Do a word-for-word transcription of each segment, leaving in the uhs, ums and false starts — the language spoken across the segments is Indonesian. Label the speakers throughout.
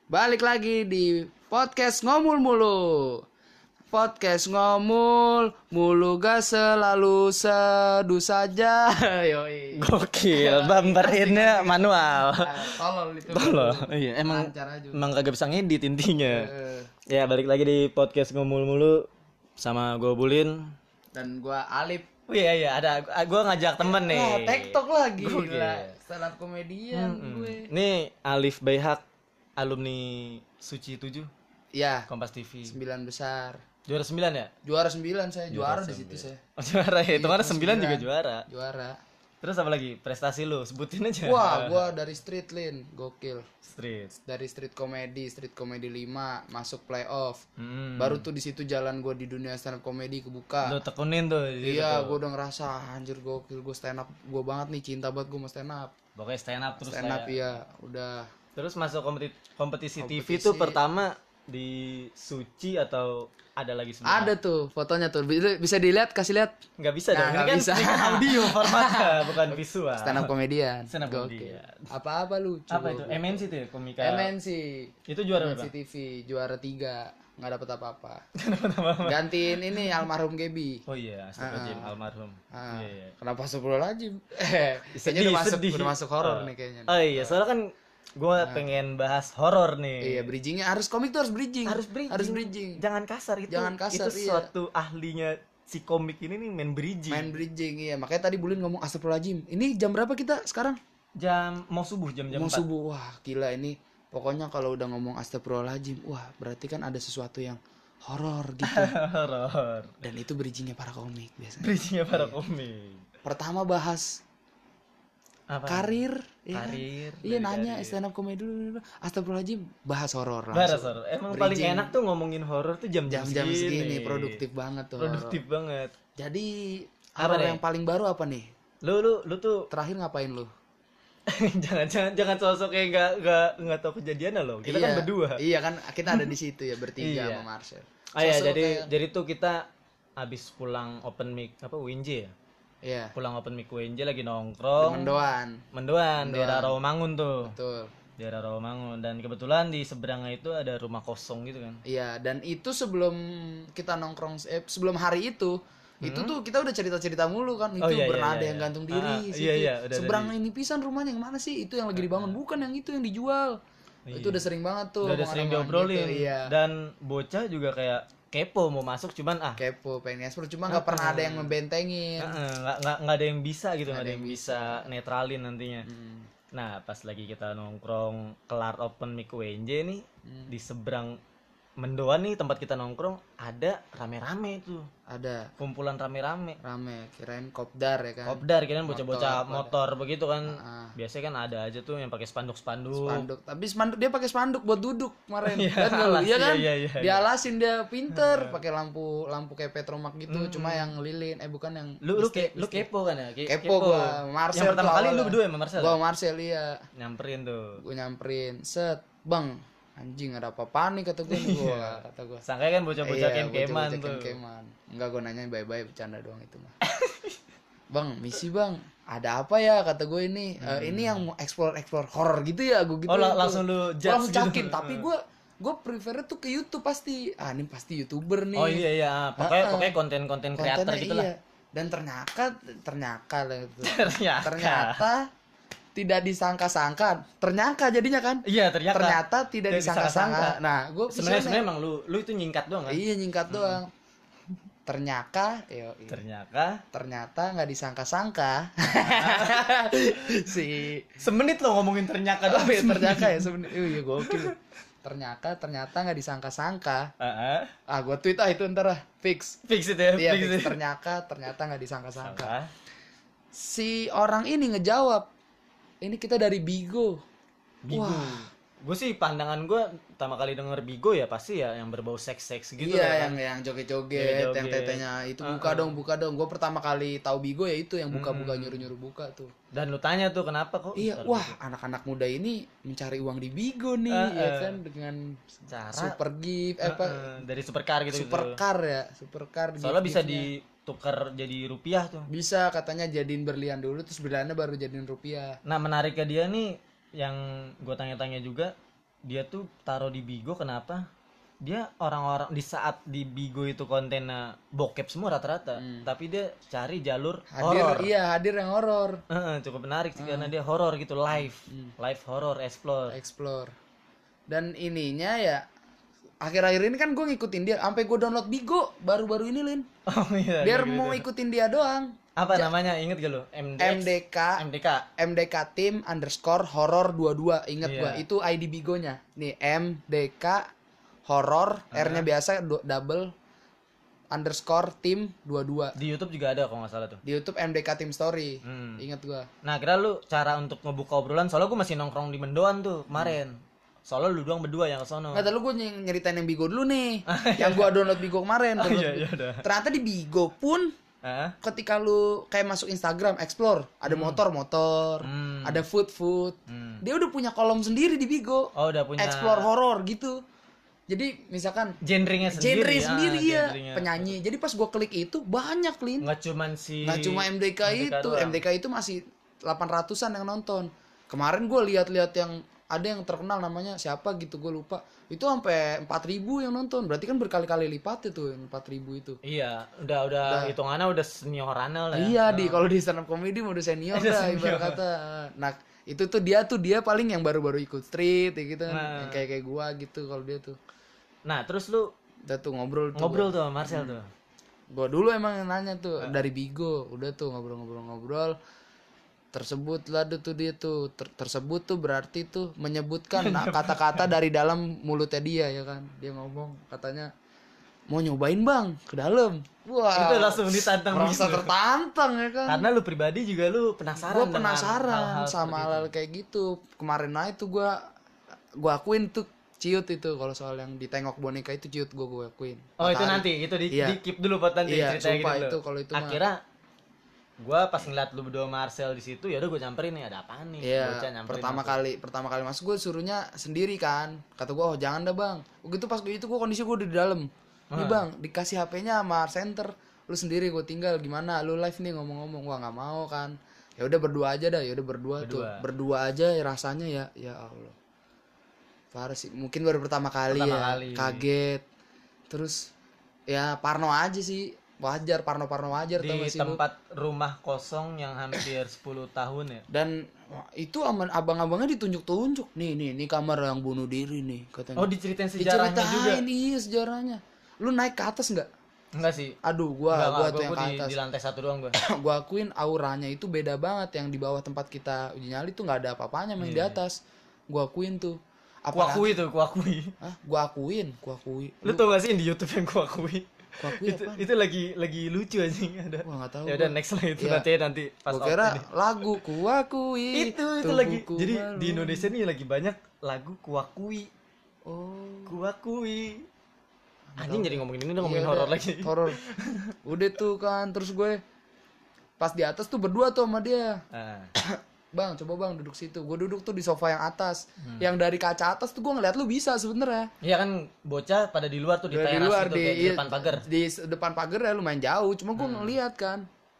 Speaker 1: Balik lagi di podcast ngomul mulu. Podcast ngomul mulu gak selalu seduh saja. Yoi.
Speaker 2: Gokil, bumperinnya manual.
Speaker 1: Tolol itu.
Speaker 2: Tolol. Iya, emang emang kagak bisa ngedit intinya.
Speaker 1: Uh,
Speaker 2: Ya, balik lagi di podcast ngomul mulu sama gue Bulin
Speaker 1: dan gua Alif.
Speaker 2: Oh iya iya, ada gue ngajak temen nih.
Speaker 1: Wah, TikTok lagi.
Speaker 2: Gokil.
Speaker 1: Gila. Stand up komedian
Speaker 2: Hmm,
Speaker 1: gue.
Speaker 2: Nih Alif Bayhak, alumni Suci tujuh
Speaker 1: Ya,
Speaker 2: Kompas T V.
Speaker 1: sembilan besar.
Speaker 2: Juara sembilan ya?
Speaker 1: Juara sembilan saya, juara,
Speaker 2: Juara
Speaker 1: di situ saya.
Speaker 2: Oh, juara ya, itu
Speaker 1: Iya,
Speaker 2: mana sembilan juga
Speaker 1: sembilan.
Speaker 2: juara.
Speaker 1: Juara.
Speaker 2: Terus apa lagi? Prestasi lu, sebutin aja.
Speaker 1: Wah, gua dari street lin, gokil.
Speaker 2: Street.
Speaker 1: Dari street comedy, street comedy lima masuk playoff.
Speaker 2: Hmm.
Speaker 1: Baru tuh di situ jalan gua di dunia stand up comedy kebuka.
Speaker 2: Lu tekunin tuh di situ
Speaker 1: Iya,
Speaker 2: tuh.
Speaker 1: gua udah ngerasa anjir gokil, gua stand up gua banget nih, cinta banget gua sama stand up.
Speaker 2: Pokoknya stand up terus
Speaker 1: Stand up
Speaker 2: kayak-
Speaker 1: iya, udah.
Speaker 2: Terus masuk kompeti- kompetisi, T V
Speaker 1: Kompetisi.
Speaker 2: tuh pertama di Suci atau ada lagi sebelumnya?
Speaker 1: Ada tuh fotonya tuh. Bisa, bisa dilihat, kasih lihat.
Speaker 2: Nggak bisa
Speaker 1: Nah,
Speaker 2: dong. Ini
Speaker 1: nggak
Speaker 2: kan,
Speaker 1: bisa.
Speaker 2: ini kan audio formatnya, bukan visual.
Speaker 1: Stand up komedian.
Speaker 2: Stand up
Speaker 1: Gokil.
Speaker 2: komedian.
Speaker 1: Apa-apa lucu.
Speaker 2: Apa itu?
Speaker 1: gokil.
Speaker 2: M N C tuh ya, komika.
Speaker 1: M N C.
Speaker 2: Itu juara
Speaker 1: M N C
Speaker 2: berapa?
Speaker 1: T V juara tiga, nggak dapet apa-apa. Gantiin ini almarhum Gebi.
Speaker 2: Oh iya, astagfirullahaladzim,
Speaker 1: Ah.
Speaker 2: almarhum.
Speaker 1: Ah,
Speaker 2: Iya, iya.
Speaker 1: Kenapa astagfirullahaladzim? Eh, kayaknya
Speaker 2: Sedih,
Speaker 1: udah masuk
Speaker 2: sedih.
Speaker 1: udah masuk horor
Speaker 2: Oh.
Speaker 1: nih kayaknya.
Speaker 2: Oh iya, soalnya kan gue pengen bahas horor nih.
Speaker 1: Iya, bridgingnya harus komik tuh harus bridging.
Speaker 2: Harus bridging.
Speaker 1: Harus bridging.
Speaker 2: Jangan kasar itu.
Speaker 1: Jangan kasar,
Speaker 2: Itu
Speaker 1: iya.
Speaker 2: suatu ahlinya si komik ini nih main bridging.
Speaker 1: Main bridging iya. Makanya tadi Bulin ngomong astagfirullahaladzim. Ini jam berapa kita sekarang?
Speaker 2: Jam mau subuh jam-jam
Speaker 1: Mau
Speaker 2: empat.
Speaker 1: subuh. Wah, gila ini. Pokoknya kalau udah ngomong astagfirullahaladzim, wah berarti kan ada sesuatu yang horor gitu.
Speaker 2: Horor.
Speaker 1: Dan itu bridgingnya para komik biasanya.
Speaker 2: Bridgingnya para komik.
Speaker 1: Pertama bahas
Speaker 2: Apa?
Speaker 1: karir, ya kan?
Speaker 2: Karir,
Speaker 1: Iya
Speaker 2: dari
Speaker 1: nanya
Speaker 2: karir.
Speaker 1: stand up comedy dulu. Astagfirullahaladzim, bahas horor
Speaker 2: Bahas
Speaker 1: langsung.
Speaker 2: horor. Emang
Speaker 1: Bridging.
Speaker 2: paling enak tuh ngomongin horor tuh jam-jam
Speaker 1: Jam-jam segini
Speaker 2: segini.
Speaker 1: produktif banget tuh.
Speaker 2: Produktif banget.
Speaker 1: Jadi
Speaker 2: Apa
Speaker 1: horor
Speaker 2: nih?
Speaker 1: yang paling baru apa nih?
Speaker 2: Lu lu lu tuh
Speaker 1: Terakhir ngapain lu?
Speaker 2: jangan jangan jangan sosok kayak nggak nggak nggak tahu kejadiannya loh. Kita kan
Speaker 1: Iya,
Speaker 2: berdua.
Speaker 1: Iya kan kita ada di situ ya bertiga
Speaker 2: Iya.
Speaker 1: sama Marcel.
Speaker 2: Ah ya,
Speaker 1: Sosok
Speaker 2: jadi
Speaker 1: kayak-
Speaker 2: jadi tuh kita abis pulang open mic apa W N J ya?
Speaker 1: Iya.
Speaker 2: Pulang open mic W N J lagi nongkrong.
Speaker 1: Mendoan.
Speaker 2: Mendoan, daerah Rawamangun tuh.
Speaker 1: Betul.
Speaker 2: Daerah Rawamangun, dan kebetulan di seberangnya itu ada rumah kosong gitu kan.
Speaker 1: Iya, dan itu sebelum kita nongkrong eh, sebelum hari itu itu tuh kita udah cerita-cerita mulu kan. Itu
Speaker 2: Hmm? Oh, iya,
Speaker 1: pernah
Speaker 2: iya,
Speaker 1: ada
Speaker 2: iya,
Speaker 1: yang
Speaker 2: iya.
Speaker 1: gantung diri
Speaker 2: Ah,
Speaker 1: situ.
Speaker 2: iya, iya, udah ada
Speaker 1: Seberang
Speaker 2: di-
Speaker 1: ini pisan rumahnya yang mana sih? Itu yang lagi dibangun, bukan yang itu yang dijual. Itu udah sering banget tuh.
Speaker 2: Udah ada sering
Speaker 1: omongan-omongan
Speaker 2: diobrolin.
Speaker 1: gitu, Iya.
Speaker 2: Dan bocah juga kayak kepo mau masuk, cuman ah
Speaker 1: Kepo pengen explore cuma nggak pernah ada yang membentengin.
Speaker 2: Heeh, nggak nggak nggak ada yang bisa gitu, nggak ada yang bisa netralin nantinya.
Speaker 1: Hmm.
Speaker 2: Nah, pas lagi kita nongkrong kelar open mic W N J nih,
Speaker 1: Hmm.
Speaker 2: di seberang Mendoan nih tempat kita nongkrong ada rame-rame tuh,
Speaker 1: Ada
Speaker 2: kumpulan rame-rame.
Speaker 1: rame, kirain kopdar ya kan.
Speaker 2: Kopdar kira bocah-bocah
Speaker 1: Motor,
Speaker 2: motor, begitu kan.
Speaker 1: Ah.
Speaker 2: Biasanya kan ada aja tuh yang pakai spanduk-spanduk.
Speaker 1: Spanduk. Tapi spanduk dia pakai spanduk buat duduk kemarin.
Speaker 2: Iya,
Speaker 1: Lihat nggak lu?
Speaker 2: alas,
Speaker 1: Iya kan?
Speaker 2: iya, iya, iya.
Speaker 1: Dialasin dia pinter pakai lampu lampu kayak petromak gitu, cuma yang lilin eh bukan yang
Speaker 2: Lu lu
Speaker 1: listrik,
Speaker 2: ke, lu
Speaker 1: listrik.
Speaker 2: kepo kan ya? Ke-
Speaker 1: Kepo gua. Marcel
Speaker 2: yang pertama
Speaker 1: tuh
Speaker 2: kali lu
Speaker 1: awalnya.
Speaker 2: berdua sama Marcel?
Speaker 1: Gua sama Marcel iya.
Speaker 2: Nyamperin tuh.
Speaker 1: Gue nyamperin, set, "Bang, anjing ada apa-apaan nih," kata gue nih gua, kata gua.
Speaker 2: Sangka kan bocah-bocah
Speaker 1: Iya,
Speaker 2: kem-keman
Speaker 1: bocah-bocah
Speaker 2: tuh.
Speaker 1: kem-keman. Enggak, gue nanya bye-bye bercanda doang itu mah. Bang, misi bang, ada apa ya kata gue ini? "Eh, ini yang mau explore explore horror gitu ya, gue gitu.
Speaker 2: Hmm. Oh, lang- langsung lu judge
Speaker 1: langsung
Speaker 2: gitu.
Speaker 1: cakin, tapi gue gue prefer tuh ke YouTube pasti. Ah, ini pasti YouTuber nih.
Speaker 2: Oh iya iya, pokoknya
Speaker 1: Ah, ah.
Speaker 2: pokoknya konten-konten kreator
Speaker 1: Kontennya
Speaker 2: gitu lah.
Speaker 1: iya. Dan ternyata ternyata lah itu.
Speaker 2: Ternyata.
Speaker 1: ternyata tidak disangka-sangka, ternyata jadinya kan?
Speaker 2: Iya, ternyata.
Speaker 1: Ternyata tidak
Speaker 2: Tidak
Speaker 1: disangka-sangka.
Speaker 2: disangka-sangka.
Speaker 1: Nah, gue
Speaker 2: Sebenarnya sebenarnya emang lu lu itu nyingkat doang kan?
Speaker 1: iya nyingkat doang. Ternyata, yo, iya.
Speaker 2: Ternyata
Speaker 1: ternyata nggak disangka-sangka si
Speaker 2: semenit lo ngomongin ternyata
Speaker 1: oh,
Speaker 2: doang.
Speaker 1: iya, ternyata ya sebenarnya iya gokil ternyata ternyata nggak disangka-sangka
Speaker 2: Heeh.
Speaker 1: ah gue tweet ah itu ntar ah fix
Speaker 2: Fix itu ya,
Speaker 1: iya
Speaker 2: fix
Speaker 1: fix.
Speaker 2: itu.
Speaker 1: ternyata ternyata nggak disangka-sangka
Speaker 2: Sangka.
Speaker 1: si orang ini ngejawab ini kita dari Bigo.
Speaker 2: Bigo.
Speaker 1: Wah.
Speaker 2: Gue sih pandangan gue pertama kali denger Bigo ya pasti ya yang berbau seks-seks gitu
Speaker 1: iya
Speaker 2: lah
Speaker 1: yang
Speaker 2: kan.
Speaker 1: yang joget-joget
Speaker 2: Joget-joget.
Speaker 1: yang tetenya itu buka
Speaker 2: Uh-uh.
Speaker 1: dong buka dong gue pertama kali tahu Bigo ya itu yang buka-buka nyuruh-nyuruh buka tuh.
Speaker 2: Dan lu tanya tuh kenapa kok?
Speaker 1: Iya,
Speaker 2: taruh
Speaker 1: wah
Speaker 2: Bigo?
Speaker 1: anak-anak muda ini mencari uang di Bigo nih,
Speaker 2: Uh,
Speaker 1: ya
Speaker 2: uh.
Speaker 1: kan dengan
Speaker 2: Cara-
Speaker 1: super gift, eh, apa
Speaker 2: Heeh, dari supercar gitu.
Speaker 1: supercar ya, supercar.
Speaker 2: Soalnya bisa
Speaker 1: gift-giftnya.
Speaker 2: ditukar jadi rupiah tuh.
Speaker 1: bisa katanya jadiin berlian dulu, terus berliannya baru jadiin rupiah.
Speaker 2: Nah, menariknya dia nih yang gue tanya-tanya juga, dia tuh taruh di Bigo kenapa? Dia orang-orang di saat di Bigo itu kontennya bokep semua rata-rata,
Speaker 1: Hmm.
Speaker 2: tapi dia cari jalur
Speaker 1: Hadir,
Speaker 2: horor.
Speaker 1: iya hadir yang horor.
Speaker 2: Heeh, cukup menarik sih karena dia horor gitu, live,
Speaker 1: Hmm.
Speaker 2: live horor, explore.
Speaker 1: Explore. Dan ininya ya akhir-akhir ini kan gue ngikutin dia, sampai gue download Bigo baru-baru ini Lin.
Speaker 2: Oh iya.
Speaker 1: Biar
Speaker 2: gitu.
Speaker 1: mau ikutin dia doang.
Speaker 2: Apa namanya? Ingat gak lu? M D X?
Speaker 1: M D K
Speaker 2: M D K.
Speaker 1: M D K Team underscore horror dua puluh dua. Ingat
Speaker 2: Iya.
Speaker 1: gua itu I D Bigonya. Nih M D K horror R-nya biasa du- double underscore team dua puluh dua.
Speaker 2: Di YouTube juga ada kalau nggak salah tuh.
Speaker 1: Di YouTube M D K Team Story.
Speaker 2: Hmm.
Speaker 1: Ingat gua.
Speaker 2: Nah, kira lu cara untuk ngebuka obrolan, soalnya gue masih nongkrong di Mendoan tuh kemarin. Soalnya lu doang berdua yang kesono.
Speaker 1: Nggak tahu gue nyeritain yang Bigo dulu nih. Yang gua download Bigo kemarin.
Speaker 2: Oh,
Speaker 1: Download
Speaker 2: iya,
Speaker 1: Bigo.
Speaker 2: iya, udah.
Speaker 1: Ternyata di Bigo pun
Speaker 2: Hah?
Speaker 1: ketika lu kayak masuk Instagram explore, ada motor-motor,
Speaker 2: Hmm.
Speaker 1: ada food-food.
Speaker 2: Hmm.
Speaker 1: Dia udah punya kolom sendiri di Bigo.
Speaker 2: Oh, udah punya
Speaker 1: Explore horror gitu. Jadi misalkan
Speaker 2: genrenya sendiri.
Speaker 1: genre
Speaker 2: ah,
Speaker 1: sendiri ya
Speaker 2: genrenya.
Speaker 1: penyanyi. Jadi pas gua klik itu banyak Lin.
Speaker 2: Nggak cuman si
Speaker 1: Nggak cuma M D K, itu,
Speaker 2: doang.
Speaker 1: M D K itu masih delapan ratusan yang nonton. Kemarin gue lihat-lihat yang ada yang terkenal namanya siapa gitu gue lupa. Itu sampai empat ribu yang nonton. Berarti kan berkali-kali lipat itu empat ribu itu.
Speaker 2: Iya, udah udah hitungannya udah seniorannya lah ya.
Speaker 1: Iya, di kalau di stand up comedy mau udah senior
Speaker 2: Udah
Speaker 1: dah
Speaker 2: senior.
Speaker 1: ibarat kata. Nah, itu tuh dia tuh dia paling yang baru-baru ikut street ya gitu kan.
Speaker 2: Nah.
Speaker 1: Yang kayak kayak gua gitu kalau dia tuh.
Speaker 2: Nah, terus lu
Speaker 1: Udah tuh ngobrol tuh.
Speaker 2: ngobrol tuh sama Marcel tuh.
Speaker 1: Gua dulu emang yang nanya tuh dari Bigo, udah tuh ngobrol-ngobrol-ngobrol. Tersebut lah tuh dia tuh Ter- tersebut tuh berarti tuh menyebutkan nah, kata-kata dari dalam mulutnya dia ya kan. Dia ngomong katanya mau nyobain bang ke dalam. Wah.
Speaker 2: Itu langsung ditantang
Speaker 1: merasa
Speaker 2: gitu.
Speaker 1: tertantang ya kan.
Speaker 2: Karena lu pribadi juga lu penasaran
Speaker 1: Gue
Speaker 2: dengan
Speaker 1: penasaran
Speaker 2: hal-hal
Speaker 1: sama
Speaker 2: seperti
Speaker 1: hal-hal kayak gitu. Kemarin aja tuh gue gue akuin tuh ciut itu kalau soal yang ditengok boneka itu ciut gue gue akuin.
Speaker 2: Oh, itu
Speaker 1: Matahari.
Speaker 2: nanti itu di,
Speaker 1: Iya.
Speaker 2: di keep dulu buat nanti
Speaker 1: Iya,
Speaker 2: ceritanya
Speaker 1: sumpah
Speaker 2: gitu
Speaker 1: itu
Speaker 2: dulu.
Speaker 1: kalau itu mah.
Speaker 2: Akhirnya gua pas ngeliat lu berdua Marcel di situ, ya udah gue nyamperin nih, ada apaan nih?
Speaker 1: Iya,
Speaker 2: Bocah nyamperin
Speaker 1: pertama
Speaker 2: aku.
Speaker 1: kali pertama kali masuk gue suruhnya sendiri kan. Kata gue, oh jangan dah bang. Begitu pas itu gue kondisi gue udah di dalam. Nih bang, dikasih H P-nya sama center. Lu sendiri gue tinggal gimana? Lu live nih ngomong-ngomong. Wah nggak mau kan. Ya udah berdua aja dah. Ya udah berdua, tuh.
Speaker 2: Berdua.
Speaker 1: Berdua aja ya rasanya ya. Ya Allah. Parah sih. Mungkin baru pertama kali
Speaker 2: Pertama
Speaker 1: ya.
Speaker 2: kali.
Speaker 1: Kaget. Terus ya parno aja sih. Wajar parno-parno wajar
Speaker 2: Di
Speaker 1: tau gak sih lu?
Speaker 2: tempat rumah kosong yang hampir sepuluh tahun ya.
Speaker 1: Dan wah, itu aman abang-abangnya ditunjuk-tunjuk. Nih, nih, nih kamar yang bunuh diri nih katanya.
Speaker 2: Oh, diceritain sejarahnya juga.
Speaker 1: Diceritain, iya sejarahnya. Lu naik ke atas nggak?
Speaker 2: Enggak sih.
Speaker 1: Aduh, gua
Speaker 2: Enggak,
Speaker 1: gua
Speaker 2: enggak,
Speaker 1: tuh
Speaker 2: gua,
Speaker 1: yang
Speaker 2: gua
Speaker 1: ke
Speaker 2: di,
Speaker 1: atas.
Speaker 2: di lantai satu doang gua.
Speaker 1: Gua akuin auranya itu beda banget. Yang di bawah tempat kita uji nyali tuh nggak ada apa-apanya, main di atas. Gua akuin tuh. Apakah-
Speaker 2: Kuakui tuh, kuakui.
Speaker 1: Hah? Gua akuin, gua akui.
Speaker 2: Lu tau gak sih di YouTube yang kuakui?
Speaker 1: Gua akui
Speaker 2: itu
Speaker 1: apaan?
Speaker 2: itu lagi lagi lucu anjing ada.
Speaker 1: Wah, nggak tahu
Speaker 2: Ya udah
Speaker 1: gua.
Speaker 2: next lah itu
Speaker 1: Iya.
Speaker 2: nanti nanti pas
Speaker 1: Gua
Speaker 2: out
Speaker 1: kira
Speaker 2: ini.
Speaker 1: lagu kuakui.
Speaker 2: Itu itu lagi. Jadi di Indonesia nih lagi banyak lagu kuakui.
Speaker 1: Oh.
Speaker 2: Kuakui. Anjing jadi ngomongin ini udah ngomongin
Speaker 1: Iya,
Speaker 2: horor
Speaker 1: udah.
Speaker 2: lagi.
Speaker 1: Horor. Udah tuh kan, terus gue pas di atas tuh berdua tuh sama dia.
Speaker 2: Ah.
Speaker 1: Bang, coba bang duduk situ. Gue duduk tuh di sofa yang atas.
Speaker 2: Hmm.
Speaker 1: Yang dari kaca atas tuh gue ngeliat lu bisa sebenernya.
Speaker 2: Iya kan bocah pada di luar tuh di
Speaker 1: Dari
Speaker 2: teras
Speaker 1: luar
Speaker 2: gitu
Speaker 1: di,
Speaker 2: kayak di
Speaker 1: iya,
Speaker 2: depan pagar.
Speaker 1: Di s- depan pagar ya lumayan jauh. Cuma gue
Speaker 2: Hmm.
Speaker 1: ngeliat kan.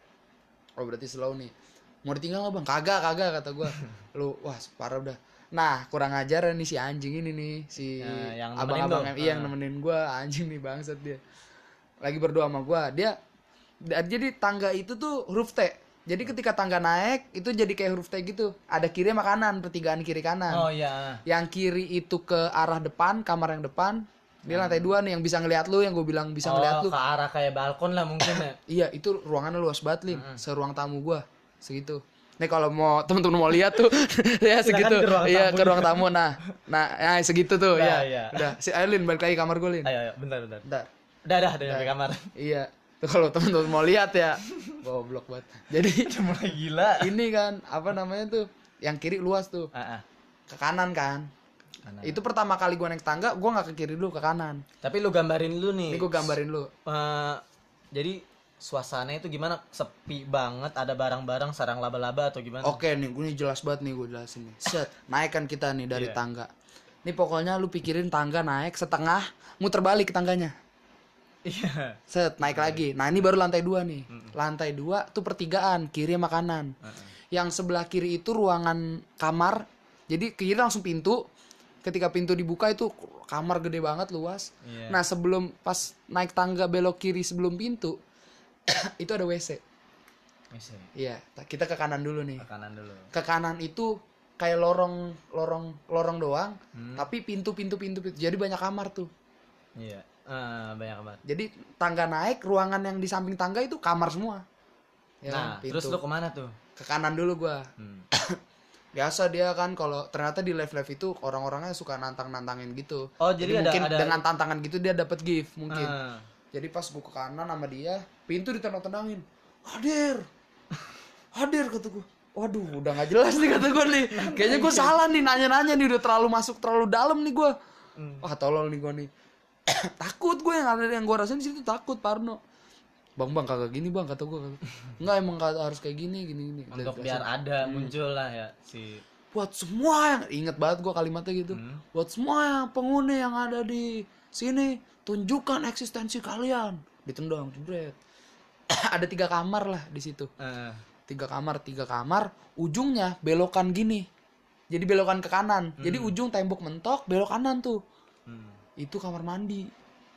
Speaker 1: Oh berarti slow nih. Mau ditinggal nggak bang? Kagak kagak kata gue. Lu wah parah udah. Nah kurang ajar nih si anjing ini nih si
Speaker 2: Nah, yang nemenin
Speaker 1: abang-abang
Speaker 2: lu.
Speaker 1: yang iya yang
Speaker 2: Ah.
Speaker 1: nemenin gue anjing nih bangsat dia. Lagi berdua sama gue dia. da- Jadi tangga itu tuh huruf T. Jadi ketika tangga naik itu jadi kayak huruf T gitu. Ada kiri sama kanan, pertigaan kiri kanan.
Speaker 2: Oh iya.
Speaker 1: Yang kiri itu ke arah depan, kamar yang depan. Dia lantai dua nih yang bisa ngeliat lu, yang gue bilang bisa
Speaker 2: oh,
Speaker 1: ngeliat lu.
Speaker 2: ke arah kayak balkon lah mungkin ya.
Speaker 1: Iya, itu ruangannya luas banget, Lin. Seruang tamu gua. Segitu. Nih kalau mau temen-temen mau lihat tuh ya segitu.
Speaker 2: ke ruang
Speaker 1: Iya,
Speaker 2: tamu.
Speaker 1: ke ruang tamu. Nah, nah, nah segitu tuh
Speaker 2: Nah,
Speaker 1: ya.
Speaker 2: iya.
Speaker 1: Udah, si Ailin balik lagi kamar gue, Lin.
Speaker 2: Ayo ayo bentar bentar.
Speaker 1: Bentar.
Speaker 2: Udah dah udah nyampe kamar.
Speaker 1: Iya. Tuh kalau temen-temen mau lihat ya. Goblok banget. Jadi
Speaker 2: Udah mulai gila.
Speaker 1: ini kan apa namanya tuh? Yang kiri luas tuh.
Speaker 2: Ah, ah.
Speaker 1: Ke kanan kan.
Speaker 2: Kanan.
Speaker 1: Itu pertama kali gua naik tangga, gua nggak ke kiri dulu, ke kanan.
Speaker 2: Tapi lu gambarin lu nih.
Speaker 1: Ini gua gambarin lu.
Speaker 2: Eh, jadi suasananya itu gimana? Sepi banget, ada barang-barang sarang laba-laba atau gimana?
Speaker 1: Oke nih, gue nih jelas banget nih gue jelasin nih. Set, naikkan kita nih dari
Speaker 2: Iya.
Speaker 1: tangga. Nih pokoknya lu pikirin tangga naik setengah, muter balik ke tangganya.
Speaker 2: Iya.
Speaker 1: Set, naik lagi. Nah ini baru lantai dua nih. Lantai dua tuh pertigaan, kiri sama kanan. Yang sebelah kiri itu ruangan kamar. Jadi kiri langsung pintu, ketika pintu dibuka itu kamar gede banget luas.
Speaker 2: Iya.
Speaker 1: Nah sebelum pas naik tangga belok kiri sebelum pintu itu ada W C.
Speaker 2: Bisa.
Speaker 1: Iya, kita ke kanan dulu nih.
Speaker 2: Ke kanan dulu.
Speaker 1: Ke kanan itu kayak lorong lorong lorong doang,
Speaker 2: Hmm.
Speaker 1: tapi pintu-pintu pintu pintu. Jadi banyak kamar tuh.
Speaker 2: Iya. Ah, banyak banget.
Speaker 1: Jadi tangga naik, ruangan yang di samping tangga itu kamar semua. Ya,
Speaker 2: Nah,
Speaker 1: kan?
Speaker 2: terus lu kemana tuh?
Speaker 1: Ke kanan dulu gua.
Speaker 2: Hmm.
Speaker 1: Biasa dia kan kalau ternyata di live-live itu orang-orangnya suka nantang-nantangin gitu.
Speaker 2: Oh, jadi ada-
Speaker 1: mungkin
Speaker 2: ada-
Speaker 1: dengan tantangan gitu dia dapat gift mungkin.
Speaker 2: Ah.
Speaker 1: Jadi pas gua ke kanan sama dia, pintu ditendang-tendangin. Hadir. Hadir kata gua. Waduh, udah nggak jelas nih kata gua nih. Kayaknya gua salah nih nanya-nanya nih, udah terlalu masuk terlalu dalam nih gua.
Speaker 2: Hmm.
Speaker 1: Wah, tolol nih gua nih. Takut gue yang ada yang gua rasain di situ takut Parno. Bang bang kagak gini bang kata gue. Enggak emang kagak harus kayak gini gini gini.
Speaker 2: Untuk biar ada muncul lah ya si
Speaker 1: Buat semua yang inget banget gue kalimatnya gitu.
Speaker 2: Hmm.
Speaker 1: Buat semua yang penghuni yang ada di sini tunjukkan eksistensi kalian. Ditendang jebret. Ada tiga kamar lah di situ.
Speaker 2: eh,
Speaker 1: Tiga kamar tiga kamar. Ujungnya belokan gini. Jadi belokan ke kanan. Jadi ujung tembok mentok belok kanan tuh.
Speaker 2: hmm.
Speaker 1: Itu kamar mandi.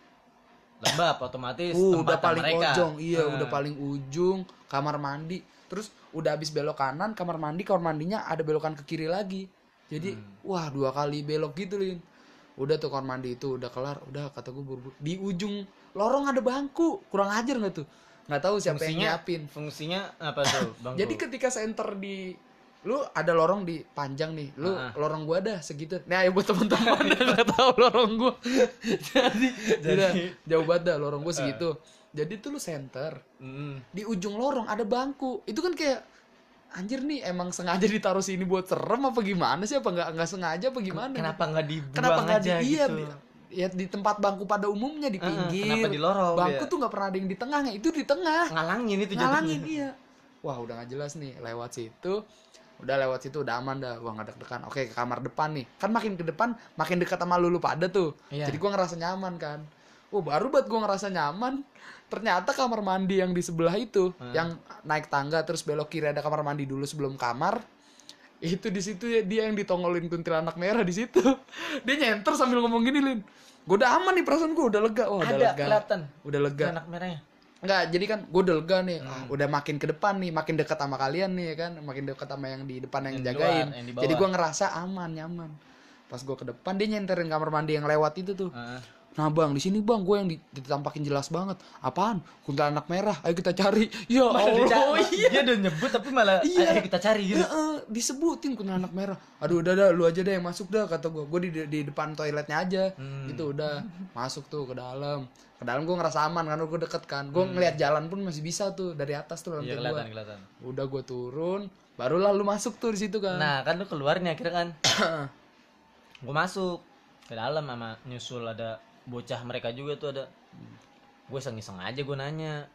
Speaker 2: lembab otomatis
Speaker 1: Uh, udah
Speaker 2: tempat
Speaker 1: paling
Speaker 2: mereka.
Speaker 1: ujung, iya
Speaker 2: Eh,
Speaker 1: udah paling ujung kamar mandi. Terus udah habis belok kanan kamar mandi, kamar mandinya ada belokan ke kiri lagi. Jadi
Speaker 2: Hmm.
Speaker 1: wah dua kali belok gitu Lin. Udah tuh kamar mandi itu udah kelar, udah kata gue buru-buru. Di ujung lorong ada bangku, kurang ajar nggak tuh? Nggak tahu siapa yang
Speaker 2: fungsinya
Speaker 1: nyiapin.
Speaker 2: fungsinya apa tuh bang?
Speaker 1: Jadi ketika center di lu ada lorong di panjang nih, lu
Speaker 2: Ah, ah.
Speaker 1: lorong gua ada segitu. Nah, ya buat teman-teman yang nggak tahu lorong gua. jadi,
Speaker 2: Jadi-
Speaker 1: udah, jauh banget dah lorong gua segitu. Jadi tuh lu center,
Speaker 2: Hmm.
Speaker 1: di ujung lorong ada bangku. Itu kan kayak anjir nih emang sengaja ditaruh sini buat serem apa gimana sih? Apa nggak nggak sengaja apa gimana?
Speaker 2: Kenapa nggak dibuang
Speaker 1: Kenapa nggak
Speaker 2: aja
Speaker 1: di iya,
Speaker 2: gitu?
Speaker 1: di- ya di tempat bangku pada umumnya di
Speaker 2: Heeh,
Speaker 1: pinggir.
Speaker 2: kenapa di lorong,
Speaker 1: Bangku
Speaker 2: ya?
Speaker 1: tuh nggak pernah ada yang di tengahnya, itu di tengah.
Speaker 2: Ngalangin itu
Speaker 1: Ngalangin
Speaker 2: jatuhnya.
Speaker 1: iya. Wah udah nggak jelas nih lewat situ. Udah lewat situ udah aman dah. Wah nggak deg-degan. Oke ke kamar depan nih. Kan makin ke depan makin dekat sama lulu pada tuh.
Speaker 2: Iya.
Speaker 1: Jadi gua ngerasa nyaman kan. Oh baru buat gua ngerasa nyaman. Ternyata kamar mandi yang di sebelah itu,
Speaker 2: Hmm.
Speaker 1: yang naik tangga terus belok kiri ada kamar mandi dulu sebelum kamar. Itu di situ ya dia yang ditongolin kuntilanak merah di situ. Dia nyenter sambil ngomong gini Lin. Gue udah aman nih perasaan gue udah lega. Oh, udah
Speaker 2: Ada
Speaker 1: lega.
Speaker 2: kelihatan
Speaker 1: Udah lega.
Speaker 2: anak merahnya.
Speaker 1: Enggak, jadi kan gue udah lega nih.
Speaker 2: Hmm.
Speaker 1: Ah, udah makin ke depan nih, makin dekat sama kalian nih ya kan, makin dekat sama yang di depan yang,
Speaker 2: Yang di
Speaker 1: jagain.
Speaker 2: luar, yang di bawah.
Speaker 1: Jadi gue ngerasa aman, nyaman. Pas gue ke depan dia nyenterin kamar mandi yang lewat itu tuh.
Speaker 2: Heeh.
Speaker 1: Nah bang, di sini bang, gue yang di- ditampakin jelas banget. Apaan? Kuntilanak merah. Ayo kita cari. Ya
Speaker 2: Malah
Speaker 1: Allah,
Speaker 2: dica-
Speaker 1: iya.
Speaker 2: dia udah nyebut tapi malah
Speaker 1: Iya.
Speaker 2: ayo kita cari gitu.
Speaker 1: Ya, eh, disebutin kuntilanak merah. Aduh udah dah, lu aja deh yang masuk dah kata gue. Gue di, di depan toiletnya aja.
Speaker 2: Hmm.
Speaker 1: Gitu udah masuk tuh ke dalam. Ke dalam gue ngerasa aman kan, gue deket kan. Gue ngeliat jalan pun masih bisa tuh dari atas tuh
Speaker 2: Hmm.
Speaker 1: lantai
Speaker 2: Iya
Speaker 1: dua.
Speaker 2: kelihatan kelihatan.
Speaker 1: Udah gue turun, barulah lu masuk tuh di situ kan.
Speaker 2: Nah kan lu keluar nih akhirnya kan. Gue masuk ke dalam sama nyusul ada bocah mereka juga tuh ada. Gue iseng-iseng aja gue nanya.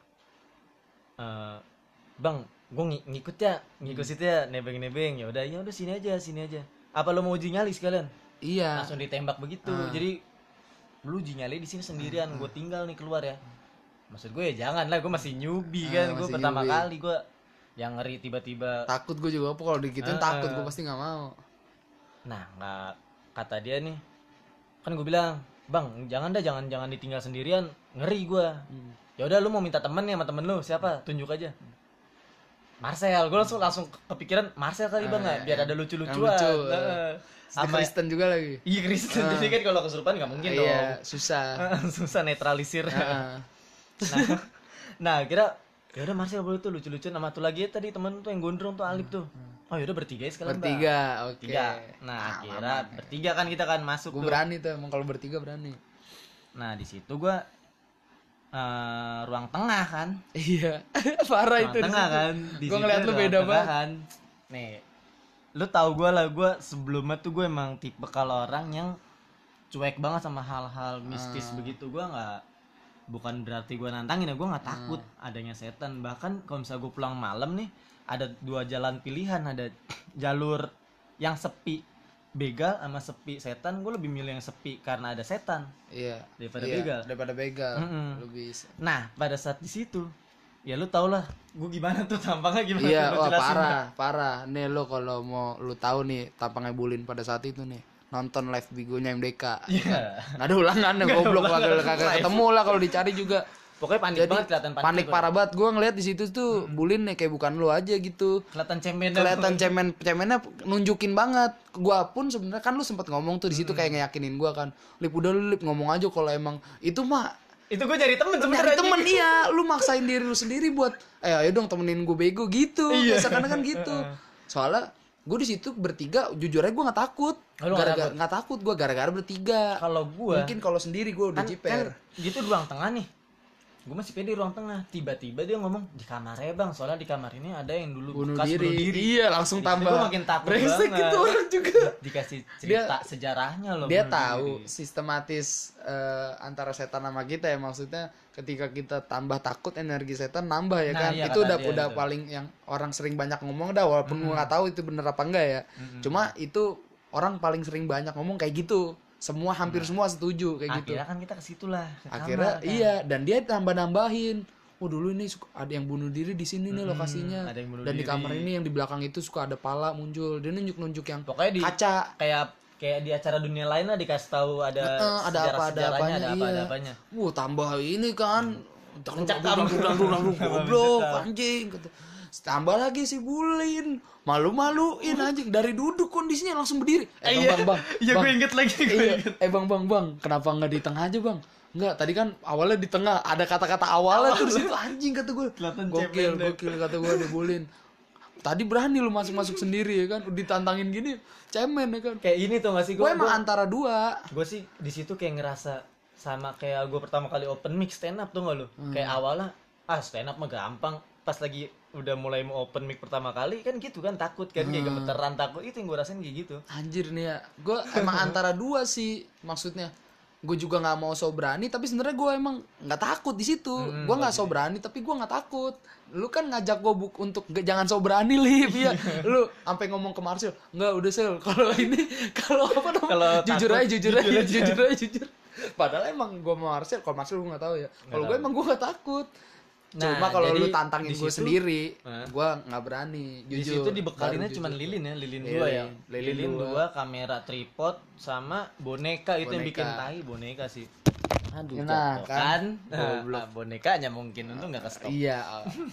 Speaker 2: Eh, bang, gue ng- ngikut ya, ngikut situ ya, nebeng-nebeng. Ya udah, ya udah sini aja, sini aja. Apa lo mau uji nyali sekalian?
Speaker 1: Iya.
Speaker 2: Langsung ditembak begitu.
Speaker 1: Ah.
Speaker 2: Jadi lu uji nyali di sini sendirian, gue tinggal nih keluar ya. Maksud gue ya jangan lah, gue masih newbie kan,
Speaker 1: Ah,
Speaker 2: gue
Speaker 1: masih
Speaker 2: pertama
Speaker 1: newbie.
Speaker 2: kali gue yang ngeri tiba-tiba.
Speaker 1: Takut gue juga apa kalau digituin
Speaker 2: Ah,
Speaker 1: takut
Speaker 2: ah.
Speaker 1: gue pasti nggak mau.
Speaker 2: Nah nggak kata dia nih, kan gue bilang bang jangan dah jangan jangan ditinggal sendirian, ngeri gue.
Speaker 1: Hmm.
Speaker 2: Ya udah lu mau minta temen nih sama temen lu siapa? Tunjuk aja. Marcel, gue langsung langsung kepikiran Marcel kali bang
Speaker 1: Ah,
Speaker 2: ya, biar
Speaker 1: yang-
Speaker 2: ada
Speaker 1: yang
Speaker 2: lucu-lucuan.
Speaker 1: lucu,
Speaker 2: Nah,
Speaker 1: Si
Speaker 2: sama
Speaker 1: Kristen juga lagi.
Speaker 2: iya Kristen,
Speaker 1: Ah.
Speaker 2: jadi kan kalau kesurupan nggak mungkin dong.
Speaker 1: Iya, susah.
Speaker 2: Susah netralisir.
Speaker 1: Heeh.
Speaker 2: nah, nah kira ya udah Marcel boleh tuh lucu-lucuan sama tuh lagi ya, tadi temen tuh yang gondrong tuh Alip tuh. Oh yaudah bertiga ya sekalian Bang.
Speaker 1: Bertiga, oke.
Speaker 2: Tiga. Nah
Speaker 1: Ah,
Speaker 2: akhirnya
Speaker 1: aman.
Speaker 2: bertiga kan kita kan masuk
Speaker 1: Gue
Speaker 2: tuh.
Speaker 1: berani tuh, emang kalau bertiga berani.
Speaker 2: Nah di situ gua eh, ruang tengah kan.
Speaker 1: Iya, parah
Speaker 2: Ruang
Speaker 1: itu di
Speaker 2: tengah
Speaker 1: situ.
Speaker 2: kan. Di
Speaker 1: Gue
Speaker 2: situ
Speaker 1: ngeliat lu
Speaker 2: ruang
Speaker 1: beda
Speaker 2: tengah
Speaker 1: banget.
Speaker 2: kan. Nih, lu tahu gua lah, gua sebelumnya tuh gue emang tipe kalau orang yang cuek banget sama hal-hal mistis
Speaker 1: Ah.
Speaker 2: begitu. Gua nggak, bukan berarti gua nantangin ya, gua nggak
Speaker 1: Hmm.
Speaker 2: takut adanya setan. Bahkan kalau misalnya gue pulang malam nih, ada dua jalan pilihan, ada jalur yang sepi begal sama sepi setan. Gue lebih milih yang sepi karena ada setan
Speaker 1: Iya.
Speaker 2: daripada
Speaker 1: Iya,
Speaker 2: begal.
Speaker 1: Daripada begal.
Speaker 2: Mm-mm.
Speaker 1: Lu bisa.
Speaker 2: Nah pada saat di situ ya lu tau lah gue gimana tuh tampangnya gimana.
Speaker 1: Iya,
Speaker 2: tuh, lu
Speaker 1: wah
Speaker 2: jelasin
Speaker 1: parah,
Speaker 2: nggak?
Speaker 1: parah. Nih lo kalau mau lu tahu nih tampangnya Bulin pada saat itu nih. nonton live Bigonya M D K.
Speaker 2: Iya.
Speaker 1: Nggak ada ulangannya, goblok kagak kagak ketemu lah kalau dicari juga.
Speaker 2: Pokoknya panik
Speaker 1: Jadi
Speaker 2: banget, kelihatan panik.
Speaker 1: panik
Speaker 2: tuh.
Speaker 1: parah banget. Gue ngeliat di situ tuh Bulin nih kayak bukan lu aja gitu.
Speaker 2: Kelihatan cemen.
Speaker 1: Kelihatan cemen cemennya nunjukin banget. Gua pun sebenarnya kan lu sempat ngomong tuh di situ kayak ngeyakinin gua kan. Lip udah lu Lip ngomong aja kalau emang itu mah
Speaker 2: Itu gue cari temen
Speaker 1: nyari
Speaker 2: sebenarnya.
Speaker 1: temen iya, lu maksain diri lu sendiri buat eh ayo dong temenin gue bego gitu.
Speaker 2: Iya.
Speaker 1: Biasa kan gitu. Soalnya gue di situ bertiga jujur aja gue nggak takut.
Speaker 2: Oh, lu nggak
Speaker 1: Gara-gara nggak takut gue gara-gara bertiga.
Speaker 2: Kalau gue
Speaker 1: Mungkin kalau sendiri gue udah
Speaker 2: kan,
Speaker 1: jiper.
Speaker 2: kan gitu ruang tengah nih. Gue masih pede ruang tengah. Tiba-tiba dia ngomong di kamarnya bang. Soalnya di kamar ini ada yang dulu
Speaker 1: Bunuh
Speaker 2: bekas
Speaker 1: diri.
Speaker 2: bunuh diri.
Speaker 1: Iya, langsung
Speaker 2: Di situ
Speaker 1: tambah.
Speaker 2: gua makin takut
Speaker 1: brengsek
Speaker 2: banget.
Speaker 1: gitu orang juga.
Speaker 2: Dikasih cerita sejarahnya loh.
Speaker 1: Dia
Speaker 2: bunuh
Speaker 1: tahu
Speaker 2: diri.
Speaker 1: sistematis eh, antara setan sama kita ya, maksudnya ketika kita tambah takut energi setan nambah ya
Speaker 2: Nah,
Speaker 1: kan.
Speaker 2: iya,
Speaker 1: Itu
Speaker 2: kata
Speaker 1: udah
Speaker 2: dia
Speaker 1: udah
Speaker 2: itu.
Speaker 1: paling yang orang sering banyak ngomong dah, walaupun
Speaker 2: Hmm.
Speaker 1: gua nggak tahu itu bener apa enggak ya. Cuma itu orang paling sering banyak ngomong kayak gitu. Semua hampir semua setuju kayak gitu.
Speaker 2: Akhirnya kan kita ke situ lah. ke
Speaker 1: Akhirnya
Speaker 2: kamar, kan.
Speaker 1: iya, dan dia tambah-nambahin. Oh dulu ini suka, ada yang bunuh diri di sini nih
Speaker 2: Mm-mm,
Speaker 1: lokasinya.
Speaker 2: ada yang bunuh
Speaker 1: Dan di
Speaker 2: diri.
Speaker 1: kamar ini yang di belakang itu suka ada pala muncul. Dia nunjuk-nunjuk yang
Speaker 2: Pokoknya di
Speaker 1: kaca.
Speaker 2: kayak kayak di acara dunia lain lah dikasih tahu ada
Speaker 1: Heeh, ada
Speaker 2: sejarah
Speaker 1: apa ada
Speaker 2: sejarahnya,
Speaker 1: apanya,
Speaker 2: ada apa
Speaker 1: iya.
Speaker 2: ada apanya.
Speaker 1: Wuh tambah ini kan.
Speaker 2: Mencekam.
Speaker 1: Goblok
Speaker 2: Mencekam.
Speaker 1: anjing. Kata. Tambah lagi si Bulin. Malu-maluin anjing, dari duduk kondisinya langsung berdiri. Eh
Speaker 2: iya.
Speaker 1: bang bang bang.
Speaker 2: Iya
Speaker 1: Bang.
Speaker 2: gue inget lagi gue
Speaker 1: Iya,
Speaker 2: inget.
Speaker 1: eh bang bang bang, kenapa nggak di tengah aja bang? Nggak, tadi kan awalnya di tengah, ada kata-kata awalnya tuh di situ anjing kata gue.
Speaker 2: Kelihatan
Speaker 1: Gokil,
Speaker 2: cemen deh.
Speaker 1: gokil kata gue dibulin. Tadi berani lu masuk-masuk sendiri ya kan, ditantangin gini, cemen ya kan.
Speaker 2: Kayak ini tuh gak sih
Speaker 1: Gue
Speaker 2: gue
Speaker 1: emang antara dua.
Speaker 2: gue sih di situ kayak ngerasa sama kayak gue pertama kali open mic stand up tuh gak lu?
Speaker 1: Hmm.
Speaker 2: Kayak awalnya ah stand up mah gampang, pas lagi udah mulai mau open mic pertama kali kan gitu kan takut kan
Speaker 1: Hmm.
Speaker 2: kayak gemeteran takut itu yang gue rasain kayak gitu.
Speaker 1: Anjir nih ya, gue emang antara dua sih maksudnya. Gue juga nggak mau so berani, tapi sebenarnya gue emang nggak takut di situ.
Speaker 2: Hmm,
Speaker 1: Gue nggak so berani, tapi gue nggak takut. Lu kan ngajak gue buk untuk "Nggak, jangan so berani Lip ya. Lu sampai ngomong ke Marcel, nggak udah Sel. Kalau ini kalau apa namanya?
Speaker 2: Kalau
Speaker 1: jujur
Speaker 2: takut,
Speaker 1: aja, jujur aja,
Speaker 2: jujur aja.
Speaker 1: jujur aja, jujur. Padahal emang gue sama Marcel, kalau Marcel gue nggak tahu ya. Kalau gue
Speaker 2: tahu.
Speaker 1: emang gue nggak takut.
Speaker 2: Nah,
Speaker 1: Cuma kalau
Speaker 2: jadi
Speaker 1: lu tantangin
Speaker 2: di
Speaker 1: gue
Speaker 2: situ-
Speaker 1: sendiri,
Speaker 2: Hah?
Speaker 1: gue nggak berani.
Speaker 2: Di
Speaker 1: Jujur.
Speaker 2: situ dibekalinnya
Speaker 1: Baru
Speaker 2: cuma
Speaker 1: jujur.
Speaker 2: lilin ya, lilin
Speaker 1: Lilin,
Speaker 2: dua ya.
Speaker 1: lilin
Speaker 2: Lilin,
Speaker 1: dua.
Speaker 2: dua, kamera tripod sama boneka itu yang
Speaker 1: Boneka.
Speaker 2: bikin tai boneka sih. Aduh,
Speaker 1: Nah,
Speaker 2: jatuh
Speaker 1: kan.
Speaker 2: kan.
Speaker 1: Goblok.
Speaker 2: Nah, bonekanya mungkin untung nggak ke stop.
Speaker 1: Iya.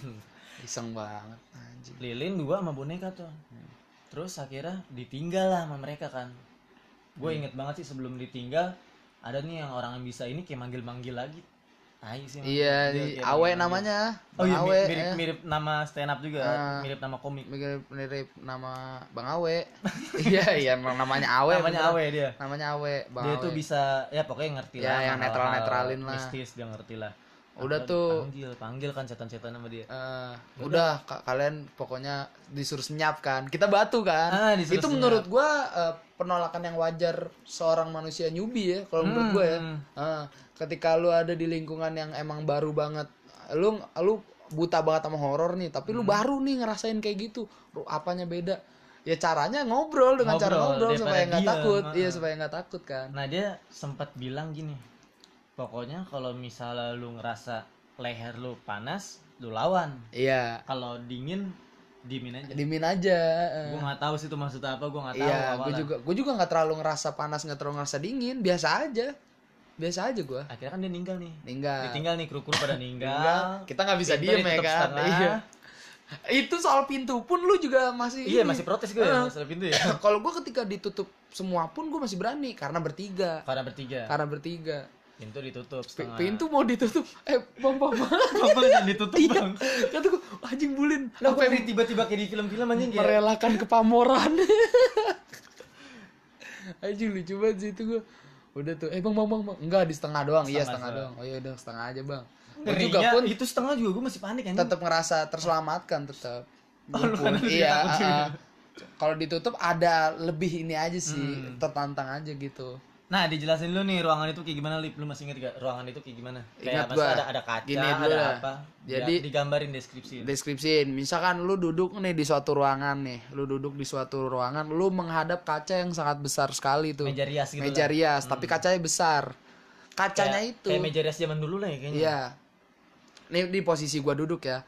Speaker 1: Iseng banget anjing.
Speaker 2: Lilin dua sama boneka tuh. Terus akhirnya ditinggal lah sama mereka kan. Gue inget banget sih sebelum ditinggal ada nih yang orang yang bisa ini kayak manggil-manggil lagi. Tai sih.
Speaker 1: Iya,
Speaker 2: Dia
Speaker 1: di
Speaker 2: kayak
Speaker 1: Awe
Speaker 2: manggil-manggil.
Speaker 1: namanya.
Speaker 2: Oh iya,
Speaker 1: Awe.
Speaker 2: mirip,
Speaker 1: eh.
Speaker 2: mirip nama stand up juga,
Speaker 1: Ah.
Speaker 2: mirip nama komik.
Speaker 1: Mirip, mirip nama Bang Awe. Iya, iya emang namanya Awe.
Speaker 2: Namanya
Speaker 1: beneran.
Speaker 2: Awe dia.
Speaker 1: Namanya Awe, Bang
Speaker 2: Dia
Speaker 1: Awe.
Speaker 2: tuh bisa ya pokoknya ngerti
Speaker 1: Ya,
Speaker 2: lah.
Speaker 1: yang
Speaker 2: hal-hal
Speaker 1: netral-netralin lah.
Speaker 2: Mistis dia ngerti lah.
Speaker 1: Udah
Speaker 2: Apa,
Speaker 1: tuh.
Speaker 2: panggil, panggil kan setan-setan sama dia.
Speaker 1: Eh, udah ka- kalian pokoknya disuruh senyap kan. Kita batu kan.
Speaker 2: Ah, disuruh
Speaker 1: Itu
Speaker 2: senyap.
Speaker 1: menurut gua eh, penolakan yang wajar seorang manusia newbie ya kalau menurut gua ya.
Speaker 2: Hmm.
Speaker 1: Eh, ketika lu ada di lingkungan yang emang baru banget, lu lu buta banget sama horor nih, tapi
Speaker 2: Hmm.
Speaker 1: lu baru nih ngerasain kayak gitu. Lu apanya beda? Ya caranya ngobrol dengan cara
Speaker 2: Ngobrol,
Speaker 1: ngobrol
Speaker 2: daripada
Speaker 1: supaya nggak
Speaker 2: diam.
Speaker 1: takut.
Speaker 2: Ah.
Speaker 1: Iya, supaya nggak takut kan.
Speaker 2: Nah dia sempat bilang gini, pokoknya kalau misalnya lu ngerasa leher lu panas, lu lawan.
Speaker 1: Iya.
Speaker 2: Kalau dingin, dimin aja.
Speaker 1: Dimin aja. eh.
Speaker 2: Gue nggak tahu sih itu maksud apa, gue nggak tahu.
Speaker 1: Iya, gue
Speaker 2: awalnya.
Speaker 1: juga gue juga nggak terlalu ngerasa panas, nggak terlalu ngerasa dingin, biasa aja, biasa aja gue.
Speaker 2: Akhirnya kan dia ninggal nih.
Speaker 1: Ninggal.
Speaker 2: Ditinggal nih kru-kru pada ninggal.
Speaker 1: Ninggal. Kita nggak bisa
Speaker 2: Pintu
Speaker 1: diem ya
Speaker 2: ditutup
Speaker 1: kan?
Speaker 2: setengah.
Speaker 1: Iya. Itu soal pintu pun lu juga masih.
Speaker 2: Iya
Speaker 1: ini.
Speaker 2: masih protes gue ya
Speaker 1: Eh.
Speaker 2: masalah pintu ya.
Speaker 1: Kalau gue ketika ditutup semua pun gue masih berani karena bertiga.
Speaker 2: Karena bertiga.
Speaker 1: Karena bertiga.
Speaker 2: Pintu ditutup
Speaker 1: P-
Speaker 2: setengah.
Speaker 1: pintu mau ditutup, eh bang bang bang.
Speaker 2: Bang jangan ditutup
Speaker 1: Iya.
Speaker 2: bang.
Speaker 1: Kata gue anjing Bulin.
Speaker 2: Lah kok
Speaker 1: Sampai
Speaker 2: tiba-tiba kayak di film-film anjing kayak.
Speaker 1: merelakan kepamoran. Anjing lucu banget sih itu gue. Udah tuh, eh bang bang bang bang. Enggak di setengah doang, iya
Speaker 2: Setengah
Speaker 1: setengah
Speaker 2: doang.
Speaker 1: doang. Oh iya udah setengah aja bang. Gue
Speaker 2: Ngerinya
Speaker 1: juga pun
Speaker 2: itu setengah juga gue masih panik anjing.
Speaker 1: tetap ngerasa terselamatkan tetap.
Speaker 2: Oh,
Speaker 1: Gua
Speaker 2: lu
Speaker 1: pun,
Speaker 2: kan juga
Speaker 1: iya.
Speaker 2: takut juga.
Speaker 1: uh, uh. Kalau ditutup ada lebih ini aja sih,
Speaker 2: Hmm.
Speaker 1: tertantang aja gitu.
Speaker 2: Nah, dijelasin dulu nih ruangan itu kayak gimana, Lip? Lu masih inget gak ruangan itu kayak gimana?
Speaker 1: Ingat
Speaker 2: Kayak
Speaker 1: gua.
Speaker 2: masa ada ada kaca,
Speaker 1: Gini dulu
Speaker 2: ada
Speaker 1: dah.
Speaker 2: apa?
Speaker 1: Jadi-
Speaker 2: Ya, digambarin deskripsi.
Speaker 1: Deskripsiin, misalkan lu duduk nih di suatu ruangan nih, lu duduk di suatu ruangan, lu menghadap kaca yang sangat besar sekali tuh.
Speaker 2: Meja rias gitu
Speaker 1: Meja
Speaker 2: lah.
Speaker 1: rias, tapi kacanya besar. Kacanya
Speaker 2: Kayak-
Speaker 1: itu.
Speaker 2: Kayak meja rias zaman dulu lah ya kayaknya.
Speaker 1: Iya. Ini di posisi gua duduk ya.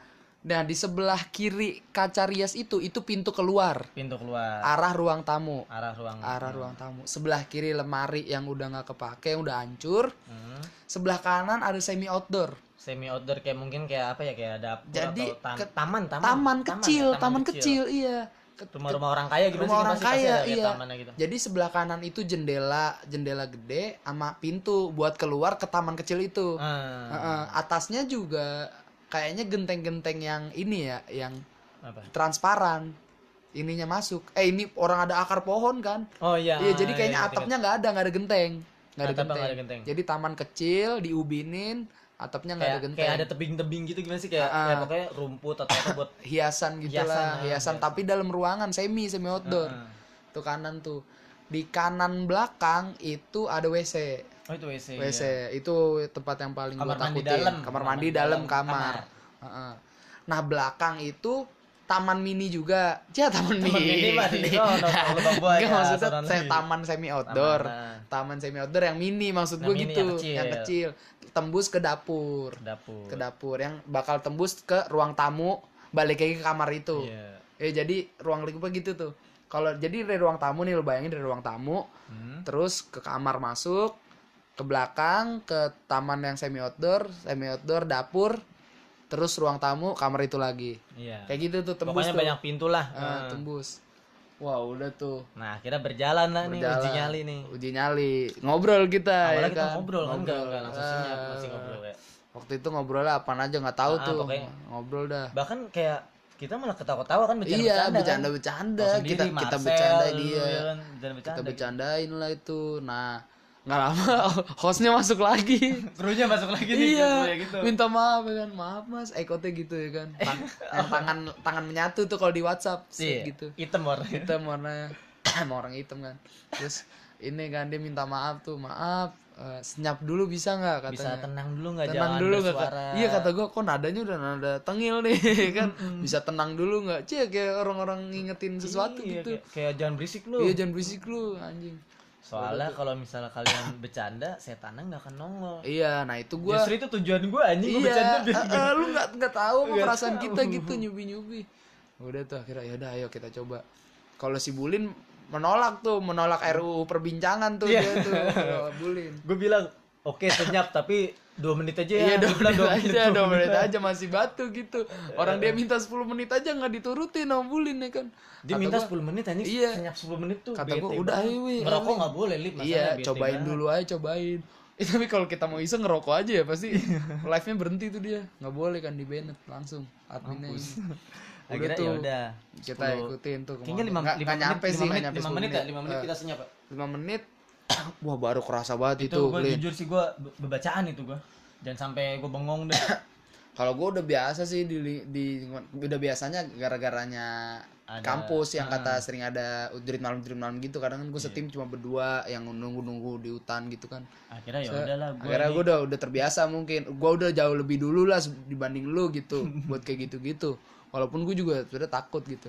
Speaker 1: Nah di sebelah kiri kaca rias itu itu pintu keluar,
Speaker 2: Pintu keluar.
Speaker 1: arah ruang tamu,
Speaker 2: Arah ruang.
Speaker 1: arah ruang tamu. Sebelah kiri lemari yang udah nggak kepake, yang udah hancur.
Speaker 2: Hmm.
Speaker 1: Sebelah kanan ada semi outdoor.
Speaker 2: Semi outdoor kayak mungkin kayak apa ya, kayak dapur
Speaker 1: Jadi
Speaker 2: atau tam-
Speaker 1: ke-
Speaker 2: taman, taman
Speaker 1: Taman
Speaker 2: ya,
Speaker 1: kecil, taman kecil, iya. Ke-
Speaker 2: Rumah-rumah orang kaya gitu
Speaker 1: rumah orang kaya, iya.
Speaker 2: tamannya gitu.
Speaker 1: Jadi sebelah kanan itu jendela, jendela gede sama pintu buat keluar ke taman kecil itu.
Speaker 2: Ah,
Speaker 1: Heeh, atasnya juga kayaknya genteng-genteng yang ini ya, yang
Speaker 2: apa?
Speaker 1: transparan. Ininya masuk. Eh ini orang ada akar pohon kan?
Speaker 2: Oh iya.
Speaker 1: Iya, jadi kayaknya
Speaker 2: iya,
Speaker 1: atapnya nggak ada, nggak ada genteng. Nggak ada
Speaker 2: Atapnya
Speaker 1: genteng.
Speaker 2: nggak ada genteng.
Speaker 1: Jadi taman kecil diubinin, atapnya nggak
Speaker 2: kayak,
Speaker 1: ada genteng.
Speaker 2: kayak ada tebing-tebing gitu gimana sih, kayak,
Speaker 1: Ah, ah.
Speaker 2: kayak pokoknya rumput atau apa buat
Speaker 1: hiasan gitu
Speaker 2: Hiasan,
Speaker 1: lah,
Speaker 2: ah,
Speaker 1: hiasan
Speaker 2: hiasan.
Speaker 1: tapi dalam ruangan semi semi outdoor.
Speaker 2: Ah, ah.
Speaker 1: Tuh kanan tuh. Di kanan belakang itu ada W C.
Speaker 2: Oh itu W C.
Speaker 1: W C
Speaker 2: iya.
Speaker 1: itu tempat yang paling
Speaker 2: Kamar
Speaker 1: gua
Speaker 2: mandi
Speaker 1: takutin.
Speaker 2: dalam.
Speaker 1: Kamar mandi dalam kamar. Heeh. Nah, belakang itu taman mini juga. Ya taman,
Speaker 2: Taman mini mah di oh, no, no, lubang buaya,
Speaker 1: Enggak, maksudnya
Speaker 2: saran
Speaker 1: saya
Speaker 2: lagi.
Speaker 1: taman semi outdoor.
Speaker 2: Taman, nah.
Speaker 1: Taman semi outdoor yang mini maksud
Speaker 2: Yang
Speaker 1: gue
Speaker 2: mini,
Speaker 1: gitu,
Speaker 2: yang kecil.
Speaker 1: yang kecil. Tembus ke dapur.
Speaker 2: Dapur.
Speaker 1: Ke dapur yang bakal tembus ke ruang tamu, balik lagi ke kamar itu.
Speaker 2: Iya.
Speaker 1: Eh jadi ruang lingkupnya gitu tuh. Kalau jadi dari ruang tamu nih, lo bayangin dari ruang tamu,
Speaker 2: Hmm.
Speaker 1: terus ke kamar masuk, ke belakang, ke taman yang semi outdoor, semi outdoor, dapur, terus ruang tamu, kamar itu lagi.
Speaker 2: Iya.
Speaker 1: Kayak gitu tuh tembus
Speaker 2: Pokoknya
Speaker 1: tuh.
Speaker 2: banyak pintu lah.
Speaker 1: Ah,
Speaker 2: Ah.
Speaker 1: tembus. Wah, udah tuh.
Speaker 2: Nah, akhirnya berjalan lah nih
Speaker 1: Berjalan.
Speaker 2: uji nyali nih.
Speaker 1: Uji nyali. Ngobrol kita
Speaker 2: Awalnya
Speaker 1: ya
Speaker 2: kita
Speaker 1: kan.
Speaker 2: ngobrol kan, enggak, enggak langsung
Speaker 1: Ah.
Speaker 2: senyap, masih ngobrol ya.
Speaker 1: Waktu itu ngobrolnya apaan aja nggak tahu
Speaker 2: Ah,
Speaker 1: tuh.
Speaker 2: pokoknya.
Speaker 1: Ngobrol dah.
Speaker 2: Bahkan kayak kita malah ketawa-tawa kan, bercanda-bercanda.
Speaker 1: Iya,
Speaker 2: kan.
Speaker 1: bercanda-bercanda.
Speaker 2: Tahu sendiri,
Speaker 1: Kita kita
Speaker 2: Marcel,
Speaker 1: bercandain
Speaker 2: lu,
Speaker 1: dia.
Speaker 2: ya kan,
Speaker 1: Kita
Speaker 2: bercanda-bercanda.
Speaker 1: bercandain lah itu. Nah, nggak lama hostnya masuk lagi.
Speaker 2: Krunya masuk lagi nih,
Speaker 1: Iya,
Speaker 2: kayak gitu.
Speaker 1: minta maaf ya kan, maaf mas, ekotnya gitu ya kan, Tang- yang tangan tangan menyatu tuh kalau di WhatsApp, set
Speaker 2: Iya,
Speaker 1: gitu,
Speaker 2: hitam warnanya.
Speaker 1: hitam warnanya, sama orang hitam kan, terus ini kan dia minta maaf tuh, maaf, eh, senyap dulu bisa nggak katanya,
Speaker 2: Bisa tenang dulu nggak,
Speaker 1: tenang
Speaker 2: jangan
Speaker 1: dulu nggak,
Speaker 2: bersuara.
Speaker 1: iya kata gue, kok nadanya udah nada tengil nih kan, bisa tenang dulu nggak, cie kayak orang-orang ngingetin sesuatu
Speaker 2: Iya,
Speaker 1: gitu,
Speaker 2: kayak, kayak jangan berisik lu.
Speaker 1: iya jangan berisik lu anjing,
Speaker 2: Soalnya kalau misalnya kalian bercanda, setannya nggak akan nongol.
Speaker 1: iya, nah itu gue.
Speaker 2: Justru itu tujuan gue, anjing, gue
Speaker 1: Iya,
Speaker 2: bercanda biar
Speaker 1: eh, eh, lu nggak nggak tahu apa
Speaker 2: Nggak
Speaker 1: perasaan
Speaker 2: tahu.
Speaker 1: kita gitu, nyubi nyubi. Udah tuh akhirnya ya udah ayo kita coba. Kalau si Bulin menolak tuh, menolak R U U perbincangan tuh
Speaker 2: Iya.
Speaker 1: dia tuh, kalau Bulin.
Speaker 2: Gue bilang, oke senyap, tapi dua menit aja ya.
Speaker 1: Iya dua
Speaker 2: Gua bilang
Speaker 1: menit aja, dua menit aja masih batu gitu. Orang dia minta sepuluh menit aja nggak diturutin sama Bulin ya kan.
Speaker 2: Dia
Speaker 1: Kata
Speaker 2: minta
Speaker 1: gua,
Speaker 2: sepuluh menit, anjing,
Speaker 1: Iya.
Speaker 2: senyap sepuluh menit tuh.
Speaker 1: Kata gua,
Speaker 2: bete
Speaker 1: udah,
Speaker 2: banget.
Speaker 1: ayo, weh,
Speaker 2: Ngerokok
Speaker 1: ayo.
Speaker 2: nggak boleh, Lip, masalahnya
Speaker 1: Iya,
Speaker 2: bete
Speaker 1: cobain
Speaker 2: banget.
Speaker 1: dulu aja, cobain. Eh, tapi kalau kita mau iseng ngerokok aja ya pasti live-nya berhenti tuh dia. Nggak boleh kan di banned langsung adminnya.
Speaker 2: Mampus.
Speaker 1: ini.
Speaker 2: Akhirnya
Speaker 1: tuh.
Speaker 2: ya udah.
Speaker 1: Kita ikutin tuh
Speaker 2: Kayaknya lima
Speaker 1: Nggak-
Speaker 2: lima
Speaker 1: nggak
Speaker 2: menit,
Speaker 1: nyampe
Speaker 2: lima
Speaker 1: sih, nggak
Speaker 2: menit,
Speaker 1: nyampe
Speaker 2: lima
Speaker 1: sepuluh
Speaker 2: menit ya, lima menit
Speaker 1: Eh,
Speaker 2: kita senyap, Pak.
Speaker 1: lima menit. Wah, baru kerasa banget
Speaker 2: Itu
Speaker 1: itu,
Speaker 2: gue
Speaker 1: Lin.
Speaker 2: jujur sih, gue bebacaan itu gue. Jangan sampai gue bengong deh.
Speaker 1: Kalau gue udah biasa sih di, di udah biasanya gara-garanya
Speaker 2: Ada-
Speaker 1: kampus yang
Speaker 2: ah.
Speaker 1: kata sering ada jurit malam jurit malam gitu. Kadang kan gue
Speaker 2: Iya.
Speaker 1: setim cuma berdua yang nunggu-nunggu di hutan gitu kan.
Speaker 2: Akhirnya ya
Speaker 1: Saya-
Speaker 2: udahlah, gue
Speaker 1: Akhirnya gue udah udah terbiasa mungkin. Gue udah jauh lebih dulu lah dibanding lu gitu buat kayak gitu-gitu. Walaupun gue juga sudah takut gitu.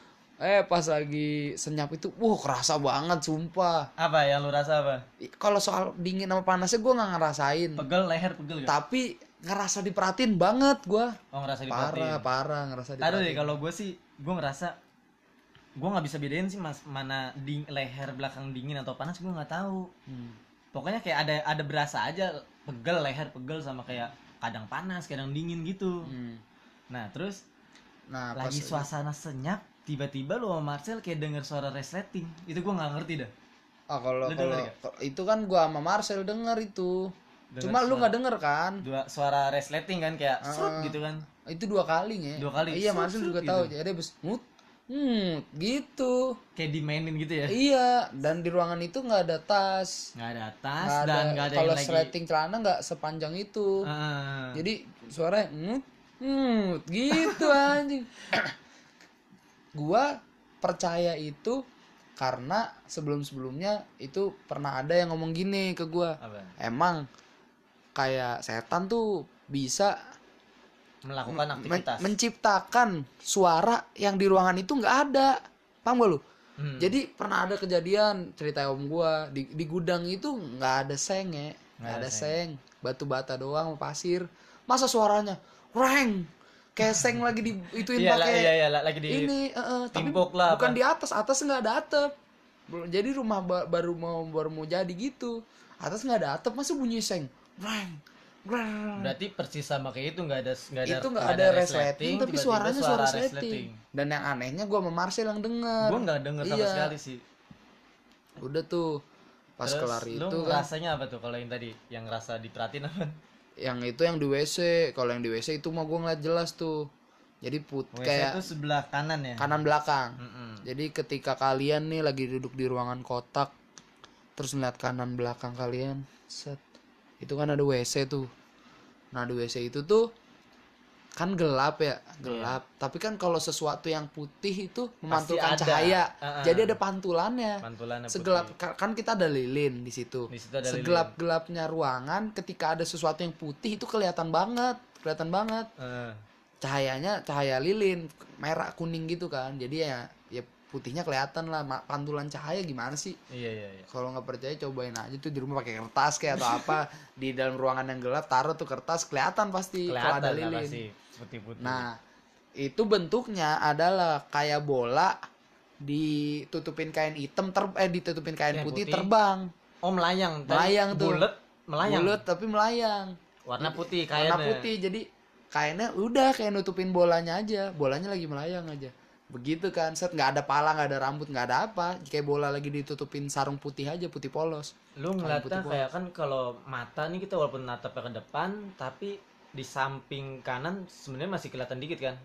Speaker 1: Eh pas lagi senyap itu, wah kerasa banget sumpah.
Speaker 2: apa yang lu rasa apa?
Speaker 1: I- Kalau soal dingin sama panasnya gue nggak ngerasain.
Speaker 2: Pegel, leher pegel gak?
Speaker 1: Tapi ngerasa diperhatiin banget gue.
Speaker 2: Oh, ngerasa
Speaker 1: Parah
Speaker 2: diperhatiin.
Speaker 1: parah ngerasa
Speaker 2: Aduh deh,
Speaker 1: diperhatiin.
Speaker 2: kalau gue sih, gue ngerasa gue nggak bisa bedain sih mas, mana ding, leher belakang dingin atau panas, gue nggak tahu.
Speaker 1: Hmm.
Speaker 2: Pokoknya kayak ada ada berasa aja, pegel, leher pegel, sama kayak kadang panas kadang dingin gitu.
Speaker 1: Hmm.
Speaker 2: Nah terus
Speaker 1: Nah pas
Speaker 2: lagi suasana senyap, tiba-tiba lu sama Marcel kayak denger suara resleting. Itu gue nggak ngerti dah.
Speaker 1: ah kalau
Speaker 2: Lu denger
Speaker 1: kalau
Speaker 2: nggak?
Speaker 1: kalau- itu kan gue sama Marcel denger itu.
Speaker 2: Denger
Speaker 1: Cuma lu
Speaker 2: suara-
Speaker 1: nggak denger kan?
Speaker 2: Dua suara resleting kan, kayak
Speaker 1: Ah.
Speaker 2: serut gitu kan.
Speaker 1: Itu dua kali nge.
Speaker 2: Dua kali.
Speaker 1: Iya
Speaker 2: Sut,
Speaker 1: Marcel
Speaker 2: sut
Speaker 1: juga
Speaker 2: gitu.
Speaker 1: tahu. Jadi abis mut, hmm gitu.
Speaker 2: Kayak dimainin gitu ya.
Speaker 1: Iya, dan di ruangan itu nggak ada tas.
Speaker 2: Nggak ada tas
Speaker 1: Nggak
Speaker 2: dan nggak ada yang
Speaker 1: kalau
Speaker 2: lagi.
Speaker 1: sleting celana nggak sepanjang itu.
Speaker 2: Ah.
Speaker 1: Jadi suaranya mut, mut gitu anjing. Gua percaya itu karena sebelum-sebelumnya itu pernah ada yang ngomong gini ke gua.
Speaker 2: Apa?
Speaker 1: Emang kayak setan tuh bisa
Speaker 2: Melakukan
Speaker 1: men-
Speaker 2: aktivitas.
Speaker 1: menciptakan suara yang di ruangan itu nggak ada. Paham gak lu?
Speaker 2: Hmm.
Speaker 1: Jadi pernah ada kejadian cerita om gua di, di gudang itu nggak ada seng ya, nggak ada seng, batu bata doang sama pasir. Masa suaranya reng, keseng lagi di ituin
Speaker 2: Iya lah,
Speaker 1: pakai
Speaker 2: iya iya lah, lagi di
Speaker 1: ini, uh, uh, tapi
Speaker 2: timpuk lah,
Speaker 1: bukan
Speaker 2: apa.
Speaker 1: di atas, atas nggak ada atap. Belum- Jadi rumah ba- baru mau baru mau jadi gitu. Atas nggak ada atap, masa bunyi seng. Brang, brang.
Speaker 2: Berarti persis sama kayak itu, nggak ada nggak ada
Speaker 1: Itu nggak ada resleting, tapi
Speaker 2: tiba-tiba
Speaker 1: suaranya suara
Speaker 2: resleting.
Speaker 1: resleting. Dan yang anehnya gue sama Marcel yang denger.
Speaker 2: Gue nggak denger sama
Speaker 1: Iya.
Speaker 2: sekali sih.
Speaker 1: Udah tuh pas
Speaker 2: Terus
Speaker 1: kelar
Speaker 2: lu
Speaker 1: itu kan,
Speaker 2: rasanya apa tuh kalau yang tadi yang rasa diperhatiin apa?
Speaker 1: yang itu yang di W C. Kalau yang di W C itu mah gue ngeliat jelas tuh. Jadi put
Speaker 2: W C
Speaker 1: kayak
Speaker 2: itu sebelah kanan ya.
Speaker 1: kanan belakang.
Speaker 2: Mm-mm.
Speaker 1: Jadi ketika kalian nih lagi duduk di ruangan kotak, terus ngeliat kanan belakang kalian, set, itu kan ada W C tuh. Nah di W C itu tuh kan gelap ya, gelap. Tapi kan kalau sesuatu yang putih itu memantulkan
Speaker 2: ada.
Speaker 1: cahaya,
Speaker 2: Uh-uh.
Speaker 1: jadi ada pantulannya.
Speaker 2: Pantulannya putih.
Speaker 1: Segelap ka- kan kita ada lilin di situ.
Speaker 2: Di situ ada lilin.
Speaker 1: Segelap-gelapnya ruangan, ketika ada sesuatu yang putih itu kelihatan banget, kelihatan banget.
Speaker 2: Eh,
Speaker 1: Cahayanya cahaya lilin, merah kuning gitu kan. Jadi ya ya putihnya kelihatan lah. Ma- Pantulan cahaya gimana sih?
Speaker 2: iya iya iya.
Speaker 1: Kalau nggak percaya cobain aja tuh di rumah pakai kertas kayak atau apa di dalam ruangan yang gelap taruh tuh kertas kelihatan pasti kalau ada
Speaker 2: Kelihatan lah
Speaker 1: lilin.
Speaker 2: pasti putih-putih.
Speaker 1: Nah, itu bentuknya adalah kayak bola ditutupin kain hitam ter eh ditutupin kain
Speaker 2: Kain
Speaker 1: putih,
Speaker 2: putih.
Speaker 1: terbang.
Speaker 2: Oh melayang. Tadi
Speaker 1: Melayang tuh.
Speaker 2: Bulet, melayang.
Speaker 1: Bulat tapi melayang.
Speaker 2: Warna putih
Speaker 1: Warna
Speaker 2: kayaknya.
Speaker 1: putih. Jadi kainnya udah kayak nutupin bolanya aja. Bolanya lagi melayang aja. Begitu kan, set nggak ada pala, nggak ada rambut, nggak ada apa. Kayak bola lagi ditutupin sarung putih aja, putih polos.
Speaker 2: Lu ngeliatnya
Speaker 1: putih
Speaker 2: kayak kan kalau mata nih kita walaupun natapnya ke depan, tapi di samping kanan sebenarnya masih kelihatan dikit kan?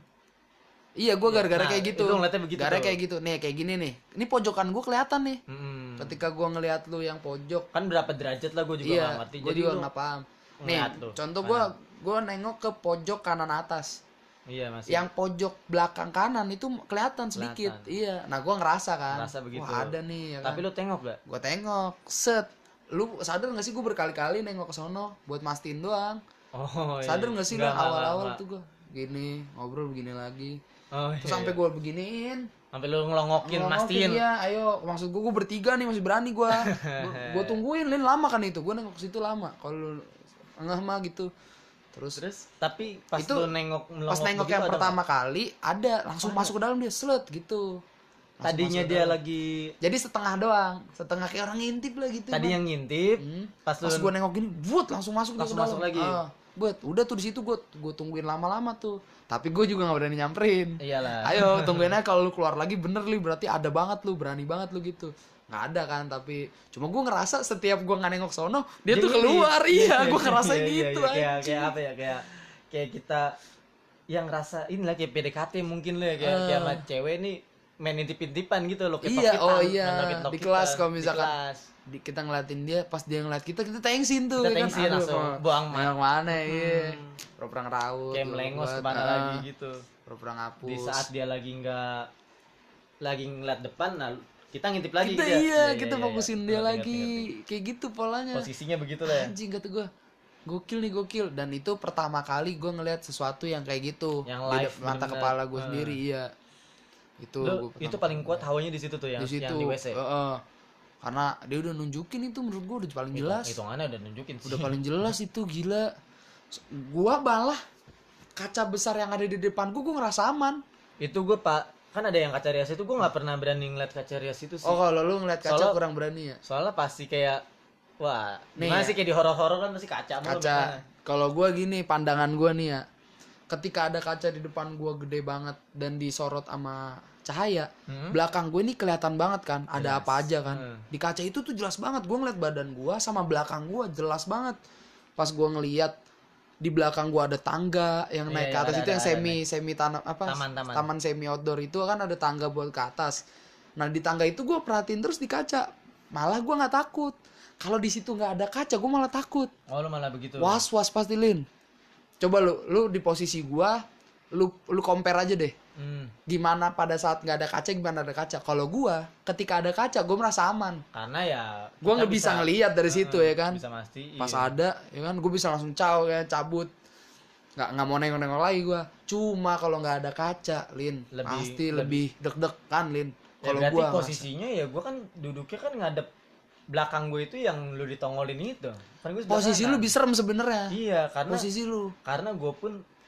Speaker 1: Iya, gue gara-gara
Speaker 2: Nah,
Speaker 1: kayak gitu.
Speaker 2: itu ngeliatnya begitu
Speaker 1: Gara
Speaker 2: tuh.
Speaker 1: kayak gitu. Nih kayak gini nih. Ini pojokan gue kelihatan nih.
Speaker 2: Mm-mm.
Speaker 1: Ketika gue ngelihat lu yang pojok,
Speaker 2: Kan berapa derajat lah gue juga
Speaker 1: iya,
Speaker 2: nggak ngerti.
Speaker 1: gue
Speaker 2: Jadi
Speaker 1: juga
Speaker 2: lu
Speaker 1: nggak paham. Nih,
Speaker 2: ngeliat tuh,
Speaker 1: contoh gue, gue nengok ke pojok kanan atas.
Speaker 2: iya masih.
Speaker 1: Yang pojok belakang kanan itu kelihatan sedikit.
Speaker 2: Kelihatan.
Speaker 1: Iya. Nah, gue ngerasa kan.
Speaker 2: Ngerasa begitu.
Speaker 1: Wah, ada nih ya kan.
Speaker 2: Tapi lu tengok gak?
Speaker 1: Gue tengok, set. Lu sadar gak sih gue berkali-kali nengok ke sono buat mastiin doang.
Speaker 2: Oh iya.
Speaker 1: Sadar gak sih lu
Speaker 2: Nggak, nggak,
Speaker 1: awal-awal
Speaker 2: nggak.
Speaker 1: tuh gue gini ngobrol begini lagi.
Speaker 2: Oh,
Speaker 1: Terus
Speaker 2: iya,
Speaker 1: sampai
Speaker 2: iya.
Speaker 1: gue beginiin.
Speaker 2: Sampai lu ngelongokin,
Speaker 1: Ngomongin,
Speaker 2: mastiin.
Speaker 1: iya, ayo maksud gue gue bertiga nih masih berani gue. Gue tungguin Lin lama kan itu. Gue nengok ke situ lama. Kalau ngeh mah gitu. Terus,
Speaker 2: Terus tapi pas
Speaker 1: itu
Speaker 2: lu nengok melongok
Speaker 1: pas nengok
Speaker 2: begitu
Speaker 1: yang
Speaker 2: ada
Speaker 1: pertama kali ada langsung masuk ke dalam dia slet gitu.
Speaker 2: nggak?
Speaker 1: Langsung
Speaker 2: Tadinya
Speaker 1: masuk ke
Speaker 2: dia
Speaker 1: dalam.
Speaker 2: lagi
Speaker 1: Jadi setengah doang, setengah kayak orang ngintip lah gitu.
Speaker 2: tadi
Speaker 1: Bang.
Speaker 2: yang ngintip,
Speaker 1: Hmm.
Speaker 2: pas
Speaker 1: Pas
Speaker 2: lu
Speaker 1: gue nengok gini, buat langsung masuk dia
Speaker 2: Langsung
Speaker 1: ke
Speaker 2: masuk
Speaker 1: dalam.
Speaker 2: lagi.
Speaker 1: Ah, buat, udah tuh di situ gue gue tungguin lama-lama tuh. Tapi gue juga nggak berani nyamperin.
Speaker 2: iyalah.
Speaker 1: Ayo tungguin aja kalau lu keluar lagi bener li berarti ada banget lu, berani banget lu gitu. Nggak ada kan, tapi cuma gue ngerasa setiap gue nggak nengok sono dia, tuh
Speaker 2: Jadi
Speaker 1: keluar.
Speaker 2: ini-
Speaker 1: Iya, gue ngerasain
Speaker 2: iya, iya,
Speaker 1: gitu
Speaker 2: iya, kayak
Speaker 1: anjing.
Speaker 2: kayak apa ya, kayak kayak kita yang ngerasa inilah kayak P D K T mungkin lah ya, kayak
Speaker 1: Eh.
Speaker 2: kayak sama cewek nih main intip-intipan gitu loh,
Speaker 1: Iya,
Speaker 2: ketok-ketan,
Speaker 1: oh iya.
Speaker 2: main loket-loketan.
Speaker 1: Di kelas kalau
Speaker 2: Di
Speaker 1: misalkan
Speaker 2: kelas.
Speaker 1: Di- kita ngeliatin dia, pas dia ngeliat kita kita thanksin tuh.
Speaker 2: Kita
Speaker 1: ya kan?
Speaker 2: thanksin,
Speaker 1: Aduh,
Speaker 2: langsung
Speaker 1: kok-
Speaker 2: buang
Speaker 1: nengok mana iya.
Speaker 2: Hmm.
Speaker 1: Pura-pura ngeraut.
Speaker 2: Kayak
Speaker 1: lu
Speaker 2: melengos
Speaker 1: buat,
Speaker 2: kemana
Speaker 1: ah,
Speaker 2: lagi gitu.
Speaker 1: Pura-pura ngapus.
Speaker 2: Di saat dia lagi nggak lagi ngeliat depan, nah kita ngintip lagi
Speaker 1: kita
Speaker 2: gitu ya.
Speaker 1: iya, kita fokusin dia
Speaker 2: Ngerti,
Speaker 1: lagi.
Speaker 2: ngerti, ngerti.
Speaker 1: Kayak gitu polanya.
Speaker 2: Posisinya begitu lah ya.
Speaker 1: Anjing kata gue. Gokil nih gokil. Dan itu pertama kali gue ngeliat sesuatu yang kayak gitu.
Speaker 2: Yang
Speaker 1: Di
Speaker 2: live
Speaker 1: de- mata
Speaker 2: bener-bener.
Speaker 1: kepala gue
Speaker 2: Eh.
Speaker 1: sendiri, iya. Itu
Speaker 2: Lu,
Speaker 1: gua
Speaker 2: itu
Speaker 1: pertama
Speaker 2: paling
Speaker 1: kali
Speaker 2: kuat hawanya di situ tuh yang
Speaker 1: di situ.
Speaker 2: yang di W C.
Speaker 1: Heeh. Karena dia udah nunjukin itu menurut gue udah paling jelas.
Speaker 2: Hitungannya udah nunjukin sih.
Speaker 1: Udah paling jelas itu gila. Gua malah kaca besar yang ada di depan gua, gua ngerasa aman.
Speaker 2: Itu gue pak kan ada yang kaca rias itu gue nggak pernah berani ngeliat kaca rias itu sih.
Speaker 1: Oh, kalau lu ngeliat kaca
Speaker 2: Soalnya-
Speaker 1: kurang berani ya.
Speaker 2: Soalnya pasti kayak wah
Speaker 1: Nih
Speaker 2: gimana
Speaker 1: ya.
Speaker 2: sih kayak di horor-horor kan pasti kaca mulu
Speaker 1: Kaca.
Speaker 2: biasanya.
Speaker 1: Kalau gua gini, pandangan gua nih ya. Ketika ada kaca di depan gua gede banget dan disorot sama cahaya,
Speaker 2: Hmm?
Speaker 1: belakang gue ini kelihatan banget kan, ada
Speaker 2: Jelas.
Speaker 1: apa aja kan.
Speaker 2: Hmm.
Speaker 1: Di kaca itu tuh jelas banget. Gua ngeliat badan gua sama belakang gua jelas banget. Pas gua ngeliat di belakang gua ada tangga yang
Speaker 2: Iya,
Speaker 1: naik ke
Speaker 2: iya,
Speaker 1: atas
Speaker 2: ada,
Speaker 1: itu
Speaker 2: ada,
Speaker 1: yang
Speaker 2: ada,
Speaker 1: semi semi tanam apa
Speaker 2: Taman-taman.
Speaker 1: semi outdoor itu kan ada tangga buat ke atas. Nah di tangga itu gua perhatiin terus di kaca, malah gua nggak takut. Kalau di situ nggak ada kaca gua malah takut.
Speaker 2: Oh lu malah begitu.
Speaker 1: Was was pasti Lin. Coba lu lu di posisi gua, lu lu compare aja deh.
Speaker 2: Hmm,
Speaker 1: Gimana pada saat nggak ada kaca, gimana ada kaca. Kalau gua ketika ada kaca gua merasa aman.
Speaker 2: karena ya
Speaker 1: Gua
Speaker 2: kita
Speaker 1: nggak bisa ngelihat dari situ ya kan.
Speaker 2: Bisa pasti.
Speaker 1: Pas ada ya kan gue bisa langsung caw ya cabut, nggak nggak mau nengok-nengok lagi gue. Cuma kalau nggak ada kaca Lin
Speaker 2: Lebih-
Speaker 1: pasti
Speaker 2: lebih-
Speaker 1: lebih deg-degan Lin.
Speaker 2: Ya,
Speaker 1: Kalau
Speaker 2: berarti
Speaker 1: gue
Speaker 2: posisinya ya gue kan duduknya kan ngadep belakang gue itu yang lu ditongolin itu. Kan gue sebelah
Speaker 1: posisi
Speaker 2: kanan.
Speaker 1: lu lebih serem sebenarnya.
Speaker 2: Iya karena
Speaker 1: Posisi lu
Speaker 2: karena gue pun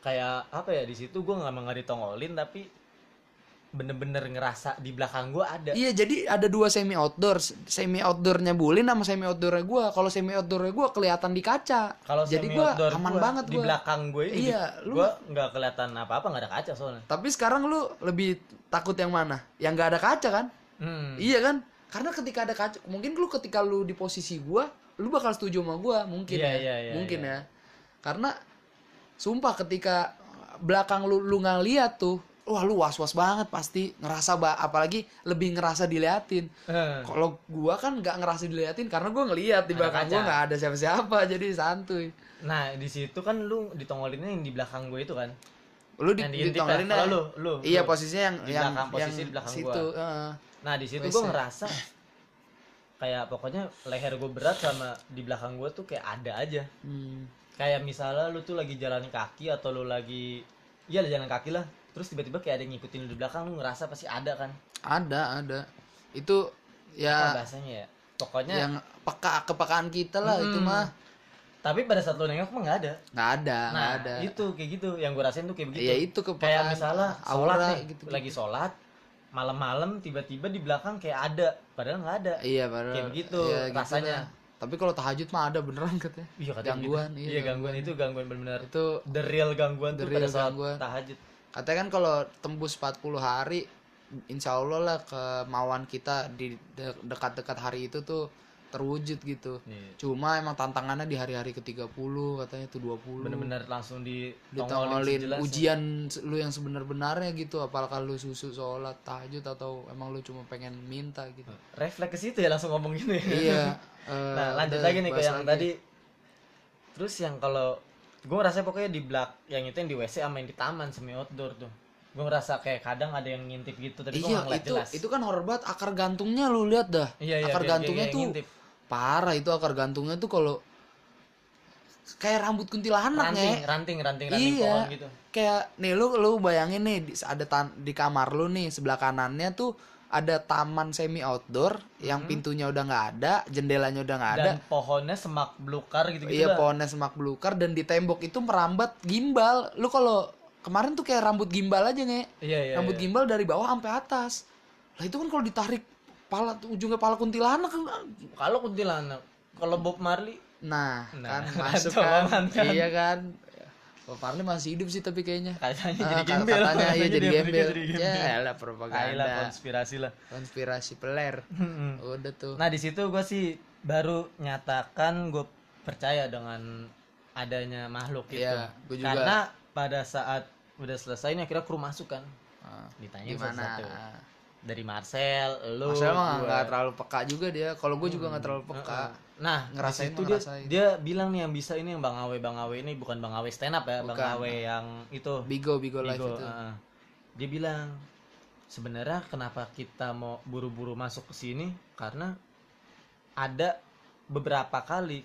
Speaker 2: kayak apa ya, di situ gue nggak nggak ditongolin tapi bener-bener ngerasa di belakang gue ada.
Speaker 1: Iya, jadi ada dua semi outdoor, semi outdoornya Bulin sama semi outdoornya gue. Kalau semi outdoornya gue kelihatan di kaca.
Speaker 2: Kalau
Speaker 1: jadi
Speaker 2: semi
Speaker 1: gue
Speaker 2: outdoor
Speaker 1: aman
Speaker 2: gua,
Speaker 1: banget
Speaker 2: di
Speaker 1: gue.
Speaker 2: belakang gue ini,
Speaker 1: Iya, lu
Speaker 2: gue nggak kelihatan apa-apa, nggak ada kaca soalnya.
Speaker 1: Tapi sekarang lu lebih takut yang mana? Yang nggak ada kaca kan?
Speaker 2: Hmm.
Speaker 1: Iya kan? Karena ketika ada kaca, mungkin lu ketika lu di posisi gue, lu bakal setuju sama gue, mungkin
Speaker 2: Iya,
Speaker 1: ya,
Speaker 2: iya, iya,
Speaker 1: mungkin
Speaker 2: iya.
Speaker 1: ya. Karena sumpah ketika belakang lu lu nggak lihat tuh, wah lu was-was banget pasti, ngerasa ba apalagi lebih ngerasa diliatin.
Speaker 2: Eh.
Speaker 1: Kalau gua kan nggak ngerasa diliatin karena gua ngelihat di
Speaker 2: Ada
Speaker 1: belakang
Speaker 2: kaca.
Speaker 1: gua nggak ada siapa-siapa, jadi santuy.
Speaker 2: Nah di situ kan lu ditongolinnya yang di belakang gue itu kan.
Speaker 1: Lu di,
Speaker 2: Yang diintip
Speaker 1: ditongolin
Speaker 2: ya?
Speaker 1: dah.
Speaker 2: Kalau lu, lu,
Speaker 1: Iya,
Speaker 2: lu.
Speaker 1: posisinya yang
Speaker 2: Di
Speaker 1: yang
Speaker 2: belakang, posisi
Speaker 1: yang
Speaker 2: di belakang
Speaker 1: situ,
Speaker 2: gua.
Speaker 1: heeh.
Speaker 2: Nah di situ
Speaker 1: W C.
Speaker 2: gue ngerasa kayak pokoknya leher gue berat sama di belakang gue tuh kayak ada aja.
Speaker 1: Hmm.
Speaker 2: Kayak misalnya lu tuh lagi jalan kaki atau lu lagi iya jalan kaki lah, terus tiba-tiba kayak ada yang ngikutin lu di belakang, lu ngerasa pasti ada kan.
Speaker 1: Ada, ada. Itu
Speaker 2: Apa
Speaker 1: ya
Speaker 2: bahasanya ya, pokoknya
Speaker 1: yang peka kepekaan kita lah itu
Speaker 2: Hmm.
Speaker 1: mah.
Speaker 2: tapi pada saat lu nengok mah nggak ada.
Speaker 1: Nggak ada,
Speaker 2: Nah
Speaker 1: nggak ada.
Speaker 2: itu kayak gitu yang gue rasain tuh kayak begitu.
Speaker 1: Ya itu kepekaan.
Speaker 2: Kayak misalnya sholat
Speaker 1: aura
Speaker 2: nih,
Speaker 1: gitu,
Speaker 2: lagi sholat malam-malam tiba-tiba di belakang kayak ada, padahal nggak ada.
Speaker 1: Iya, padahal
Speaker 2: Kayak begitu
Speaker 1: iya, gitu
Speaker 2: rasanya.
Speaker 1: lah. Tapi kalau tahajud mah ada beneran katanya.
Speaker 2: Iya katanya
Speaker 1: Gangguan,
Speaker 2: gitu.
Speaker 1: iya,
Speaker 2: Iya gangguan itu gangguan benar-benar.
Speaker 1: Itu
Speaker 2: The real gangguan
Speaker 1: The
Speaker 2: tuh pada
Speaker 1: real
Speaker 2: saat
Speaker 1: gangguan.
Speaker 2: tahajud.
Speaker 1: katanya kan kalau tembus empat puluh hari, insya Allah lah kemauan kita di de- dekat-dekat hari itu tuh terwujud gitu.
Speaker 2: Iya.
Speaker 1: Cuma emang tantangannya di hari-hari ke tiga puluh katanya tuh dua puluh.
Speaker 2: Bener-bener langsung di
Speaker 1: Ditongolin ujian lu yang sebenar-benarnya gitu, apakah lu susu sholat tahajud atau emang lu cuma pengen minta gitu.
Speaker 2: refleks ke situ ya langsung ngomong gini.
Speaker 1: Iya. eh,
Speaker 2: Nah lanjut
Speaker 1: udah,
Speaker 2: lagi nih ke
Speaker 1: bahas
Speaker 2: yang
Speaker 1: lagi.
Speaker 2: tadi. Terus yang kalau gue ngerasa pokoknya di belak yang itu yang di W C sama yang di taman semi outdoor tuh. Gue ngerasa kayak kadang ada yang ngintip gitu tapi gue
Speaker 1: Iya,
Speaker 2: nggak ngeliat
Speaker 1: itu
Speaker 2: jelas.
Speaker 1: itu kan horor banget, akar gantungnya lu lihat dah.
Speaker 2: Iya, iya,
Speaker 1: akar
Speaker 2: kayak-
Speaker 1: gantungnya
Speaker 2: kayak
Speaker 1: tuh
Speaker 2: ngintip.
Speaker 1: parah, itu akar gantungnya tuh kalau kayak rambut kuntilanak
Speaker 2: ranting,
Speaker 1: ya.
Speaker 2: ranting, ranting, ranting
Speaker 1: Iya.
Speaker 2: pohon gitu.
Speaker 1: Kayak nih lu lu bayangin nih di, ada tan, di kamar lu nih sebelah kanannya tuh ada taman semi outdoor yang pintunya udah nggak ada, jendelanya udah nggak ada.
Speaker 2: Dan pohonnya semak belukar gitu-gitu
Speaker 1: Iya,
Speaker 2: dah.
Speaker 1: pohonnya semak belukar dan di tembok itu merambat gimbal. Lu kalau kemarin tuh kayak rambut gimbal aja nge.
Speaker 2: Iya, iya,
Speaker 1: rambut
Speaker 2: iya.
Speaker 1: gimbal dari bawah sampai atas. Lah itu kan kalau ditarik pala ujungnya pala kuntilanak kan.
Speaker 2: Kalau kuntilanak, kalau Bob Marley
Speaker 1: Nah,
Speaker 2: Nah,
Speaker 1: kan masuk
Speaker 2: coba
Speaker 1: kan.
Speaker 2: kan.
Speaker 1: Iya kan. Bob Marley masih hidup sih tapi kayaknya.
Speaker 2: katanya
Speaker 1: Ah,
Speaker 2: jadi
Speaker 1: ka-
Speaker 2: gembel.
Speaker 1: Katanya iya
Speaker 2: Katanya
Speaker 1: jadi
Speaker 2: dia
Speaker 1: gembel.
Speaker 2: jadi gembel.
Speaker 1: Ya lah
Speaker 2: Kayak lah
Speaker 1: propaganda.
Speaker 2: konspirasi lah.
Speaker 1: Konspirasi peler.
Speaker 2: Hmm.
Speaker 1: Udah tuh.
Speaker 2: Nah di situ gue sih baru nyatakan gue percaya dengan adanya makhluk itu.
Speaker 1: Iya, gua juga.
Speaker 2: Karena pada saat udah selesai ini akhirnya kru masuk kan.
Speaker 1: Ah,
Speaker 2: Ditanya
Speaker 1: gimana?
Speaker 2: satu-satu. Dari Marcel, lu,
Speaker 1: Maksudnya mah
Speaker 2: gua.
Speaker 1: nggak terlalu peka juga dia. Kalau gue juga nggak terlalu peka.
Speaker 2: Nah,
Speaker 1: Ngerasain
Speaker 2: itu
Speaker 1: mah
Speaker 2: dia,
Speaker 1: ngerasain.
Speaker 2: dia bilang nih yang bisa ini yang Bang Awe, Bang Awe ini bukan Bang Awe stand up ya, Bang
Speaker 1: Bukan.
Speaker 2: Awe yang itu.
Speaker 1: Bigo Bigo live
Speaker 2: Bigo,
Speaker 1: itu.
Speaker 2: uh-uh. Dia bilang sebenarnya kenapa kita mau buru-buru masuk ke sini karena ada beberapa kali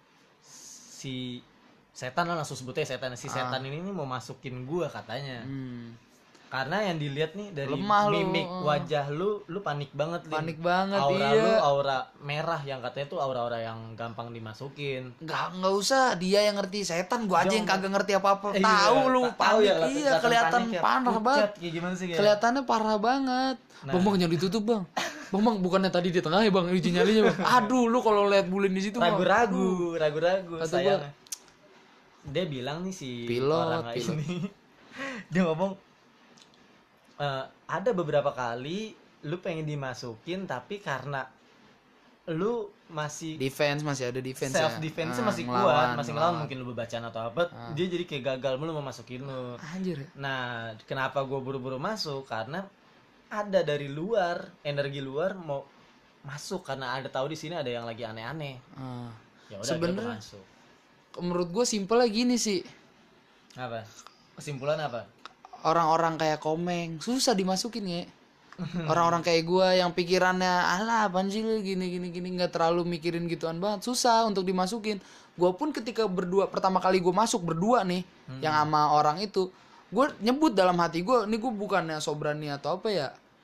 Speaker 2: si setan lah langsung sebutnya setan si setan ini nih mau masukin gua katanya.
Speaker 1: Hmm.
Speaker 2: Karena yang dilihat nih dari
Speaker 1: Lemah lu.
Speaker 2: mimik wajah lu, lu panik banget, Lin.
Speaker 1: Panik banget,
Speaker 2: aura
Speaker 1: iya.
Speaker 2: lu aura merah yang katanya tuh aura-aura yang gampang dimasukin.
Speaker 1: Nggak nggak usah dia yang ngerti setan, gua aja
Speaker 2: Jangan.
Speaker 1: yang kagak ngerti apa-apa.
Speaker 2: Eh,
Speaker 1: Tahu
Speaker 2: iya,
Speaker 1: lu
Speaker 2: tak- tahu
Speaker 1: panik,
Speaker 2: ya,
Speaker 1: iya
Speaker 2: kelihatan
Speaker 1: kelihatan
Speaker 2: panik ya,
Speaker 1: parah
Speaker 2: pucat,
Speaker 1: banget.
Speaker 2: kayak gimana sih kayak?
Speaker 1: Kelihatannya parah banget.
Speaker 2: Nah.
Speaker 1: Bang bang jangan ditutup bang. Bang bang bukannya tadi di tengah ya bang uji nyalinya bang. Aduh lu kalau lihat bulin di situ mah,
Speaker 2: ragu-ragu, ragu-ragu
Speaker 1: Kata
Speaker 2: sayang.
Speaker 1: gua-
Speaker 2: Dia bilang nih si
Speaker 1: Pilot,
Speaker 2: orang
Speaker 1: pilot.
Speaker 2: ini, dia ngomong "Eh, ada beberapa kali lu pengen dimasukin tapi karena lu masih
Speaker 1: defense masih ada defense
Speaker 2: self
Speaker 1: ya.
Speaker 2: defense
Speaker 1: Ah,
Speaker 2: masih
Speaker 1: ngelawan,
Speaker 2: kuat, masih ngelawan
Speaker 1: ngelawan.
Speaker 2: mungkin lu bebacaan atau apa, dia jadi kayak gagal mulu mau masukin lu.
Speaker 1: Anjir ya.
Speaker 2: Nah, kenapa gue buru-buru masuk? Karena ada dari luar, energi luar mau masuk karena ada tahu di sini ada yang lagi aneh-aneh.
Speaker 1: Ah.
Speaker 2: Ya udah
Speaker 1: Sebenarnya-
Speaker 2: gua masuk.
Speaker 1: Menurut gue simpelnya gini sih.
Speaker 2: Apa? Kesimpulan apa?
Speaker 1: Orang-orang kayak Komeng susah dimasukin ya. Orang-orang kayak gue yang pikirannya alah apaan sih lu gini gini gini nggak terlalu mikirin gituan banget, susah untuk dimasukin. Gue pun ketika berdua pertama kali gue masuk berdua nih yang sama orang itu, gue nyebut dalam hati gue, ini gue bukannya sobrani atau apa ya,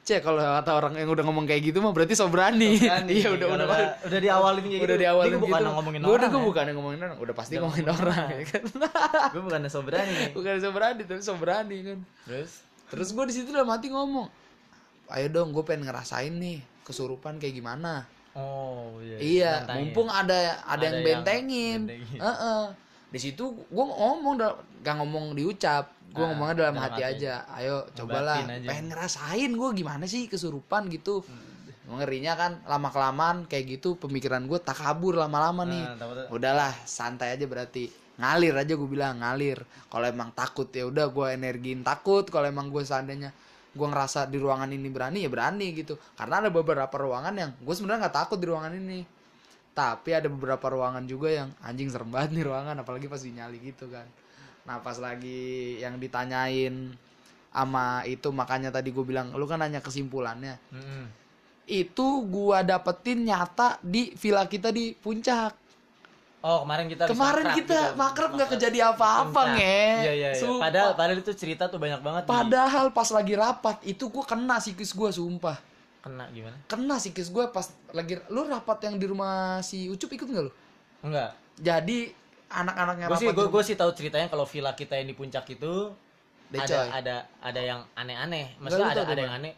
Speaker 1: cek kalau kata orang yang udah ngomong kayak gitu mah berarti so berani. Iya udah udah
Speaker 2: udah udah diawalin kayak gitu.
Speaker 1: Udah diawalin
Speaker 2: Ini bukan
Speaker 1: gitu.
Speaker 2: ngomongin
Speaker 1: Gua
Speaker 2: orang.
Speaker 1: udah gue
Speaker 2: ya.
Speaker 1: bukan ngomongin orang, udah pasti ngomongin orang ya kan.
Speaker 2: Gue bukan so berani nih.
Speaker 1: Bukan so berani tapi so berani kan.
Speaker 2: Terus
Speaker 1: Terus gue di situ dalam hati ngomong, ayo dong gue pengen ngerasain nih kesurupan kayak gimana.
Speaker 2: oh iya.
Speaker 1: Iya,
Speaker 2: Nantangin.
Speaker 1: mumpung ada ada,
Speaker 2: Ada
Speaker 1: yang
Speaker 2: yang
Speaker 1: bentengin.
Speaker 2: bentengin.
Speaker 1: Heeh. Di situ gue ngomong, gak ngomong diucap, gue
Speaker 2: Ah,
Speaker 1: ngomongnya dalam,
Speaker 2: dalam
Speaker 1: hati,
Speaker 2: hati
Speaker 1: aja. Ayo cobalah,
Speaker 2: Ngebatin aja.
Speaker 1: pengen ngerasain gue gimana sih kesurupan gitu. Ngerinya kan lama kelamaan kayak gitu pemikiran gue tak kabur lama-lama nih.
Speaker 2: Nah, takutnya-
Speaker 1: Udahlah santai aja berarti, ngalir aja gue bilang ngalir. Kalau emang takut ya udah gue energiin takut. Kalau emang gue seandainya gue ngerasa di ruangan ini berani ya berani gitu. Karena ada beberapa ruangan yang gue sebenarnya nggak takut di ruangan ini, tapi ada beberapa ruangan juga yang anjing serem banget nih ruangan, apalagi pas dinyali gitu kan. Nah pas lagi yang ditanyain sama itu, makanya tadi gue bilang lu kan nanya kesimpulannya,
Speaker 2: Mm-mm.
Speaker 1: itu gua dapetin nyata di villa kita di puncak.
Speaker 2: Oh kemarin kita habis
Speaker 1: Kemarin
Speaker 2: makrab
Speaker 1: kita
Speaker 2: gitu.
Speaker 1: makrab nggak
Speaker 2: Makrab.
Speaker 1: kejadi apa-apa
Speaker 2: Puncak.
Speaker 1: nge.
Speaker 2: Iya iya iya.
Speaker 1: Sumpah.
Speaker 2: Padahal padahal itu cerita tuh banyak banget. nih.
Speaker 1: Padahal pas lagi rapat itu gua kena psikis gua sumpah.
Speaker 2: Kena gimana?
Speaker 1: Kena psikis gua pas lagi lu rapat yang di rumah si Ucup ikut nggak lu?
Speaker 2: Enggak.
Speaker 1: Jadi anak-anaknya
Speaker 2: Gue
Speaker 1: rapat.
Speaker 2: sih gue
Speaker 1: di
Speaker 2: gue sih tahu ceritanya kalau villa kita yang di puncak itu
Speaker 1: Decoy.
Speaker 2: ada ada ada yang aneh-aneh. Maksudnya
Speaker 1: Enggak, lu
Speaker 2: ada
Speaker 1: tahu
Speaker 2: ada
Speaker 1: dari
Speaker 2: yang aneh.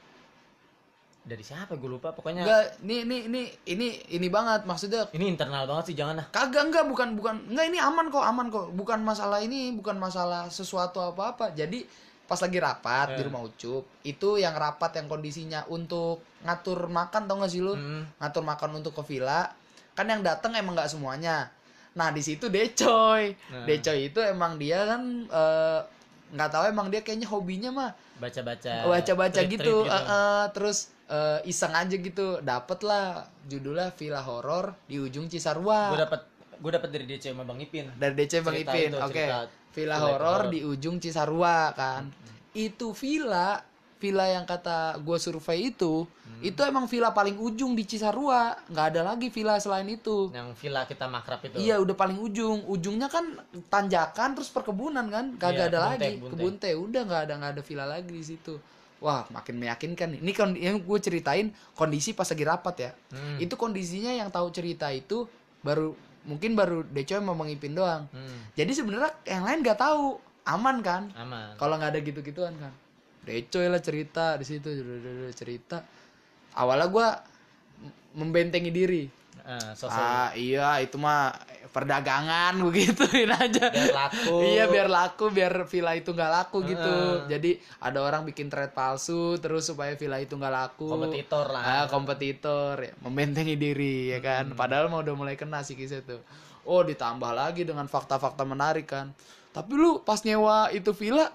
Speaker 2: Dari siapa gue lupa pokoknya.
Speaker 1: Enggak, ini ini ini ini ini banget maksudnya.
Speaker 2: Ini internal banget sih jangan lah.
Speaker 1: Kagak, enggak, bukan bukan enggak, ini aman kok, aman kok. Bukan masalah ini, bukan masalah sesuatu apa-apa. Jadi pas lagi rapat di
Speaker 2: Eh.
Speaker 1: rumah Ucup, itu yang rapat yang kondisinya untuk ngatur makan, tau gak sih lu?
Speaker 2: Mm.
Speaker 1: Ngatur makan untuk ke villa. Kan yang datang emang nggak semuanya. Nah, di situ Decoy.
Speaker 2: Nah.
Speaker 1: Decoy itu emang dia kan eh, nggak tahu, emang dia kayaknya hobinya mah
Speaker 2: Baca-baca.
Speaker 1: baca-baca
Speaker 2: trip-trip
Speaker 1: gitu, eh, eh, terus eh, iseng aja gitu. Dapet lah judulnya Villa Horor di ujung Cisarua.
Speaker 2: Gue dapat gue dapat dari D C sama Bang Ipin.
Speaker 1: Dari D C Bang
Speaker 2: Cerita
Speaker 1: Ipin,
Speaker 2: itu,
Speaker 1: oke.
Speaker 2: cerita
Speaker 1: Villa
Speaker 2: villa
Speaker 1: horor
Speaker 2: horor.
Speaker 1: di ujung Cisarua kan. Itu villa, villa yang kata gue survei itu,
Speaker 2: Hmm.
Speaker 1: itu emang villa paling ujung di Cisarua. Nggak ada lagi villa selain itu.
Speaker 2: Yang villa kita makrab itu.
Speaker 1: Iya udah paling ujung. Ujungnya kan tanjakan terus perkebunan kan, kagak
Speaker 2: Iya,
Speaker 1: ada
Speaker 2: kebun
Speaker 1: lagi.
Speaker 2: teh, kebun
Speaker 1: Kebun teh udah nggak ada nggak ada villa lagi di situ. Wah makin meyakinkan. Ini kan yang gue ceritain kondisi pas lagi rapat ya.
Speaker 2: Hmm.
Speaker 1: Itu kondisinya yang tahu cerita itu baru mungkin baru Decoy sama Bang Ipin doang.
Speaker 2: Hmm.
Speaker 1: Jadi sebenarnya yang lain nggak tahu, aman kan?
Speaker 2: Aman.
Speaker 1: Kalau nggak ada gitu-gituan kan. Decoy lah cerita di situ, cerita. Awalnya gue membentengi diri.
Speaker 2: Eh, sosok
Speaker 1: Ah iya itu mah perdagangan begituin aja.
Speaker 2: biar laku.
Speaker 1: Iya biar laku, biar villa itu nggak laku gitu.
Speaker 2: Heeh.
Speaker 1: Jadi ada orang bikin trade palsu terus supaya villa itu nggak laku.
Speaker 2: Kompetitor lah.
Speaker 1: Ah kompetitor ya, membentengi diri ya kan. Padahal mau udah mulai kena sih kisah itu. Oh ditambah lagi dengan fakta-fakta menarik kan. Tapi lu pas nyewa itu villa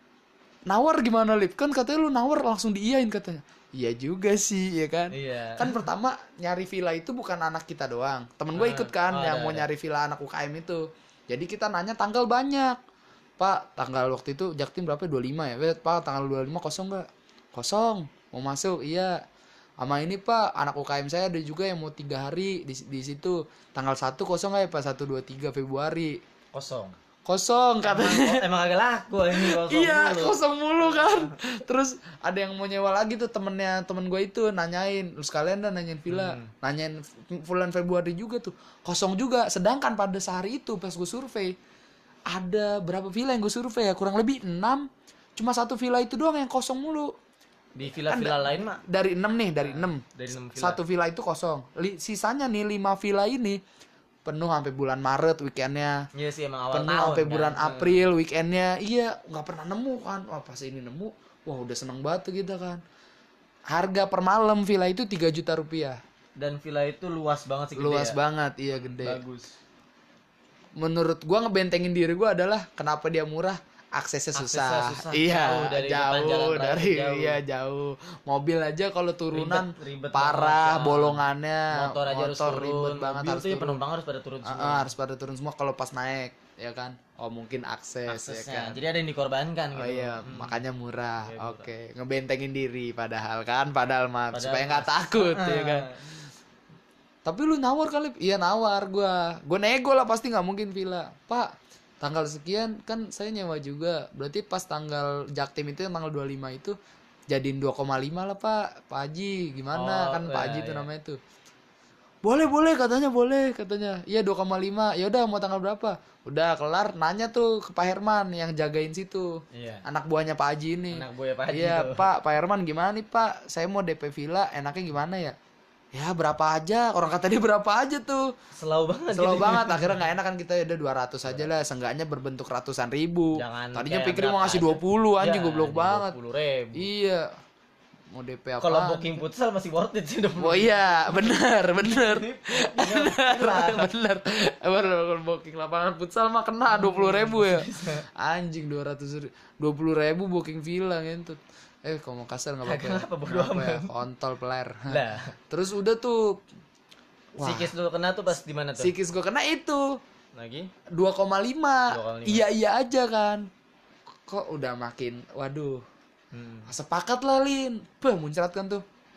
Speaker 1: nawar gimana Lip? Kan katanya lu nawar langsung diiyain katanya. Iya juga sih ya kan.
Speaker 2: Iya.
Speaker 1: Kan pertama nyari villa itu bukan anak kita doang. Temen gue ikut kan
Speaker 2: Oh,
Speaker 1: yang
Speaker 2: ada,
Speaker 1: mau
Speaker 2: ada.
Speaker 1: nyari villa anak U K M itu. Jadi kita nanya tanggal banyak. Pak, tanggal waktu itu Jaktim berapa? dua puluh lima ya? Weh, Pak, tanggal dua puluh lima kosong nggak? Kosong. Mau masuk? Iya. Sama ini Pak, anak U K M saya ada juga yang mau tiga hari di, di situ. Tanggal satu kosong nggak ya Pak? satu, dua, tiga Februari.
Speaker 2: Kosong.
Speaker 1: Kosong katanya.
Speaker 2: Emang agak laku ini kosong
Speaker 1: Iya,
Speaker 2: mulu.
Speaker 1: kosong mulu kan. Terus ada yang mau nyewa lagi tuh temennya temen gue itu nanyain, lu sekalian dah nanyain villa,
Speaker 2: Hmm.
Speaker 1: nanyain bulan Februari juga tuh kosong juga. Sedangkan pada sehari itu pas gue survei ada berapa villa yang gue survei ya, kurang lebih enam, cuma satu villa itu doang yang kosong mulu.
Speaker 2: Di villa-villa lain mah
Speaker 1: Dari enam nih, dari enam.
Speaker 2: dari enam villa.
Speaker 1: Satu villa itu kosong. Li- sisanya nih lima villa ini penuh sampai bulan Maret weekendnya.
Speaker 2: Iya sih emang awal
Speaker 1: Penuh
Speaker 2: tahun.
Speaker 1: sampai
Speaker 2: kan.
Speaker 1: bulan April weekendnya. Iya nggak pernah nemu kan. Wah pas ini nemu, wah udah seneng banget tuh kita kan. Harga per malam villa itu tiga juta rupiah.
Speaker 2: Dan villa itu luas banget sih gede
Speaker 1: Luas
Speaker 2: ya.
Speaker 1: banget, iya gede.
Speaker 2: Bagus.
Speaker 1: Menurut gua ngebentengin diri gua adalah kenapa dia murah, aksesnya
Speaker 2: Aksesnya
Speaker 1: susah.
Speaker 2: susah,
Speaker 1: Iya,
Speaker 2: jauh dari depan
Speaker 1: jauh
Speaker 2: jalan raya,
Speaker 1: dari
Speaker 2: jauh.
Speaker 1: iya jauh. Mobil aja kalau turunan
Speaker 2: Ribet- ribet
Speaker 1: parah,
Speaker 2: banget.
Speaker 1: bolongannya.
Speaker 2: Motor aja harus turun.
Speaker 1: ribet banget
Speaker 2: Mobil
Speaker 1: harus
Speaker 2: tuh ya
Speaker 1: turun.
Speaker 2: penumpang harus pada turun
Speaker 1: Ah,
Speaker 2: semua.
Speaker 1: ah, harus pada turun semua kalau pas naik, ya kan? Oh mungkin akses, ya
Speaker 2: Aksesnya.
Speaker 1: kan.
Speaker 2: Jadi ada yang dikorbankan
Speaker 1: Oh
Speaker 2: gitu.
Speaker 1: iya,
Speaker 2: Hmm.
Speaker 1: makanya murah.
Speaker 2: Iya, murah.
Speaker 1: Oke, ngebentengin diri padahal kan, padahal mah
Speaker 2: Padahal
Speaker 1: supaya nggak
Speaker 2: mas-
Speaker 1: takut
Speaker 2: Ah.
Speaker 1: ya kan. Tapi lu nawar kali, iya nawar gua. Gua nego lah pasti nggak mungkin villa. Pak, tanggal sekian kan saya nyewa juga. Berarti pas tanggal Jaktim itu yang tanggal dua puluh lima itu jadiin dua koma lima lah Pak Pak Haji gimana
Speaker 2: Oh,
Speaker 1: kan Pak
Speaker 2: iya,
Speaker 1: Haji itu
Speaker 2: iya.
Speaker 1: namanya tuh. Boleh boleh katanya boleh katanya. Iya dua koma lima. Ya udah mau tanggal berapa? Udah kelar nanya tuh ke Pak Herman yang jagain situ.
Speaker 2: Iya.
Speaker 1: Anak buahnya Pak Haji ini.
Speaker 2: Anak buahnya Pak Haji
Speaker 1: Iya,
Speaker 2: tuh.
Speaker 1: Pak, Pak Herman gimana nih, Pak? Saya mau D P villa, enaknya gimana ya? Ya berapa aja. Orang kata dia berapa aja tuh.
Speaker 2: Selalu banget.
Speaker 1: Selalu
Speaker 2: gitu.
Speaker 1: banget akhirnya nggak enak kan kita udah dua ratus aja lah, seenggaknya berbentuk ratusan ribu.
Speaker 2: Jangan
Speaker 1: Tadinya
Speaker 2: kayak
Speaker 1: pikir mau
Speaker 2: berapa
Speaker 1: ngasih
Speaker 2: aja.
Speaker 1: dua puluh anjing
Speaker 2: Ya,
Speaker 1: goblok
Speaker 2: anjing,
Speaker 1: banget.
Speaker 2: dua puluh ribu.
Speaker 1: Iya. Mau D P apa?
Speaker 2: Kalau booking futsal masih worth it sih dua puluh.
Speaker 1: Oh iya, bener, bener.
Speaker 2: Bener.
Speaker 1: bener. Bener, kalau booking lapangan futsal mah kena dua puluh ribu ya. Anjing dua ratus ribu. dua puluh ribu booking villa ngentut. Eh, kalau mau kasar nggak apa-apa. Ya.
Speaker 2: Kenapa, bodo
Speaker 1: Nggak apa ya,
Speaker 2: amat.
Speaker 1: kontol peler.
Speaker 2: Lah,
Speaker 1: Terus udah tuh. Wah,
Speaker 2: sikis dulu kena tuh pas di mana tuh?
Speaker 1: psikis gue kena itu
Speaker 2: Lagi?
Speaker 1: dua koma lima.
Speaker 2: dua koma lima.
Speaker 1: Iya iya aja kan. Kok udah makin waduh.
Speaker 2: Hmm.
Speaker 1: Sepakat lah Lin. Beh, muncrat kan tuh.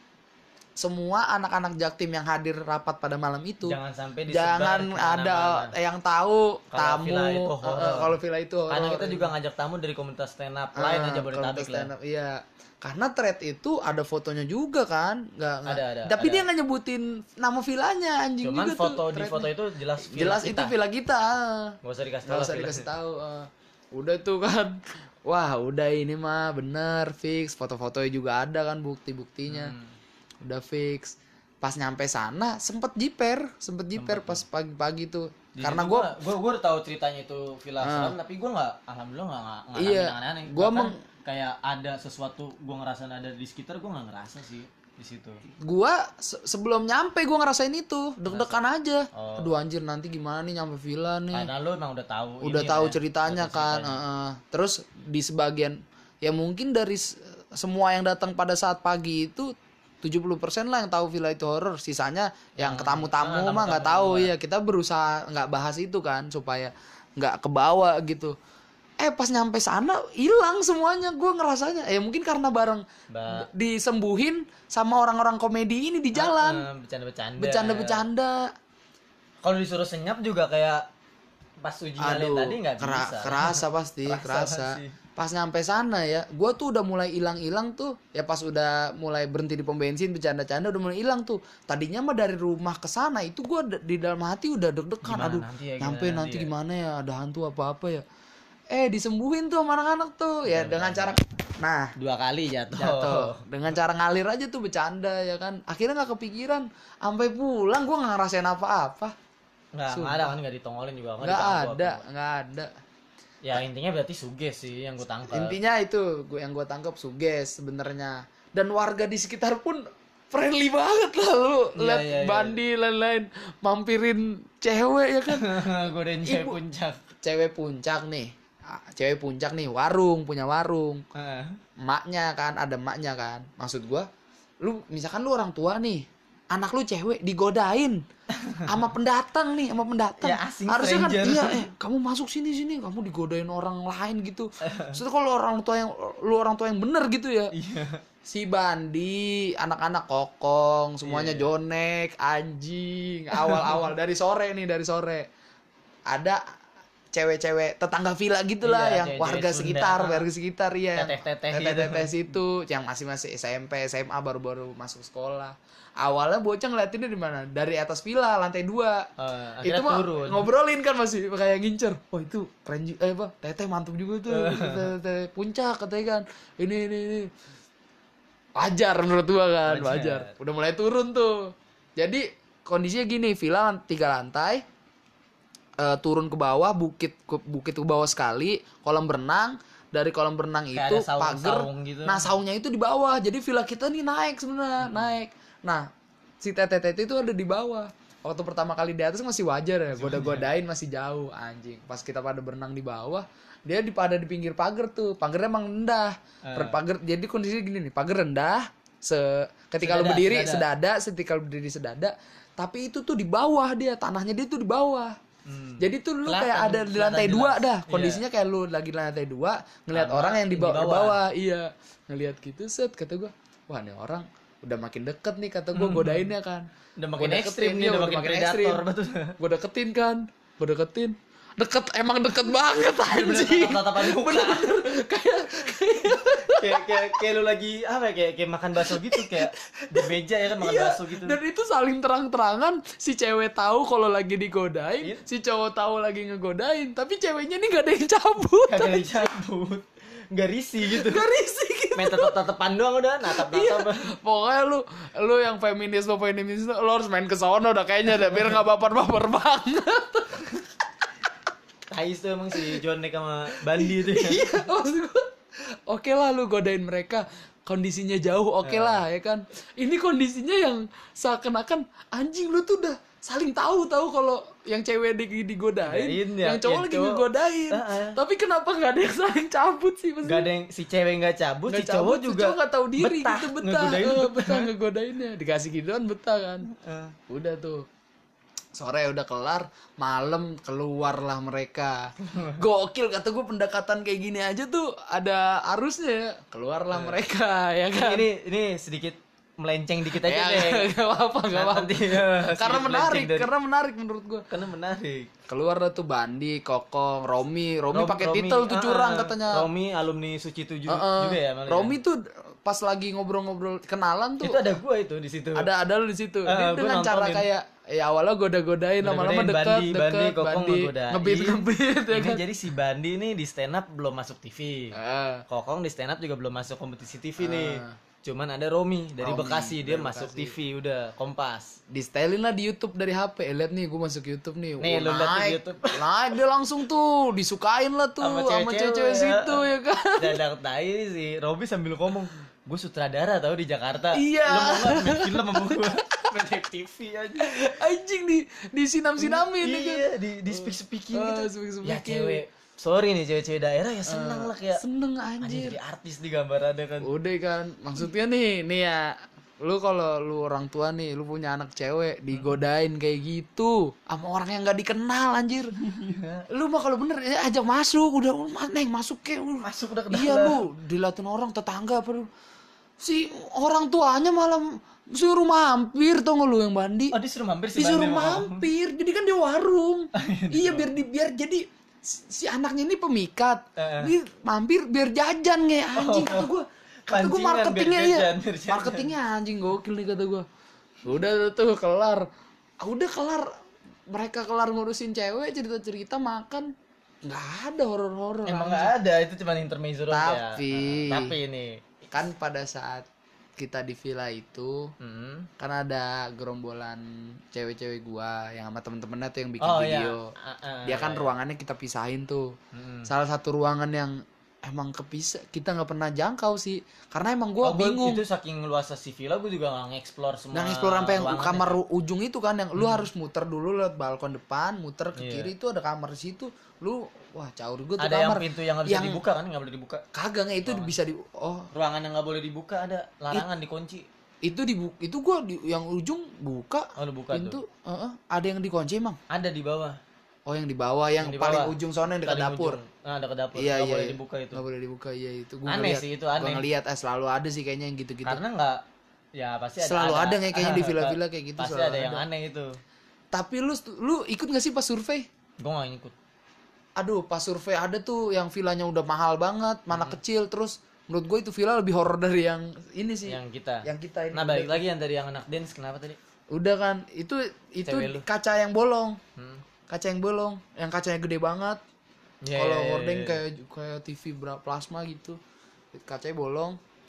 Speaker 1: Semua anak-anak Jaktim yang hadir rapat pada malam itu
Speaker 2: Jangan sampai disebar
Speaker 1: jangan
Speaker 2: kemana-mana.
Speaker 1: ada yang tahu
Speaker 2: Kalau
Speaker 1: tamu
Speaker 2: villa itu horor.
Speaker 1: eh, eh, kalau villa itu horor.
Speaker 2: Karena kita juga ngajak tamu dari komunitas stand up lain
Speaker 1: Ah,
Speaker 2: aja Jabodetabek
Speaker 1: komunitas
Speaker 2: lah.
Speaker 1: stand up, iya. Karena thread itu ada fotonya juga kan, nggak nggak-
Speaker 2: Ada, ada,
Speaker 1: tapi
Speaker 2: ada.
Speaker 1: dia nggak nyebutin nama villanya anjing
Speaker 2: Cuman
Speaker 1: juga
Speaker 2: foto
Speaker 1: tuh.
Speaker 2: di
Speaker 1: threadnya.
Speaker 2: foto itu jelas villa
Speaker 1: jelas
Speaker 2: kita.
Speaker 1: itu villa kita. ah.
Speaker 2: Gak usah dikasih tahu.
Speaker 1: Nggak usah
Speaker 2: villa.
Speaker 1: dikasih tahu. ah. Udah tuh kan, wah udah ini mah bener fix. Foto-fotonya juga ada kan bukti-buktinya,
Speaker 2: Hmm.
Speaker 1: udah fix. Pas nyampe sana sempet jiper, sempet jiper
Speaker 2: Sempet,
Speaker 1: pas pagi-pagi tuh.
Speaker 2: Di
Speaker 1: Karena
Speaker 2: situ
Speaker 1: gue
Speaker 2: gua gua, gua udah tahu ceritanya itu villa
Speaker 1: Ah.
Speaker 2: seram, tapi gua nggak, alhamdulillah nggak nggak ngalamin
Speaker 1: Iya,
Speaker 2: yang aneh-aneh.
Speaker 1: gua
Speaker 2: Bahkan
Speaker 1: meng-
Speaker 2: kayak ada sesuatu gua ngerasain ada di sekitar, gua nggak ngerasa sih di situ.
Speaker 1: gua se- sebelum nyampe gua ngerasain itu deg-degan aja.
Speaker 2: Oh.
Speaker 1: Aduh anjir nanti gimana nih nyampe villa nih.
Speaker 2: Karena lu emang udah tahu.
Speaker 1: Udah
Speaker 2: ini
Speaker 1: tahu
Speaker 2: ya,
Speaker 1: ceritanya
Speaker 2: udah
Speaker 1: kan.
Speaker 2: ceritanya.
Speaker 1: heeh. Terus di sebagian ya mungkin dari s- semua yang datang pada saat pagi itu tujuh puluh persen lah yang tahu villa itu horor, sisanya yang
Speaker 2: Yang-
Speaker 1: ketamu-tamu
Speaker 2: ah,
Speaker 1: mah nggak
Speaker 2: tamu-tamu
Speaker 1: tahu
Speaker 2: luar.
Speaker 1: ya. Kita berusaha nggak bahas itu kan supaya nggak kebawa gitu. Eh pas nyampe sana hilang semuanya, gue ngerasanya ya mungkin karena bareng
Speaker 2: Ba-
Speaker 1: disembuhin sama orang-orang komedi ini di jalan,
Speaker 2: Ah, bercanda-bercanda.
Speaker 1: bercanda-bercanda.
Speaker 2: Kalau disuruh senyap juga kayak pas uji nyalin
Speaker 1: Aduh,
Speaker 2: tadi nggak
Speaker 1: kera-
Speaker 2: bisa.
Speaker 1: kerasa pasti,
Speaker 2: Kerasa
Speaker 1: kerasa.
Speaker 2: pasti.
Speaker 1: Pas nyampe sana ya, gue tuh udah mulai hilang-hilang tuh. Ya pas udah mulai berhenti di pom bensin, bercanda-canda udah mulai hilang tuh. Tadinya mah dari rumah ke sana itu gue di dalam hati udah deg-degan.
Speaker 2: Gimana
Speaker 1: Aduh,
Speaker 2: nanti ya,
Speaker 1: nyampe
Speaker 2: gimana
Speaker 1: nanti
Speaker 2: nanti ya?
Speaker 1: gimana ya, ada hantu apa-apa ya. Eh disembuhin tuh sama anak-anak tuh ya dengan cara, nah
Speaker 2: Dua kali jatuh.
Speaker 1: jatuh dengan cara ngalir aja tuh bercanda ya kan. Akhirnya nggak kepikiran, sampai pulang gue nggak ngerasain apa-apa.
Speaker 2: Nggak, nggak ada kan, nggak ditongolin juga.
Speaker 1: Nggak ada, nggak ada.
Speaker 2: Ya intinya berarti suges sih yang gue tangkap.
Speaker 1: Intinya itu gua yang gue tangkap suges sebenarnya. Dan warga di sekitar pun friendly banget lah lu.
Speaker 2: Iya,
Speaker 1: Lihat
Speaker 2: iya, iya.
Speaker 1: bandi lain-lain mampirin cewek ya kan.
Speaker 2: Godain cewek
Speaker 1: Ibu-
Speaker 2: puncak.
Speaker 1: Cewek puncak nih. Ah, Cewek puncak nih warung, punya warung.
Speaker 2: Ah.
Speaker 1: Emaknya kan, ada emaknya kan. Maksud gua, lu misalkan lu orang tua nih, anak lu cewek digodain sama pendatang nih, sama pendatang.
Speaker 2: Ya, asing,
Speaker 1: Harusnya kan
Speaker 2: stranger.
Speaker 1: iya, eh kamu masuk sini sini, kamu digodain orang lain gitu. Maksudnya kalau orang tua yang lu orang tua yang bener gitu ya.
Speaker 2: Iya.
Speaker 1: Si Bandi, anak-anak kokong, semuanya
Speaker 2: Iya.
Speaker 1: jonek, anjing, awal-awal dari sore nih, dari sore. Ada cewek-cewek tetangga villa gitulah
Speaker 2: Iya,
Speaker 1: yang
Speaker 2: cewek-cewek
Speaker 1: warga
Speaker 2: Sunda.
Speaker 1: sekitar, warga sekitar iya. yang
Speaker 2: Teteh-teteh
Speaker 1: teteh-teteh situ, yang masih masih S M P, S M A baru-baru masuk sekolah. Awalnya bocah ngeliatinnya di mana? Dari atas villa lantai dua.
Speaker 2: Eh,
Speaker 1: Itu
Speaker 2: akhirnya
Speaker 1: mah
Speaker 2: turun.
Speaker 1: ngobrolin kan masih kayak ngincer. Oh itu keren juga, eh apa? Teteh mantap juga tuh. Teteh puncak katanya kan. Ini ini ini. Wajar menurut gua kan,
Speaker 2: Wajar.
Speaker 1: wajar. Udah mulai turun tuh. Jadi kondisinya gini, villa lan- tiga lantai. Eh, turun ke bawah, bukit ke, bukit ke bawah sekali, kolam berenang. Dari kolam berenang
Speaker 2: Kayak
Speaker 1: itu
Speaker 2: ada saung-
Speaker 1: pagar.
Speaker 2: saung gitu.
Speaker 1: Nah, saungnya itu di bawah. Jadi villa kita nih naik sebenarnya, naik. Nah, si teteh-teteh itu ada di bawah. Waktu pertama kali di atas masih wajar ya, goda-godain masih jauh anjing. Pas kita pada berenang di bawah, dia di pada di pinggir pagar tuh. Pagarnya emang rendah. Per pagar, jadi kondisinya gini nih, pagar rendah. Se ketika lu
Speaker 2: Sedada,
Speaker 1: berdiri
Speaker 2: sedada.
Speaker 1: sedada, ketika lu berdiri sedada, tapi itu tuh di bawah dia, tanahnya dia tuh di bawah.
Speaker 2: Hmm.
Speaker 1: Jadi tuh lu
Speaker 2: Kelihatan,
Speaker 1: kayak ada di
Speaker 2: kelihatan
Speaker 1: lantai
Speaker 2: jelas.
Speaker 1: dua dah.
Speaker 2: Iya.
Speaker 1: Kondisinya kayak lu lagi di lantai dua, ngelihat
Speaker 2: Sama
Speaker 1: orang yang di
Speaker 2: di
Speaker 1: bawah,
Speaker 2: bawah.
Speaker 1: bawah. Iya, ngelihat gitu set kata gua, wah nih orang udah makin deket nih kata gua godainnya kan.
Speaker 2: Udah makin
Speaker 1: Gua
Speaker 2: ekstrim
Speaker 1: deketin,
Speaker 2: nih,
Speaker 1: iya,
Speaker 2: udah makin predator, betul.
Speaker 1: Gua deketin kan, gua deketin. deket emang deket banget anjing.
Speaker 2: Tatapan muka.
Speaker 1: Bener-bener kayak
Speaker 2: kayak kayak kayak lu lagi apa ya, kayak kayak makan bakso gitu, kayak di meja ya kan makan
Speaker 1: iya,
Speaker 2: bakso gitu.
Speaker 1: dan itu saling terang-terangan, si cewek tahu kalau lagi digodain,
Speaker 2: Iya.
Speaker 1: si cowok tahu lagi ngegodain, tapi ceweknya nih gak ada yang cabut.
Speaker 2: Kagak dicabut. Enggak risih gitu.
Speaker 1: Gak risih gitu.
Speaker 2: Main tetep-tetepan doang udah, natap-natap.
Speaker 1: Iya, pokoknya lu lu yang feminis mau feminis lu harus main ke sono udah kayaknya dah biar nggak baper-baper banget.
Speaker 2: Tais tuh emang si John Nick sama Bandi itu ya.
Speaker 1: Iya, maksud gua, oke lah lu godain mereka, kondisinya jauh, oke lah ya kan. Ini kondisinya yang seakan-akan anjing lu tuh udah saling tahu tahu kalau yang cewek di digodain,
Speaker 2: Godain, ya,
Speaker 1: yang cowok
Speaker 2: yang
Speaker 1: lagi
Speaker 2: cowok.
Speaker 1: ngegodain.
Speaker 2: Ah, ah.
Speaker 1: Tapi kenapa nggak ada yang saling cabut sih? Maksudnya?
Speaker 2: Gak ada yang si cewek nggak cabut,
Speaker 1: Nggak
Speaker 2: si cowok
Speaker 1: cabut, si
Speaker 2: juga
Speaker 1: cowok nggak tahu diri
Speaker 2: betah,
Speaker 1: gitu betah,
Speaker 2: ngegodain
Speaker 1: Eh,
Speaker 2: betah.
Speaker 1: betah ngegodainnya, dikasih gituan betah kan.
Speaker 2: Eh.
Speaker 1: Udah tuh sore udah kelar, malam keluarlah mereka. Gokil kata gue, pendekatan kayak gini aja tuh ada arusnya ya. Keluarlah mereka ya kan.
Speaker 2: Ini ini sedikit melenceng dikit aja
Speaker 1: Ya,
Speaker 2: deh.
Speaker 1: gak apa-apa, gak apa-apa.
Speaker 2: Nanti, ya,
Speaker 1: Karena
Speaker 2: sedikit
Speaker 1: menarik,
Speaker 2: melenceng dari-
Speaker 1: karena menarik menurut gue.
Speaker 2: karena menarik.
Speaker 1: Keluar dah tuh Bandi, Kokong, Romi, Romi
Speaker 2: Rom-
Speaker 1: pakai
Speaker 2: Romi,
Speaker 1: titel tuh
Speaker 2: ah,
Speaker 1: curang
Speaker 2: ah.
Speaker 1: katanya.
Speaker 2: Romi alumni Suci tujuh
Speaker 1: Heeh.
Speaker 2: juga ya malah.
Speaker 1: Romi
Speaker 2: ya?
Speaker 1: tuh pas lagi ngobrol-ngobrol kenalan tuh
Speaker 2: Itu ada gua itu di situ.
Speaker 1: ada ada lu di situ. Dia
Speaker 2: Ah, gua
Speaker 1: dengan cara
Speaker 2: nontonin.
Speaker 1: kayak ya awalnya goda-godain, lama-lama
Speaker 2: Goda-godain,
Speaker 1: dekat,
Speaker 2: Bandi, Bandi,
Speaker 1: dekat,
Speaker 2: Kokong
Speaker 1: Bandi,
Speaker 2: ngegodain.
Speaker 1: ngebit ngebit ya
Speaker 2: Ini
Speaker 1: kan.
Speaker 2: jadi si Bandi nih di stand up belum masuk T V.
Speaker 1: Ah.
Speaker 2: Kokong di stand up juga belum masuk kompetisi T V
Speaker 1: Ah.
Speaker 2: nih. Cuman ada Romi dari
Speaker 1: Romi,
Speaker 2: Bekasi, dia
Speaker 1: dari
Speaker 2: masuk
Speaker 1: Bekasi.
Speaker 2: T V udah Kompas.
Speaker 1: Di stylein lah di YouTube dari H P. Eh, lihat nih, gue masuk YouTube nih.
Speaker 2: Nih,
Speaker 1: Wah,
Speaker 2: lu lihat di
Speaker 1: naik,
Speaker 2: YouTube.
Speaker 1: naik dia langsung tuh, disukain lah tuh
Speaker 2: Sama
Speaker 1: sama
Speaker 2: cewek-cewek,
Speaker 1: cewek-cewek
Speaker 2: ya.
Speaker 1: situ ya kan.
Speaker 2: Dadak tai si Robi sambil ngomong, gue sutradara tau di Jakarta.
Speaker 1: Iya.
Speaker 2: Lu mau nggak bikin film sama gue? Main T V aja.
Speaker 1: Anjing di di sinam-sinamin ya kan.
Speaker 2: Iya, di di speak speaking
Speaker 1: Ah,
Speaker 2: gitu.
Speaker 1: speak-speaking.
Speaker 2: Ya cewek, sorry nih cewek-cewek daerah ya seneng lah kayak.
Speaker 1: Seneng
Speaker 2: Anjing
Speaker 1: anjir.
Speaker 2: jadi artis di gambarannya kan.
Speaker 1: Udah kan, maksudnya nih, nih ya, lu kalau lu orang tua nih, lu punya anak cewek digodain kayak gitu sama orang yang nggak dikenal anjir. Lu mah kalau bener ya ajak masuk, udah "Oh, Ma- neng masuk ke lu."
Speaker 2: Masuk udah ke
Speaker 1: Iya
Speaker 2: dalam.
Speaker 1: lu dilatin orang tetangga apa lu. Si orang tuanya malah suruh mampir, tau gak lu yang Bandi?
Speaker 2: Oh, disuruh mampir si
Speaker 1: Disuruh
Speaker 2: Bandi mau ngomong.
Speaker 1: mampir, jadi kan dia warung. Iya biar di biar jadi si si anaknya ini pemikat,
Speaker 2: Eh.
Speaker 1: ini mampir biar jajan nge anjing kata gue. Kata gue
Speaker 2: Pancingan
Speaker 1: marketingnya
Speaker 2: biar
Speaker 1: iya,
Speaker 2: jajan, biar jajan.
Speaker 1: marketingnya anjing gokil nih kata gue. Udah tuh kelar, udah kelar, mereka kelar ngurusin cewek, cerita-cerita makan, nggak ada horor-horor.
Speaker 2: Emang
Speaker 1: anjing.
Speaker 2: nggak ada, itu cuma intermezzo doang ya.
Speaker 1: Tapi-
Speaker 2: Ah, tapi ini
Speaker 1: Kan pada saat kita di villa itu
Speaker 2: hmm.
Speaker 1: kan ada gerombolan cewek-cewek gua yang sama temen-temennya tuh yang bikin
Speaker 2: Oh,
Speaker 1: video.
Speaker 2: iya. Ah, ah,
Speaker 1: Dia kan
Speaker 2: iya.
Speaker 1: ruangannya kita pisahin tuh.
Speaker 2: Hmm.
Speaker 1: Salah satu ruangan yang emang kepisah, kita nggak pernah jangkau sih. Karena emang gua
Speaker 2: Oh, gua
Speaker 1: bingung.
Speaker 2: itu saking luasnya si villa gue juga nggak nge-explore semua.
Speaker 1: Nah, explore sampai yang
Speaker 2: ruangannya.
Speaker 1: kamar ru- ujung itu kan yang lu harus muter dulu lewat balkon depan, muter ke
Speaker 2: Iya.
Speaker 1: kiri itu ada kamar di situ. Lu wah caur gua tuh
Speaker 2: Ada yang
Speaker 1: kamar.
Speaker 2: pintu yang nggak bisa
Speaker 1: yang-
Speaker 2: dibuka kan, nggak boleh dibuka.
Speaker 1: Kagak nggak itu bisa di oh
Speaker 2: Ruangan yang nggak boleh dibuka ada larangan dikunci.
Speaker 1: itu di itu gua di yang ujung buka
Speaker 2: Oh, lu buka
Speaker 1: pintu
Speaker 2: tuh.
Speaker 1: heeh, ada yang dikunci emang.
Speaker 2: Ada di bawah.
Speaker 1: Oh yang di bawah yang,
Speaker 2: Yang di
Speaker 1: paling
Speaker 2: bawah.
Speaker 1: ujung sana yang dekat
Speaker 2: Paling
Speaker 1: dapur.
Speaker 2: ujung. Nah, dekat dapur.
Speaker 1: Iya
Speaker 2: Nggak
Speaker 1: iya.
Speaker 2: boleh
Speaker 1: iya.
Speaker 2: dibuka itu.
Speaker 1: Nggak boleh dibuka iya itu. Gua
Speaker 2: Aneh
Speaker 1: ngeliat,
Speaker 2: sih itu,
Speaker 1: Gua
Speaker 2: aneh.
Speaker 1: ngeliat eh, selalu ada sih kayaknya yang gitu-gitu.
Speaker 2: Karena nggak ya pasti ada.
Speaker 1: Selalu ada kayak- kayaknya di villa-villa kayak gitu
Speaker 2: Pasti
Speaker 1: selalu
Speaker 2: ada yang
Speaker 1: ada.
Speaker 2: aneh itu.
Speaker 1: Tapi lu lu ikut gak sih pas survei?
Speaker 2: Gue nggak ngikut.
Speaker 1: Aduh pas survei ada tuh yang villanya udah mahal banget, mana kecil terus menurut gue itu villa lebih horor dari yang ini sih.
Speaker 2: Yang kita.
Speaker 1: Yang kita ini.
Speaker 2: Nah, balik lagi yang dari yang anak dance kenapa tadi?
Speaker 1: Udah kan itu itu
Speaker 2: Cewek lu.
Speaker 1: kaca yang bolong.
Speaker 2: Hmm.
Speaker 1: Kaca yang bolong, yang kacanya gede banget.
Speaker 2: Iya,
Speaker 1: Kalau
Speaker 2: iya, iya,
Speaker 1: hordeng
Speaker 2: iya.
Speaker 1: kayak kayak T V bra- plasma gitu, kacanya bolong.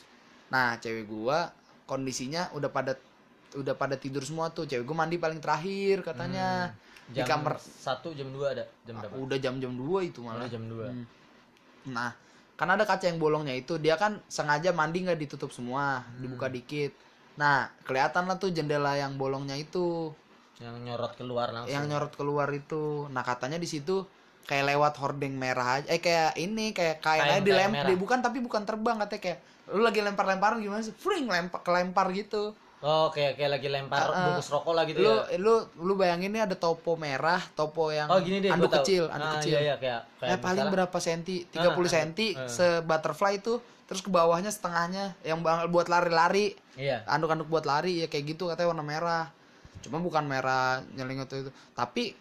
Speaker 1: Nah cewek gua kondisinya udah pada udah pada tidur semua tuh. Cewek gua mandi paling terakhir katanya di
Speaker 2: Jam
Speaker 1: kamar.
Speaker 2: satu jam dua ada. Jam berapa?
Speaker 1: Udah jam-jam dua itu
Speaker 2: Oh,
Speaker 1: malah.
Speaker 2: jam dua.
Speaker 1: Hmm. Nah kan ada kaca yang bolongnya itu, dia kan sengaja mandi nggak ditutup semua,
Speaker 2: Hmm.
Speaker 1: dibuka dikit. Nah kelihatan lah tuh jendela yang bolongnya itu,
Speaker 2: Yang nyorot keluar langsung.
Speaker 1: yang nyorot keluar itu. Nah katanya di situ kayak lewat hordeng merah aja, eh kayak ini kayak kain
Speaker 2: Kain-
Speaker 1: aja
Speaker 2: kain
Speaker 1: dilempar,
Speaker 2: merah.
Speaker 1: bukan tapi bukan terbang katanya, kayak lu lagi lempar-lemparan gimana sih, fring lempar kelempar gitu.
Speaker 2: Oh, kayak kayak lagi lempar
Speaker 1: Ah, ah.
Speaker 2: bungkus rokok lah gitu
Speaker 1: Lu
Speaker 2: ya.
Speaker 1: lu lu bayangin ini ada topo merah, topo yang
Speaker 2: Oh, gini deh,
Speaker 1: anduk
Speaker 2: gua tahu.
Speaker 1: kecil, anduk
Speaker 2: Ah,
Speaker 1: kecil.
Speaker 2: Iya, iya, kayak kayak
Speaker 1: Eh paling
Speaker 2: misalnya-
Speaker 1: berapa senti? tiga puluh
Speaker 2: Ah, ah,
Speaker 1: senti
Speaker 2: ah.
Speaker 1: se-butterfly itu, terus ke bawahnya setengahnya yang bang- buat lari-lari.
Speaker 2: Iya.
Speaker 1: Anduk-anduk buat lari ya kayak gitu katanya warna merah. Cuma bukan merah nyeling atau itu. Tapi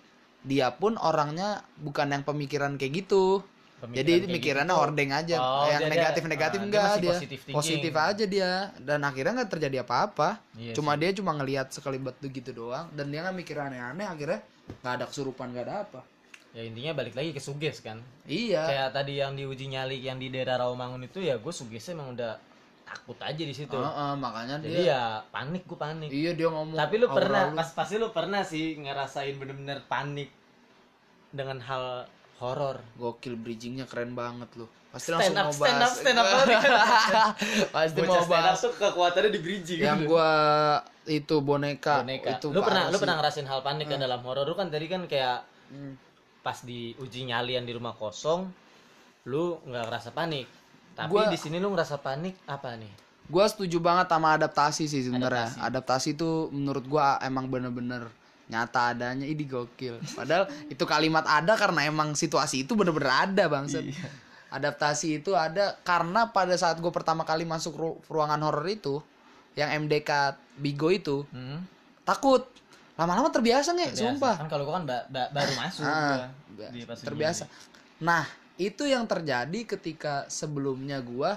Speaker 1: dia pun orangnya bukan yang pemikiran kayak gitu.
Speaker 2: Pemikiran
Speaker 1: Jadi
Speaker 2: kayak
Speaker 1: mikirannya
Speaker 2: gitu.
Speaker 1: hordeng aja,
Speaker 2: Oh,
Speaker 1: yang
Speaker 2: dia-
Speaker 1: negatif-negatif
Speaker 2: ah, dia
Speaker 1: enggak
Speaker 2: masih
Speaker 1: dia,
Speaker 2: positive thinking.
Speaker 1: positif aja dia, dan akhirnya nggak terjadi apa-apa.
Speaker 2: Iya
Speaker 1: Cuma dia cuma ngelihat sekelibat tuh gitu doang, dan dia nggak mikir aneh-aneh, akhirnya nggak ada kesurupan, nggak ada apa.
Speaker 2: Ya intinya balik lagi ke suges kan.
Speaker 1: Iya.
Speaker 2: Kayak tadi yang di uji nyali yang di daerah Rawamangun itu ya gue sugesnya emang udah takut aja di situ.
Speaker 1: Heeh, makanya
Speaker 2: Jadi
Speaker 1: dia.
Speaker 2: ya panik, gue panik.
Speaker 1: Iya dia ngomong.
Speaker 2: Tapi lu
Speaker 1: aura
Speaker 2: pernah,
Speaker 1: lu.
Speaker 2: pas pasti lu pernah sih ngerasain bener-bener panik dengan hal horor.
Speaker 1: Gokil, bridgingnya keren banget lu. Pasti
Speaker 2: Stand
Speaker 1: langsung
Speaker 2: up,
Speaker 1: mau
Speaker 2: stand
Speaker 1: bahas.
Speaker 2: up, stand up banget.
Speaker 1: Pasti
Speaker 2: Bocah
Speaker 1: mau
Speaker 2: stand up
Speaker 1: bahas.
Speaker 2: tuh kekuatannya di bridging.
Speaker 1: Yang gua itu boneka.
Speaker 2: Boneka.
Speaker 1: Itu
Speaker 2: Lu pernah
Speaker 1: parah
Speaker 2: lu
Speaker 1: sih.
Speaker 2: pernah ngerasain hal panik kan dalam horor? Lu kan tadi kan kayak
Speaker 1: Hmm.
Speaker 2: pas di uji nyalian di rumah kosong lu nggak ngerasa panik. Tapi
Speaker 1: Gua-
Speaker 2: di sini lu ngerasa panik apa nih?
Speaker 1: Gua setuju banget sama adaptasi sih sebenarnya.
Speaker 2: Adaptasi.
Speaker 1: Adaptasi itu menurut gua emang bener-bener nyata adanya, ini gokil. Padahal itu kalimat ada karena emang situasi itu bener-bener ada bangsat.
Speaker 2: Iya.
Speaker 1: Adaptasi itu ada karena pada saat gue pertama kali masuk ru- ruangan horor itu, yang M D K Bigo itu,
Speaker 2: Hmm?
Speaker 1: takut. Lama-lama terbiasa nggak,
Speaker 2: Biasa.
Speaker 1: sumpah.
Speaker 2: Kan kalau gua kan ba- ba- baru masuk
Speaker 1: Ah,
Speaker 2: gua di pas uji
Speaker 1: terbiasa. Nah, itu yang terjadi ketika sebelumnya gua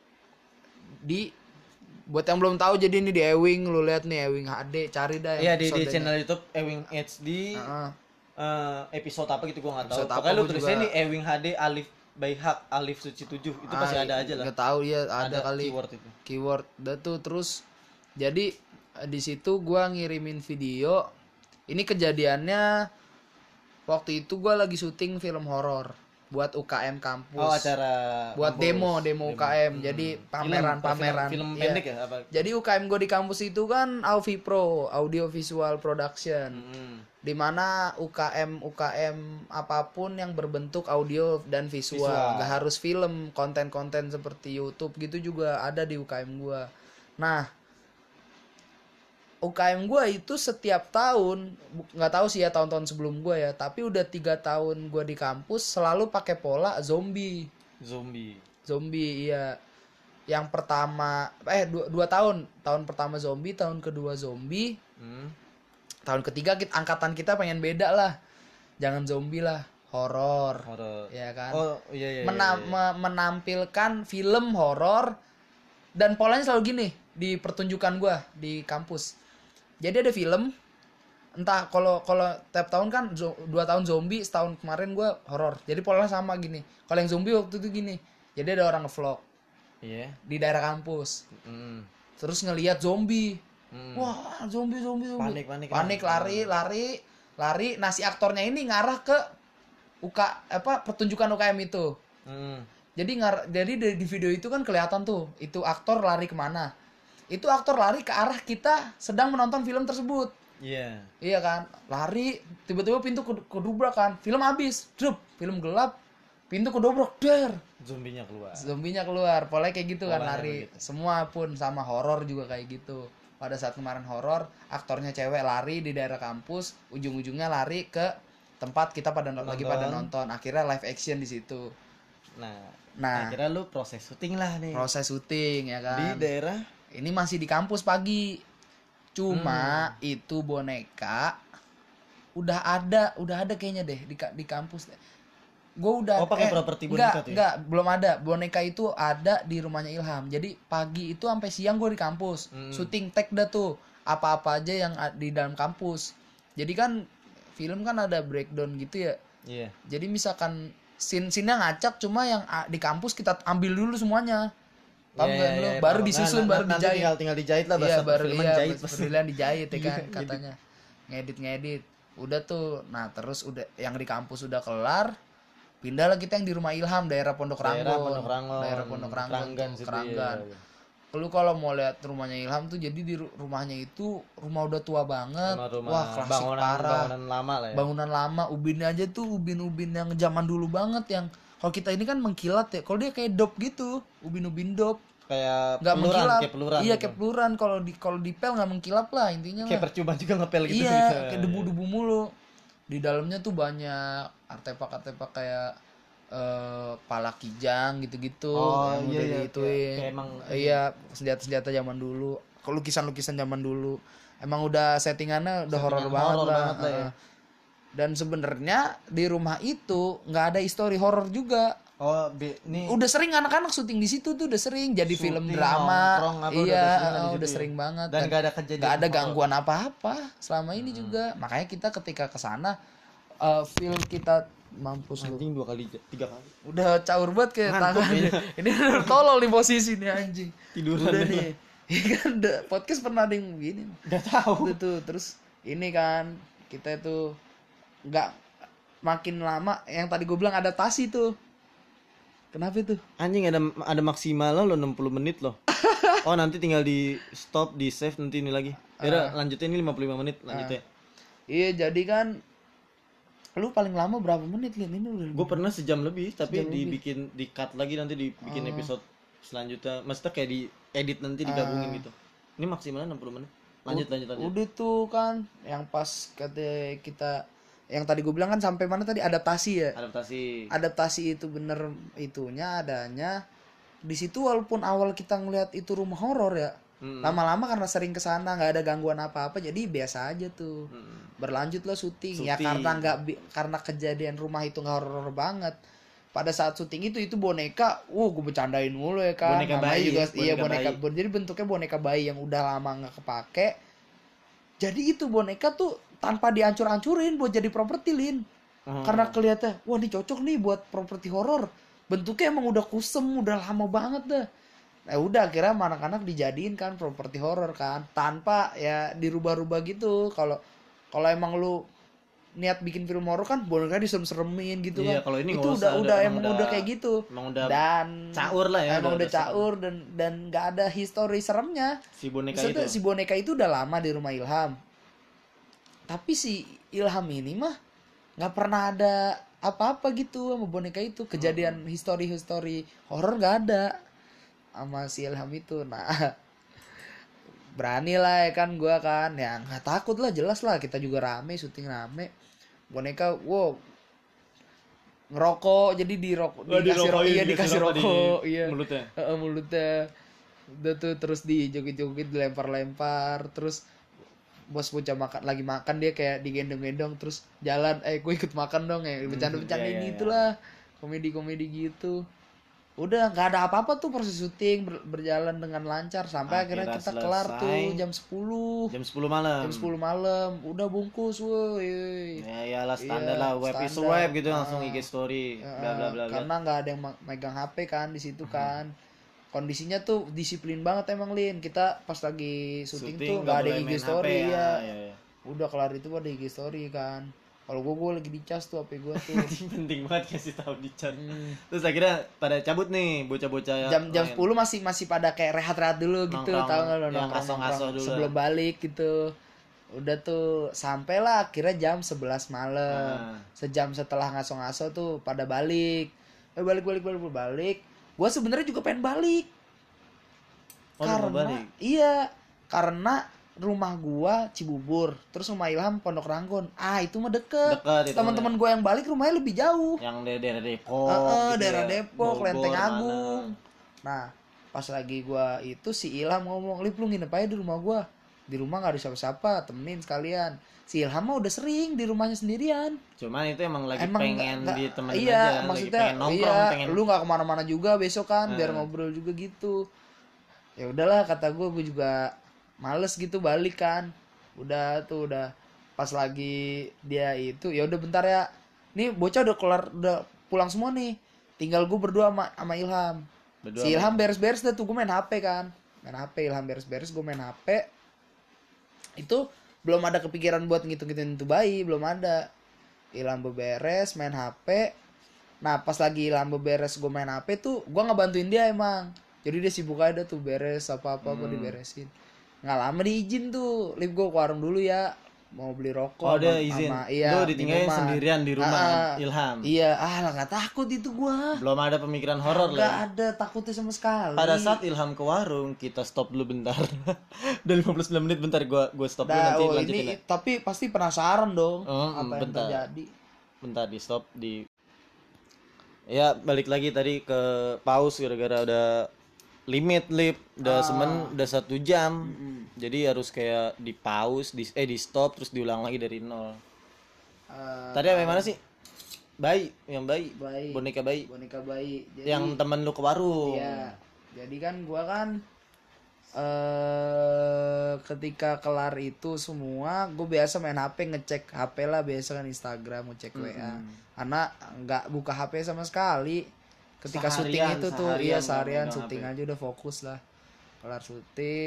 Speaker 1: di buat yang belum tahu, jadi ini di Ewing, lu lihat nih Ewing H D, cari dah
Speaker 2: nyali. Iya
Speaker 1: yang
Speaker 2: di, di
Speaker 1: episodenya.
Speaker 2: channel YouTube Ewing H D.
Speaker 1: Heeh.
Speaker 2: eh, episode apa gitu gua nggak tahu.
Speaker 1: Episode apa
Speaker 2: Pokoknya lu
Speaker 1: gua
Speaker 2: tulisnya
Speaker 1: juga-
Speaker 2: nih Ewing H D Alif Baihak Alif Suci tujuh itu pasti
Speaker 1: Ah,
Speaker 2: ada aja lah.
Speaker 1: nggak tahu ya, ada,
Speaker 2: Ada
Speaker 1: kali
Speaker 2: keyword itu.
Speaker 1: keyword dah tuh. Terus jadi eh, di situ gua ngirimin video. Ini kejadiannya waktu itu gua lagi syuting film horor buat U K M kampus.
Speaker 2: Oh, acara
Speaker 1: buat
Speaker 2: kampus.
Speaker 1: demo demo U K M. Jadi pameran
Speaker 2: Film-
Speaker 1: pameran
Speaker 2: film, film
Speaker 1: Iya.
Speaker 2: pendek ya apa?
Speaker 1: Jadi U K M gue di kampus itu kan Auvi Pro, Audio Visual Production.
Speaker 2: Hmm.
Speaker 1: Dimana U K M U K M apapun yang berbentuk audio dan visual,
Speaker 2: Visual.
Speaker 1: nggak harus film, konten-konten seperti YouTube gitu juga ada di U K M gua. Nah, U K M gua itu setiap tahun, bu- nggak tahu sih ya tahun-tahun sebelum gua ya, tapi udah tiga tahun gua di kampus selalu pakai pola zombie.
Speaker 2: Zombie.
Speaker 1: Zombie, iya. Yang pertama eh dua, dua tahun, tahun pertama zombie, tahun kedua zombie,
Speaker 2: Hmm.
Speaker 1: tahun ketiga kita, angkatan kita pengen beda lah, jangan zombie lah, horor,
Speaker 2: Horor.
Speaker 1: ya kan.
Speaker 2: Oh iya iya.
Speaker 1: Mena-
Speaker 2: iya, iya.
Speaker 1: me- menampilkan film horor, dan polanya selalu gini di pertunjukan gua di kampus. Jadi ada film, entah kalau kalau tiap tahun kan zo- dua tahun zombie, setahun kemarin gua horor. Jadi polanya sama gini. Kalau yang zombie waktu itu gini. Jadi ada orang ngevlog
Speaker 2: Iya.
Speaker 1: di daerah kampus,
Speaker 2: Hmm.
Speaker 1: terus ngelihat zombie.
Speaker 2: Hmm.
Speaker 1: Wah, zombie zombie zombie.
Speaker 2: Panik, panik,
Speaker 1: Panik,
Speaker 2: lah.
Speaker 1: lari, lari, lari. Nah, si aktornya ini ngarah ke U K apa pertunjukan U K M itu.
Speaker 2: Hmm.
Speaker 1: Jadi ngar jadi dari di video itu kan kelihatan tuh, itu aktor lari kemana. Itu aktor lari ke arah kita sedang menonton film tersebut.
Speaker 2: Iya.
Speaker 1: Iya kan? Lari, tiba-tiba pintu ke- kedobrak kan. Film habis, drup, film gelap, pintu kedobrak, der.
Speaker 2: Zombinya keluar.
Speaker 1: Zombinya keluar, polanya kayak gitu kan,
Speaker 2: Polanya
Speaker 1: lari.
Speaker 2: begitu.
Speaker 1: Semua pun sama, horor juga kayak gitu. Pada saat kemarin horor, aktornya cewek lari di daerah kampus, ujung-ujungnya lari ke tempat kita pada no- lagi pada nonton. Akhirnya live action di situ.
Speaker 2: Nah,
Speaker 1: Nah,
Speaker 2: akhirnya lu proses syuting lah nih.
Speaker 1: proses syuting ya kan.
Speaker 2: Di daerah
Speaker 1: Ini masih di kampus pagi. Cuma
Speaker 2: Hmm.
Speaker 1: itu boneka udah ada, udah ada kayaknya deh di ka- di kampus. Gue udah
Speaker 2: Oh, pakai properti boneka
Speaker 1: enggak,
Speaker 2: tuh ya?
Speaker 1: enggak, belum ada. Boneka itu ada di rumahnya Ilham. Jadi pagi itu sampai siang gue di kampus.
Speaker 2: Hmm.
Speaker 1: Syuting tag dah tuh. Apa-apa aja yang a- di dalam kampus. Jadi kan film kan ada breakdown gitu ya.
Speaker 2: Iya.
Speaker 1: Jadi misalkan scene-scene-nya ngacak, cuma yang a- di kampus kita ambil dulu semuanya. Paham
Speaker 2: Iya,
Speaker 1: nggak
Speaker 2: iya,
Speaker 1: lu?
Speaker 2: iya,
Speaker 1: Baru
Speaker 2: paham.
Speaker 1: disusun,
Speaker 2: Nah,
Speaker 1: baru
Speaker 2: nanti
Speaker 1: dijahit.
Speaker 2: tinggal tinggal dijahit lah
Speaker 1: Iya,
Speaker 2: bahasa
Speaker 1: baru
Speaker 2: perfilman
Speaker 1: iya,
Speaker 2: jahit.
Speaker 1: perfilman dijahit ya kan
Speaker 2: Iya,
Speaker 1: katanya. Ngedit-ngedit. Udah tuh. Nah, terus udah yang di kampus udah kelar. Pindahlah kita yang di rumah Ilham, daerah Pondok Ranggon.
Speaker 2: Daerah Pondok Ranggon.
Speaker 1: Daerah Pondok Ranggon.
Speaker 2: Keranggan
Speaker 1: tuh,
Speaker 2: situ,
Speaker 1: Keranggan.
Speaker 2: iya.
Speaker 1: Lu kalau mau lihat rumahnya Ilham tuh, jadi di ru- rumahnya itu rumah udah tua banget.
Speaker 2: Rumah-rumah
Speaker 1: Wah, klasik
Speaker 2: bangunan,
Speaker 1: parah.
Speaker 2: bangunan lama lah ya.
Speaker 1: Bangunan lama, ubinnya aja tuh ubin-ubin yang zaman dulu banget, yang kalau kita ini kan mengkilat ya. Kalau dia kayak dop gitu, ubin-ubin dop.
Speaker 2: Kayak
Speaker 1: Nggak
Speaker 2: peluran,
Speaker 1: mengkilap.
Speaker 2: kayak peluran.
Speaker 1: Iya,
Speaker 2: gitu.
Speaker 1: kayak peluran. Kalau di kalau dipel nggak mengkilap lah intinya.
Speaker 2: Kayak
Speaker 1: Lah.
Speaker 2: percuma juga ngepel gitu.
Speaker 1: Iya,
Speaker 2: gitu.
Speaker 1: kayak debu-debu mulu. Di dalamnya tuh banyak artefak-artefak kayak eh pala kijang gitu-gitu
Speaker 2: Oh,
Speaker 1: yang
Speaker 2: iya,
Speaker 1: udah
Speaker 2: iya,
Speaker 1: diituin.
Speaker 2: kayak- kayak emang-
Speaker 1: Iya, senjata-senjata zaman dulu. Lukisan-lukisan zaman dulu. Emang udah settingannya udah horor
Speaker 2: Settingan
Speaker 1: banget
Speaker 2: horor
Speaker 1: lah.
Speaker 2: banget lah ya.
Speaker 1: Heeh. Dan sebenarnya di rumah itu nggak ada histori horor juga.
Speaker 2: Oh, be, nih
Speaker 1: Udah sering anak-anak syuting di situ tuh, udah sering jadi film
Speaker 2: syuting,
Speaker 1: drama.
Speaker 2: nongkrong apa,
Speaker 1: Iya,
Speaker 2: udah sering lah di
Speaker 1: oh,
Speaker 2: situ
Speaker 1: udah
Speaker 2: ya.
Speaker 1: sering banget.
Speaker 2: Dan nggak ada kejadian
Speaker 1: nggak ada
Speaker 2: horor.
Speaker 1: gangguan apa-apa selama ini juga. Makanya kita ketika kesana uh, feel kita mampus lu.
Speaker 2: Anjing dua kali tiga kali.
Speaker 1: Udah caur banget kayak
Speaker 2: Ngantuk
Speaker 1: tangan.
Speaker 2: kayaknya.
Speaker 1: Ini udah tolol nih posisi nih anjing.
Speaker 2: Tiduran
Speaker 1: Udah
Speaker 2: deh.
Speaker 1: nih. Iya kan udah, podcast pernah ada yang begini.
Speaker 2: Udah tahu.
Speaker 1: Udah tuh terus ini kan kita itu nggak makin lama yang tadi gue bilang adaptasi tuh. Kenapa itu?
Speaker 2: Anjing ada ada maksimal lo enam puluh menit loh. Oh, nanti tinggal di stop, di save nanti ini lagi. Ya udah lanjutin ini lima puluh lima menit lanjut ya.
Speaker 1: Iya jadi kan lu paling lama berapa menit Lin? Ini udah
Speaker 2: Gue pernah sejam lebih tapi
Speaker 1: Sejam
Speaker 2: dibikin di cut lagi nanti dibikin episode selanjutnya. Maksudnya kayak di edit nanti digabungin gitu. Ini maksimalnya enam puluh menit. Lanjut lanjut lanjut.
Speaker 1: udah tuh kan yang pas kata kita yang tadi gue bilang kan sampai mana tadi adaptasi ya.
Speaker 2: Adaptasi.
Speaker 1: Adaptasi itu bener itunya adanya di situ walaupun awal kita ngelihat itu rumah horor ya.
Speaker 2: Hmm.
Speaker 1: Lama-lama karena sering kesana nggak ada gangguan apa-apa jadi biasa aja tuh.
Speaker 2: Hmm.
Speaker 1: Berlanjut lah syuting. Ya
Speaker 2: Syuting.
Speaker 1: karena nggak bi- karena kejadian rumah itu nggak horor banget. Pada saat syuting itu itu boneka, uh gue bercandain mulu ya kan.
Speaker 2: Boneka
Speaker 1: Namanya
Speaker 2: bayi,
Speaker 1: juga
Speaker 2: boneka
Speaker 1: iya boneka
Speaker 2: bayi.
Speaker 1: bon- jadi bentuknya boneka bayi yang udah lama nggak kepake. Jadi itu boneka tuh tanpa dihancur-hancurin buat jadi properti Lin.
Speaker 2: Hmm.
Speaker 1: Karena kelihatan, wah ini cocok nih buat properti horor. Bentuknya emang udah kusem, udah lama banget dah. Nah udah akhirnya sama anak-anak dijadiin kan properti horor kan, tanpa ya dirubah-rubah gitu. Kalau kalau emang lu niat bikin film horor kan boneka diserem-seremin gitu
Speaker 2: Iya,
Speaker 1: kan.
Speaker 2: kalau ini
Speaker 1: itu
Speaker 2: nggak
Speaker 1: udah
Speaker 2: usah,
Speaker 1: udah
Speaker 2: udah-
Speaker 1: emang
Speaker 2: emang
Speaker 1: udah
Speaker 2: udah-
Speaker 1: kayak gitu.
Speaker 2: emang udah
Speaker 1: Dan
Speaker 2: caur lah ya,
Speaker 1: Emang
Speaker 2: udah-
Speaker 1: udah,
Speaker 2: udah
Speaker 1: caur dan dan nggak ada histori seremnya.
Speaker 2: Si boneka
Speaker 1: Maksudnya
Speaker 2: itu.
Speaker 1: si boneka itu udah lama di rumah Ilham. Tapi si Ilham ini mah nggak pernah ada apa-apa gitu sama boneka itu. Kejadian histori-histori horor nggak ada sama si Ilham itu. Nah berani lah ya kan gua kan ya nggak takut lah, jelas lah kita juga rame syuting rame. Boneka wow ngerokok jadi dirokok
Speaker 2: Oh,
Speaker 1: dikasih rokok
Speaker 2: dirokokin,
Speaker 1: iya
Speaker 2: dikasih
Speaker 1: dikasih
Speaker 2: rokok di
Speaker 1: rokok iya
Speaker 2: mulutnya.
Speaker 1: Heeh, mulutnya udah tuh terus dijogit-jogit dilempar-lempar terus bos bocah makan lagi makan dia kayak digendong-gendong terus jalan eh gue ikut makan dong ya bercanda-bercanda
Speaker 2: iya, iya,
Speaker 1: ini
Speaker 2: iya.
Speaker 1: itulah komedi-komedi gitu. Udah nggak ada apa-apa tuh proses syuting ber- berjalan dengan lancar sampai akhirnya,
Speaker 2: Akhirnya
Speaker 1: kita kelar tuh
Speaker 2: selesai.
Speaker 1: jam sepuluh
Speaker 2: Jam sepuluh malam.
Speaker 1: jam sepuluh malam udah bungkus woi.
Speaker 2: Ya iyalah standar
Speaker 1: Iya,
Speaker 2: lah, web is
Speaker 1: standar.
Speaker 2: web gitu langsung
Speaker 1: Ah.
Speaker 2: I G story
Speaker 1: Ya,
Speaker 2: bla bla bla bla.
Speaker 1: karena nggak ada yang ma- megang H P kan di situ kan. Kondisinya tuh disiplin banget emang Lin. Kita pas lagi syuting, tuh nggak ada
Speaker 2: boleh
Speaker 1: I G
Speaker 2: main
Speaker 1: story
Speaker 2: H P,
Speaker 1: ya.
Speaker 2: ya, ya.
Speaker 1: Udah kelar itu ada I G story kan. Kalau gue gue lagi dicas tuh H P gue tuh.
Speaker 2: Penting banget kasih tahu di chat.
Speaker 1: Hmm.
Speaker 2: Terus akhirnya pada cabut nih bocah-bocah
Speaker 1: jam jam
Speaker 2: lain.
Speaker 1: sepuluh masih masih pada kayak rehat-rehat dulu gitu,
Speaker 2: Nongkrong,
Speaker 1: tahu nggak lo
Speaker 2: yang
Speaker 1: nongkrong
Speaker 2: ngaso-ngaso
Speaker 1: nongkrong
Speaker 2: dulu.
Speaker 1: sebelum balik gitu. Udah tuh sampailah akhirnya jam sebelas malam.
Speaker 2: Ah.
Speaker 1: Sejam setelah ngaso-ngaso tuh pada balik. Eh balik balik balik balik. Gue sebenarnya juga pengen balik.
Speaker 2: Oh, lu mau
Speaker 1: karena
Speaker 2: balik?
Speaker 1: iya, karena rumah gua Cibubur, terus rumah Ilham Pondok Ranggon. Ah, itu mah deket.
Speaker 2: Deket itu
Speaker 1: Teman-teman gua yang balik rumahnya lebih jauh.
Speaker 2: Yang dari daerah Depok.
Speaker 1: Heeh,
Speaker 2: gitu
Speaker 1: daerah
Speaker 2: ya.
Speaker 1: Depok,
Speaker 2: Bogor,
Speaker 1: Lenteng
Speaker 2: mana.
Speaker 1: Agung. Nah, pas lagi gua itu si Ilham ngomong, "Lip lu nginep aja di rumah gua." Di rumah nggak ada siapa-siapa, temenin sekalian. Si Ilham mah udah sering di rumahnya sendirian.
Speaker 2: Cuman itu emang lagi
Speaker 1: Emang
Speaker 2: pengen
Speaker 1: nggak-
Speaker 2: ditemenin
Speaker 1: iya,
Speaker 2: aja,
Speaker 1: maksudnya
Speaker 2: lagi pengen nongkrong,
Speaker 1: iya,
Speaker 2: pengen
Speaker 1: lu nggak kemana-mana juga besok kan, biar
Speaker 2: Hmm.
Speaker 1: ngobrol juga gitu. Ya udahlah kata gue, gue juga males gitu balik kan. Udah tuh udah pas lagi dia itu ya udah bentar ya. Nih bocah udah kelar udah pulang semua nih. Tinggal gue berdua sama sama Ilham.
Speaker 2: berdua
Speaker 1: Si
Speaker 2: sama-
Speaker 1: Ilham beres-beres dah tuh gue main H P kan. Main H P Ilham beres-beres gue main H P. Itu belum ada kepikiran buat ngitung-ngitung itu bayi, belum ada. Ilham beberes main H P. Nah pas lagi Ilham beberes gue main H P tuh gue ngebantuin dia emang. Jadi dia sibuk aja tuh beres apa-apa gue
Speaker 2: Hmm.
Speaker 1: diberesin. Nggak lama diizin tuh, Lip gue ke warung dulu ya. Mau beli rokok.
Speaker 2: Oh, dia
Speaker 1: sama-
Speaker 2: izin.
Speaker 1: sama- iya,
Speaker 2: Lu ditinggalin
Speaker 1: minuman.
Speaker 2: sendirian di rumah
Speaker 1: Ah,
Speaker 2: Ilham.
Speaker 1: Iya, ah lah nggak takut itu gue.
Speaker 2: Belum ada pemikiran horor
Speaker 1: Nggak
Speaker 2: lah. ya.
Speaker 1: ada takutnya sama sekali.
Speaker 2: Pada saat Ilham ke warung, kita stop dulu bentar. Udah lima puluh sembilan menit, bentar gua gua stop dulu
Speaker 1: Nah,
Speaker 2: nanti
Speaker 1: oh,
Speaker 2: lanjutin.
Speaker 1: ini
Speaker 2: ya.
Speaker 1: tapi pasti penasaran dong
Speaker 2: Oh,
Speaker 1: apa yang
Speaker 2: bentar.
Speaker 1: terjadi.
Speaker 2: Bentar di stop di. Ya, balik lagi tadi ke pause gara-gara udah limit lip udah
Speaker 1: Ah.
Speaker 2: semen udah satu jam. Jadi harus kayak di pause, di eh di stop terus diulang lagi dari nol.
Speaker 1: eh,
Speaker 2: Tadi apa yang mana sih? Bayi, yang bayi.
Speaker 1: bayi
Speaker 2: Boneka bayi.
Speaker 1: boneka bayi. Jadi,
Speaker 2: Yang temen lu ke warung.
Speaker 1: iya. Jadi kan gua kan eh ketika kelar itu semua, gue biasa main H P, ngecek H P lah, biasa kan Instagram, ngecek W A. Karena nggak buka H P sama sekali. Ketika
Speaker 2: Seharian,
Speaker 1: syuting itu tuh,
Speaker 2: seharian
Speaker 1: iya
Speaker 2: nggak
Speaker 1: seharian
Speaker 2: megang
Speaker 1: syuting
Speaker 2: H P.
Speaker 1: aja udah fokus lah. Kelar syuting,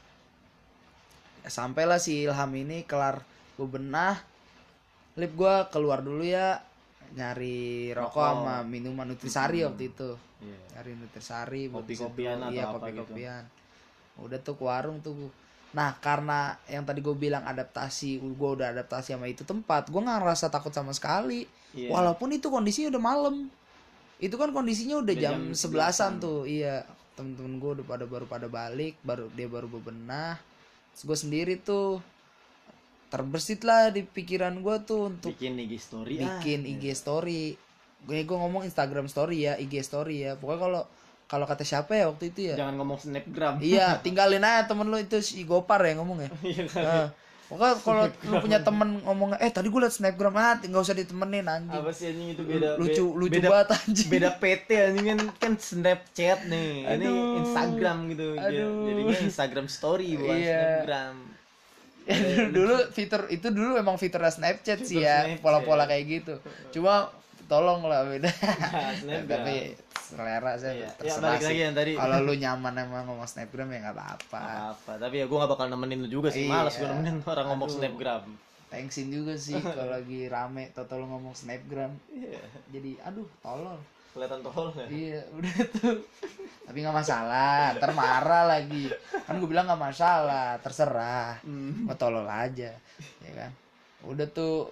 Speaker 1: sampailah si Ilham ini kelar bebenah. Lip gua keluar dulu ya, nyari rokok
Speaker 2: Rokok.
Speaker 1: sama minuman Nutrisari waktu itu.
Speaker 2: Iya.
Speaker 1: Nyari Nutrisari buat
Speaker 2: Kopi-kopian
Speaker 1: diseduh.
Speaker 2: atau
Speaker 1: Iya,
Speaker 2: apa
Speaker 1: kopi-kopian. Udah tuh ke warung tuh. Nah, karena yang tadi gue bilang adaptasi, gue udah adaptasi sama itu tempat, gue nggak ngerasa takut sama sekali.
Speaker 2: Iya.
Speaker 1: Walaupun itu kondisinya udah malam. Itu kan kondisinya udah
Speaker 2: Udah
Speaker 1: jam
Speaker 2: jam
Speaker 1: sebelasan tuh. Iya, temen-temen gue udah pada baru pada balik, baru dia baru bebenah. Terus gue sendiri tuh terbersit lah di pikiran gue tuh untuk
Speaker 2: bikin I G story ah.
Speaker 1: bikin I G story. Gue gue ngomong Instagram story ya, I G story ya. Pokoknya kalau kalau kata siapa ya waktu itu ya?
Speaker 2: Jangan ngomong snapgram.
Speaker 1: Iya, tinggalin aja temen lu itu si Gopar ya ngomong ya.
Speaker 2: Iya kan?
Speaker 1: Nah, pokoknya kalau lu punya temen ngomong, eh tadi gue liat snapgram, ah nggak usah ditemenin anjing.
Speaker 2: Apa sih anjing itu beda
Speaker 1: Lucu
Speaker 2: be-
Speaker 1: lucu
Speaker 2: beda,
Speaker 1: banget anjing.
Speaker 2: beda P T anjing kan kan Snapchat nih. Ini
Speaker 1: Aduh.
Speaker 2: Instagram gitu.
Speaker 1: Aduh.
Speaker 2: Jadinya Instagram story bukan
Speaker 1: Iya.
Speaker 2: Snapgram.
Speaker 1: Ya, dulu, dulu fitur itu dulu emang fiturnya Snapchat sih
Speaker 2: Fitur
Speaker 1: ya,
Speaker 2: Snapchat.
Speaker 1: pola-pola kayak gitu. Cuma tolong lah beda.
Speaker 2: Snapgram.
Speaker 1: Tapi selera saya
Speaker 2: Iya. Ya,
Speaker 1: terserah
Speaker 2: balik
Speaker 1: sih.
Speaker 2: lagi yang tadi.
Speaker 1: Kalau lu nyaman emang ngomong Snapgram ya nggak apa-apa.
Speaker 2: Apa? Tapi ya gue gak bakal nemenin lu juga sih. Males
Speaker 1: Iya.
Speaker 2: gue nemenin orang ngomong
Speaker 1: Aduh.
Speaker 2: Snapgram.
Speaker 1: Thanksin juga sih kalau lagi rame toto lu ngomong Snapgram.
Speaker 2: Iya.
Speaker 1: Jadi aduh tolol.
Speaker 2: Kelihatan tolol ya.
Speaker 1: Iya udah tuh. Tapi nggak masalah, ntar marah lagi. Kan gue bilang nggak masalah, terserah. Mau tolol aja, ya kan. Udah tuh.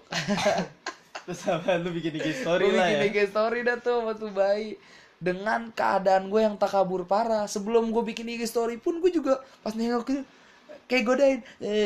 Speaker 2: Terus apa lu bikin I G story
Speaker 1: Gue
Speaker 2: lah
Speaker 1: bikin
Speaker 2: ya.
Speaker 1: I G story dah tuh sama tuh bayi. Dengan keadaan gue yang takabur parah. Sebelum gue bikin I G story pun gue juga pas nengok gitu kayak godain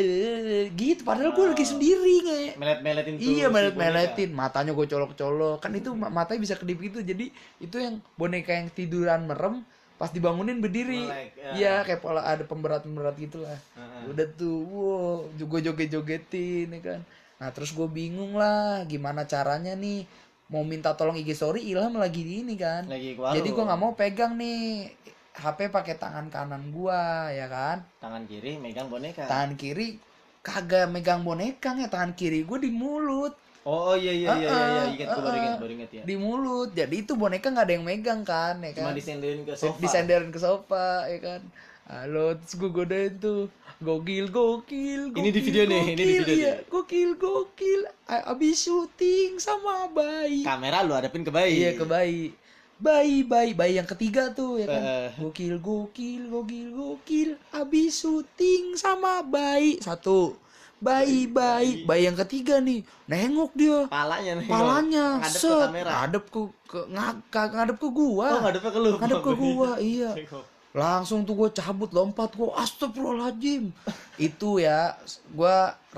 Speaker 1: eh, gitu. Padahal gue lagi sendiri nge.
Speaker 2: Melet-meletin tuh.
Speaker 1: Iya
Speaker 2: si
Speaker 1: melet-meletin, matanya gue colok-colok. Kan itu ma- matanya bisa kedip gitu. Jadi itu yang boneka yang tiduran merem, pas dibangunin berdiri.
Speaker 2: Melek, ya.
Speaker 1: Iya, kayak pola ada pemberat-pemberat gitu lah.
Speaker 2: Heeh.
Speaker 1: Udah tuh, wow, juga joget-jogetin ya kan. Nah, terus gue bingung lah gimana caranya nih mau minta tolong I G story, Ilham lagi di ini kan.
Speaker 2: Lagi ke warung.
Speaker 1: Jadi gue nggak mau pegang nih H P pakai tangan kanan gua ya kan.
Speaker 2: Tangan kiri megang boneka.
Speaker 1: Tangan kiri kagak megang boneka ya, tangan kiri gue di mulut.
Speaker 2: Oh, oh iya iya iya iya, iya. Ingat gue baru
Speaker 1: Uh-uh.
Speaker 2: ingat baru ingat ya.
Speaker 1: Di mulut. Jadi itu boneka nggak ada yang megang kan ya kan.
Speaker 2: Cuma disenderin ke sofa.
Speaker 1: Disenderin ke sofa ya kan. Halo, terus gue godain tuh. Gokil, gokil, gokil.
Speaker 2: Ini di video nih, ini di
Speaker 1: gokil,
Speaker 2: video
Speaker 1: iya.
Speaker 2: nih.
Speaker 1: Gokil, gokil. A- Abis syuting sama bayi.
Speaker 2: Kamera lu hadapin ke bayi.
Speaker 1: Iya, ke bayi. Bayi, bayi, bayi yang ketiga tuh ya kan.
Speaker 2: Eh.
Speaker 1: Gokil, gokil, gokil, gokil. Abis syuting sama bayi. Satu. Bayi, bayi, bayi yang ketiga nih. Nengok dia.
Speaker 2: Palanya nih.
Speaker 1: Palanya,
Speaker 2: Ngadep ke
Speaker 1: set,
Speaker 2: kamera.
Speaker 1: ngadep ke, ke ngadep, ngadep ke gua.
Speaker 2: Oh, ngadepnya ke lu.
Speaker 1: Ngadep ke gua, iya. Langsung tuh gue cabut, lompat gue, astagfirullahaladzim. Itu ya, gue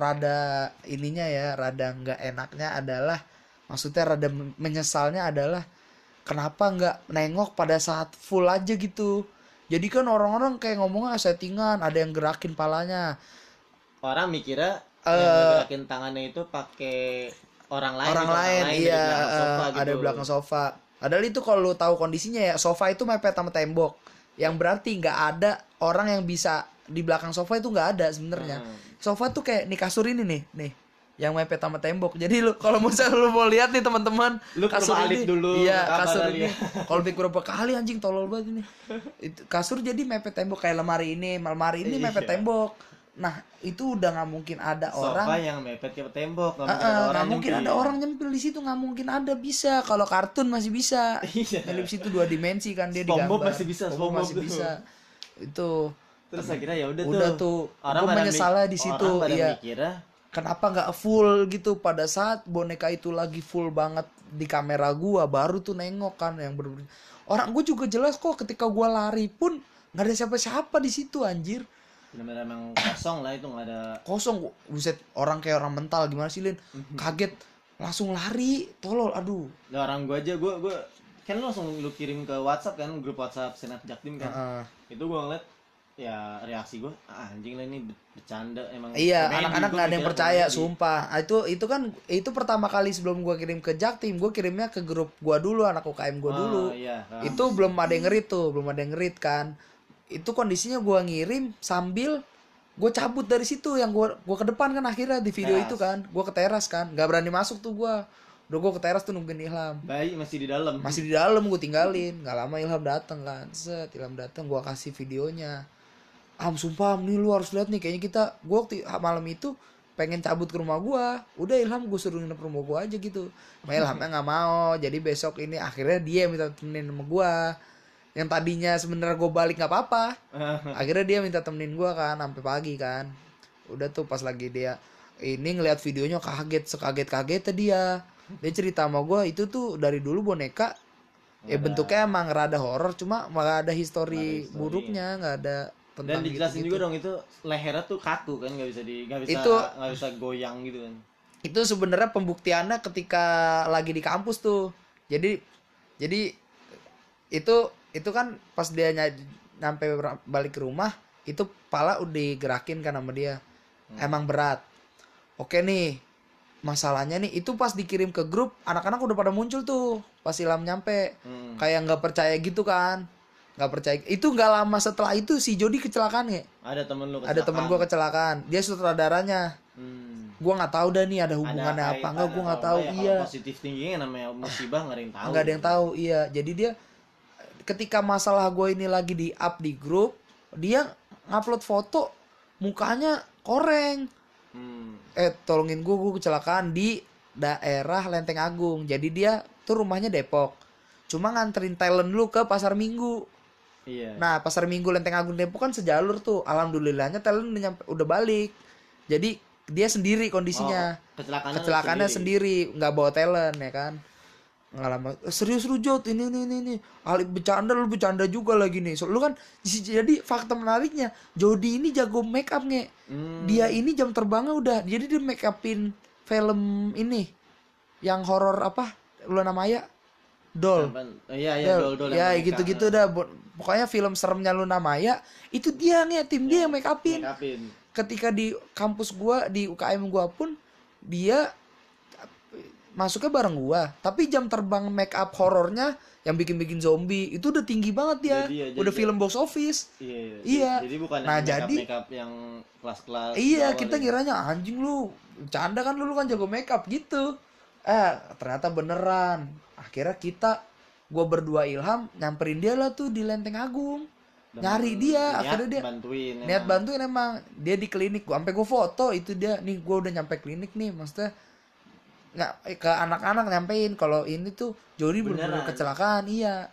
Speaker 1: rada ininya ya, rada nggak enaknya adalah, maksudnya rada menyesalnya adalah kenapa nggak nengok pada saat full aja gitu. Jadi kan orang-orang kayak ngomongnya settingan, ada yang gerakin palanya.
Speaker 2: Orang mikirnya
Speaker 1: Eh,
Speaker 2: yang ngegerakin tangannya itu pakai orang lain.
Speaker 1: Orang
Speaker 2: gitu,
Speaker 1: lain,
Speaker 2: di
Speaker 1: iya,
Speaker 2: belakang sofa
Speaker 1: eh,
Speaker 2: gitu.
Speaker 1: ada di belakang sofa. Padahal itu kalau lu tahu kondisinya ya, sofa itu mepet sama tembok. Yang berarti nggak ada orang yang bisa di belakang sofa itu nggak ada sebenarnya.
Speaker 2: Hmm.
Speaker 1: Sofa tuh kayak nih kasur ini nih, nih yang mepet sama tembok. Jadi lu kalau misalnya lu mau lihat nih teman-teman,
Speaker 2: Lu
Speaker 1: kasur
Speaker 2: perlu alif
Speaker 1: ini,
Speaker 2: dulu,
Speaker 1: iya
Speaker 2: kapan
Speaker 1: kasur
Speaker 2: kali
Speaker 1: ini.
Speaker 2: ya?
Speaker 1: Kalau bikin berapa kali anjing tolol banget ini. Itu kasur jadi mepet tembok kayak lemari ini, lemari ini mepet
Speaker 2: Iya.
Speaker 1: tembok. Nah itu udah nggak mungkin ada
Speaker 2: Sofa
Speaker 1: orang.
Speaker 2: yang mepet ke tembok, nggak
Speaker 1: Uh,
Speaker 2: mungkin ada orang
Speaker 1: nggak mungkin
Speaker 2: nyempil.
Speaker 1: ada orang nyempil di situ, nggak mungkin ada, bisa kalau kartun masih bisa.
Speaker 2: Iya.
Speaker 1: Nyelip situ dua dimensi kan dia
Speaker 2: SpongeBob
Speaker 1: digambar.
Speaker 2: masih bisa,
Speaker 1: SpongeBob
Speaker 2: SpongeBob
Speaker 1: masih
Speaker 2: tuh.
Speaker 1: bisa. Itu
Speaker 2: Terus akhirnya ya udah tuh.
Speaker 1: udah tuh.
Speaker 2: Orang
Speaker 1: Gue
Speaker 2: pada
Speaker 1: menyesalnya
Speaker 2: mi-
Speaker 1: di situ.
Speaker 2: Orang pada
Speaker 1: Iya.
Speaker 2: mikirnya
Speaker 1: Kenapa nggak full gitu pada saat boneka itu lagi full banget di kamera gua, baru tuh nengok kan yang ber orang gue juga jelas kok ketika gua lari pun nggak ada siapa-siapa di situ anjir.
Speaker 2: benar-benar emang kosong lah itu, nggak ada.
Speaker 1: Kosong, buset, orang kayak orang mental gimana sih Lin, kaget langsung lari, tolol, aduh.
Speaker 2: Nah, orang gua aja gua gua kan lu langsung lu kirim ke WhatsApp kan, grup WhatsApp Senat Jaktim kan.
Speaker 1: Heeh.
Speaker 2: Itu gua ngeliat ya reaksi gue ah, anjing lah ini bercanda emang.
Speaker 1: Iya,
Speaker 2: komedi.
Speaker 1: anak-anak
Speaker 2: Gua
Speaker 1: nggak ada yang
Speaker 2: mikirnya
Speaker 1: percaya,
Speaker 2: komedi.
Speaker 1: sumpah. Ah, Itu itu kan itu pertama kali sebelum gua kirim ke Jaktim, gua kirimnya ke grup gua dulu, anak U K M gua
Speaker 2: Oh,
Speaker 1: dulu.
Speaker 2: iya. Ah.
Speaker 1: Itu belum ada yang ngerit tuh, belum ada yang ngerit kan. Itu kondisinya gua ngirim sambil gua cabut dari situ yang gua gua ke depan kan akhirnya di video
Speaker 2: Teras.
Speaker 1: itu kan. Gua ke teras kan, nggak berani masuk tuh gua. Udah gua ke teras tuh nungguin Ilham.
Speaker 2: Bayi masih di dalam.
Speaker 1: Masih di dalam gue tinggalin. Nggak lama Ilham datang kan. Set, Ilham datang gua kasih videonya. Am sumpah Am, nih lu harus lihat nih kayaknya kita gua waktu malam itu pengen cabut ke rumah gua. Udah Ilham gue suruh nginep rumah gua aja gitu. Ma Ilhamnya nggak mau. Jadi besok ini akhirnya dia minta temenin sama gua. Yang tadinya sebenarnya gue balik nggak apa-apa. Akhirnya dia minta temenin gua kan sampai pagi kan. Udah tuh pas lagi dia ini ngeliat videonya kaget sekaget-kagetnya dia. Dia cerita sama gua itu tuh dari dulu boneka ya bentuknya emang rada horor cuma nggak ada histori
Speaker 2: history.
Speaker 1: buruknya, nggak ada tentang
Speaker 2: Dan dijelasin
Speaker 1: gitu-gitu.
Speaker 2: juga dong itu lehernya tuh kaku kan nggak bisa di nggak bisa
Speaker 1: Itu-
Speaker 2: nggak bisa goyang gitu kan.
Speaker 1: Itu sebenarnya pembuktiannya ketika lagi di kampus tuh. Jadi jadi itu itu kan pas dia ny- nyampe balik ke rumah itu pala udah digerakin kan sama dia. Emang berat. Oke nih. Masalahnya nih itu pas dikirim ke grup anak-anak udah pada muncul tuh pas Ilham nyampe.
Speaker 2: Hmm.
Speaker 1: Kayak nggak percaya gitu kan. Nggak percaya. Itu nggak lama setelah itu si Jody kecelakaan ya.
Speaker 2: Ada temen lu
Speaker 1: Ada temen gua kecelakaan. Dia sutradaranya.
Speaker 2: Hmm.
Speaker 1: Gua nggak tahu dah nih ada hubungannya
Speaker 2: Ada
Speaker 1: apa
Speaker 2: kait-
Speaker 1: enggak,
Speaker 2: ada
Speaker 1: gua nggak
Speaker 2: kalau
Speaker 1: tahu.
Speaker 2: enggak ya,
Speaker 1: Iya.
Speaker 2: kalau positif tingginya namanya musibah nggak ada yang tahu.
Speaker 1: Nggak ada yang tahu. Iya. Jadi dia ketika masalah gue ini lagi di up di grup, dia ngupload foto mukanya koreng.
Speaker 2: Hmm.
Speaker 1: Eh tolongin gue, gue kecelakaan di daerah Lenteng Agung. Jadi dia tuh rumahnya Depok. Cuma nganterin talent dulu ke Pasar Minggu.
Speaker 2: Iya.
Speaker 1: Nah Pasar Minggu Lenteng Agung Depok kan sejalur tuh. Alhamdulillahnya talent udah, nyampe, udah balik. Jadi dia sendiri kondisinya.
Speaker 2: Oh, kecelakaannya
Speaker 1: Kecelakaannya sendiri. Nggak bawa talent ya kan. Nggak lama. "Eh, serius lu Jot, ini ini ini ini. Alip bercanda lu bercanda juga lagi nih. So, lu kan jadi fakta menariknya Jody ini jago make up nge.
Speaker 2: Hmm.
Speaker 1: Dia ini jam terbangnya udah. Jadi dia make upin film ini yang horor apa? Luna Maya. Doll.
Speaker 2: Oh, iya iya
Speaker 1: Doll.
Speaker 2: dol dol.
Speaker 1: Ya gitu-gitu dah. Bo- Pokoknya film seremnya Luna Maya itu dia nge, tim dia yang make upin.
Speaker 2: Make upin.
Speaker 1: Ketika di kampus gua di U K M gua pun dia masuknya bareng gua, tapi jam terbang make up horornya yang bikin-bikin zombie itu udah tinggi banget dia.
Speaker 2: Jadi ya,
Speaker 1: Udah
Speaker 2: jadi-
Speaker 1: film box office.
Speaker 2: Iya, iya.
Speaker 1: Iya.
Speaker 2: Jadi bukan
Speaker 1: Nah,
Speaker 2: yang
Speaker 1: jadi-
Speaker 2: make up yang kelas-kelas.
Speaker 1: Iya,
Speaker 2: bawah
Speaker 1: kita
Speaker 2: ya.
Speaker 1: kiranya anjing lu, canda kan lu, lu kan jago make up gitu. Eh, ternyata beneran. Akhirnya kita gua berdua Ilham nyamperin dia lah tuh di Lenteng Agung.
Speaker 2: Dan
Speaker 1: Nyari dia,
Speaker 2: niat
Speaker 1: akhirnya dia
Speaker 2: bantuin.
Speaker 1: niat
Speaker 2: emang.
Speaker 1: bantuin emang. Dia di klinik, gua sampai gua foto itu dia. Nih gua udah nyampe klinik nih, maksudnya nggak ke anak-anak nyampein kalau ini tuh Jody bener-bener
Speaker 2: Beneran.
Speaker 1: kecelakaan. Iya,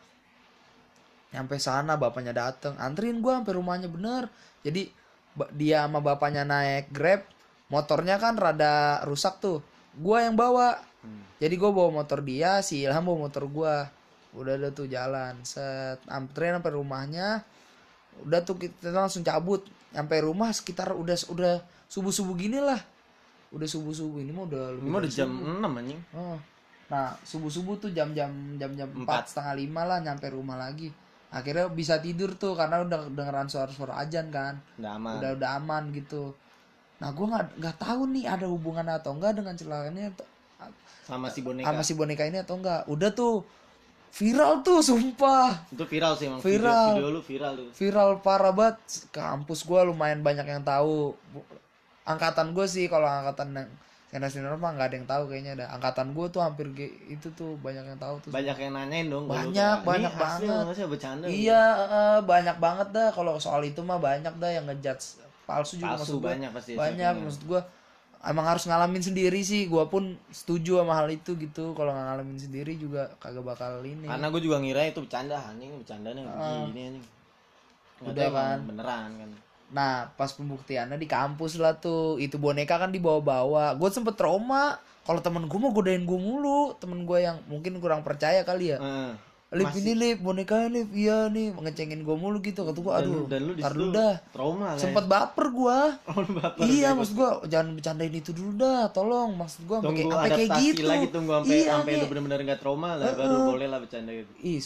Speaker 1: nyampe sana bapaknya dateng anterin gua sampai rumahnya bener. Jadi ba- dia sama bapaknya naik Grab, motornya kan rada rusak tuh, gua yang bawa.
Speaker 2: Hmm.
Speaker 1: Jadi gua bawa motor dia, si Ilham bawa motor gua. Udah ada tuh jalan set anterin sampai rumahnya. Udah tuh kita langsung cabut nyampe rumah sekitar udah udah subuh-subuh gini lah. Udah subuh-subuh ini mah udah lebih
Speaker 2: Ini mah
Speaker 1: dari
Speaker 2: udah jam
Speaker 1: subuh.
Speaker 2: enam anjing.
Speaker 1: Oh. Nah, subuh-subuh tuh jam-jam jam-jam
Speaker 2: Empat.
Speaker 1: empat setengah lima lah nyampe rumah lagi. Akhirnya bisa tidur tuh karena udah dengeran suara-suara ajan kan.
Speaker 2: Udah aman.
Speaker 1: Udah udah aman gitu. Nah, gua nggak nggak tahu nih ada hubungan atau enggak dengan celakanya atau
Speaker 2: Sama si boneka.
Speaker 1: sama si boneka ini atau enggak. Udah tuh viral tuh sumpah.
Speaker 2: Itu viral sih emang.
Speaker 1: Viral.
Speaker 2: Video, video lu viral tuh.
Speaker 1: Viral parah banget. Kampus gua lumayan banyak yang tahu. Bu- Angkatan gue sih kalau angkatan yang generasi normal nggak ada yang tahu kayaknya ada. Angkatan gue tuh hampir ge- itu tuh banyak yang tahu tuh.
Speaker 2: Banyak yang nanyain dong. kalau
Speaker 1: Banyak,
Speaker 2: kayak,
Speaker 1: banyak
Speaker 2: "Ini hasil
Speaker 1: banget."
Speaker 2: nggak sih bercanda?
Speaker 1: Iya, eh, banyak banget dah kalau soal itu mah banyak dah yang ngejudge palsu juga
Speaker 2: Palsu
Speaker 1: maksud gua.
Speaker 2: banyak pasti
Speaker 1: Banyak
Speaker 2: hasilnya.
Speaker 1: maksud gua emang harus ngalamin sendiri sih. Gua pun setuju sama hal itu gitu. Kalau nggak ngalamin sendiri juga kagak bakal ini.
Speaker 2: Karena gue juga ngira itu bercanda anjing, bercandanya
Speaker 1: Ah.
Speaker 2: begini anjing. Nggak
Speaker 1: Udah
Speaker 2: tahu emang
Speaker 1: kan.
Speaker 2: beneran kan.
Speaker 1: Nah, pas pembuktiannya di kampus lah tuh. Itu boneka kan dibawa-bawa. Gue sempet trauma. Kalau temen gue mau godain gue mulu. Temen gue yang mungkin kurang percaya kali ya.
Speaker 2: Eh,
Speaker 1: Lip
Speaker 2: masih-
Speaker 1: ini lip, boneka lip, iya nih. Ngecengin gue mulu gitu. Kata gue,
Speaker 2: dan
Speaker 1: aduh,
Speaker 2: lu- dan lu di
Speaker 1: tar
Speaker 2: situ
Speaker 1: dulu dah.
Speaker 2: trauma kan.
Speaker 1: Sempet baper gue.
Speaker 2: Oh, lu baper.
Speaker 1: Iya,
Speaker 2: Bego.
Speaker 1: maksud gue jangan bercandain itu dulu dah. Tolong, maksud gue sampai
Speaker 2: Tunggu
Speaker 1: kayak sampai kayak
Speaker 2: adaptasi
Speaker 1: gitu.
Speaker 2: lagi tunggu sampai
Speaker 1: Iya,
Speaker 2: sampai lu
Speaker 1: Nge.
Speaker 2: bener-bener gak trauma lah baru boleh lah bercanda gitu.
Speaker 1: Ih, su-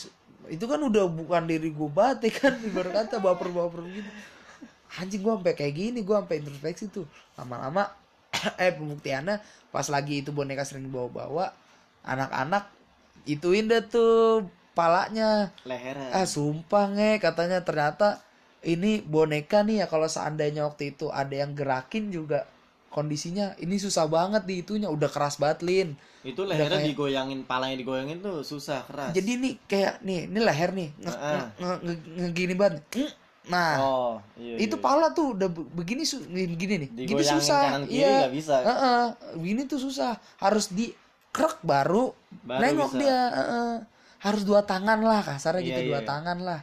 Speaker 1: itu kan udah bukan diri gue banget ya kan, ibarat kata baper-baper gitu. Anjing gue sampai kayak gini, gue sampai introspeksi tuh. Lama-lama eh pembuktiannya pas lagi itu boneka sering bawa-bawa, anak-anak ituin deh tuh palanya.
Speaker 3: Lehernya.
Speaker 1: Ah sumpah nge, katanya ternyata ini boneka nih ya kalau seandainya waktu itu ada yang gerakin juga kondisinya ini susah banget di itunya, udah keras banget Lin.
Speaker 3: Itu lehernya
Speaker 1: kayak-
Speaker 3: digoyangin, palanya digoyangin tuh susah, keras.
Speaker 1: Jadi nih kayak nih, ini leher nih nge,
Speaker 3: Heeh.
Speaker 1: nge, nge, nge- ngegini banget. Nah,
Speaker 3: Oh, iya,
Speaker 1: itu
Speaker 3: iya.
Speaker 1: pala tuh udah be- begini su- begini nih. Gini
Speaker 3: Digoyangin
Speaker 1: susah.
Speaker 3: kanan kiri
Speaker 1: Iya.
Speaker 3: nggak bisa.
Speaker 1: Heeh. Begini tuh susah. Harus dikrek baru,
Speaker 3: Baru
Speaker 1: nengok
Speaker 3: bisa.
Speaker 1: dia. Heeh. Harus dua tangan lah kasarnya
Speaker 3: Iya,
Speaker 1: gitu, dua
Speaker 3: iya.
Speaker 1: tangan lah.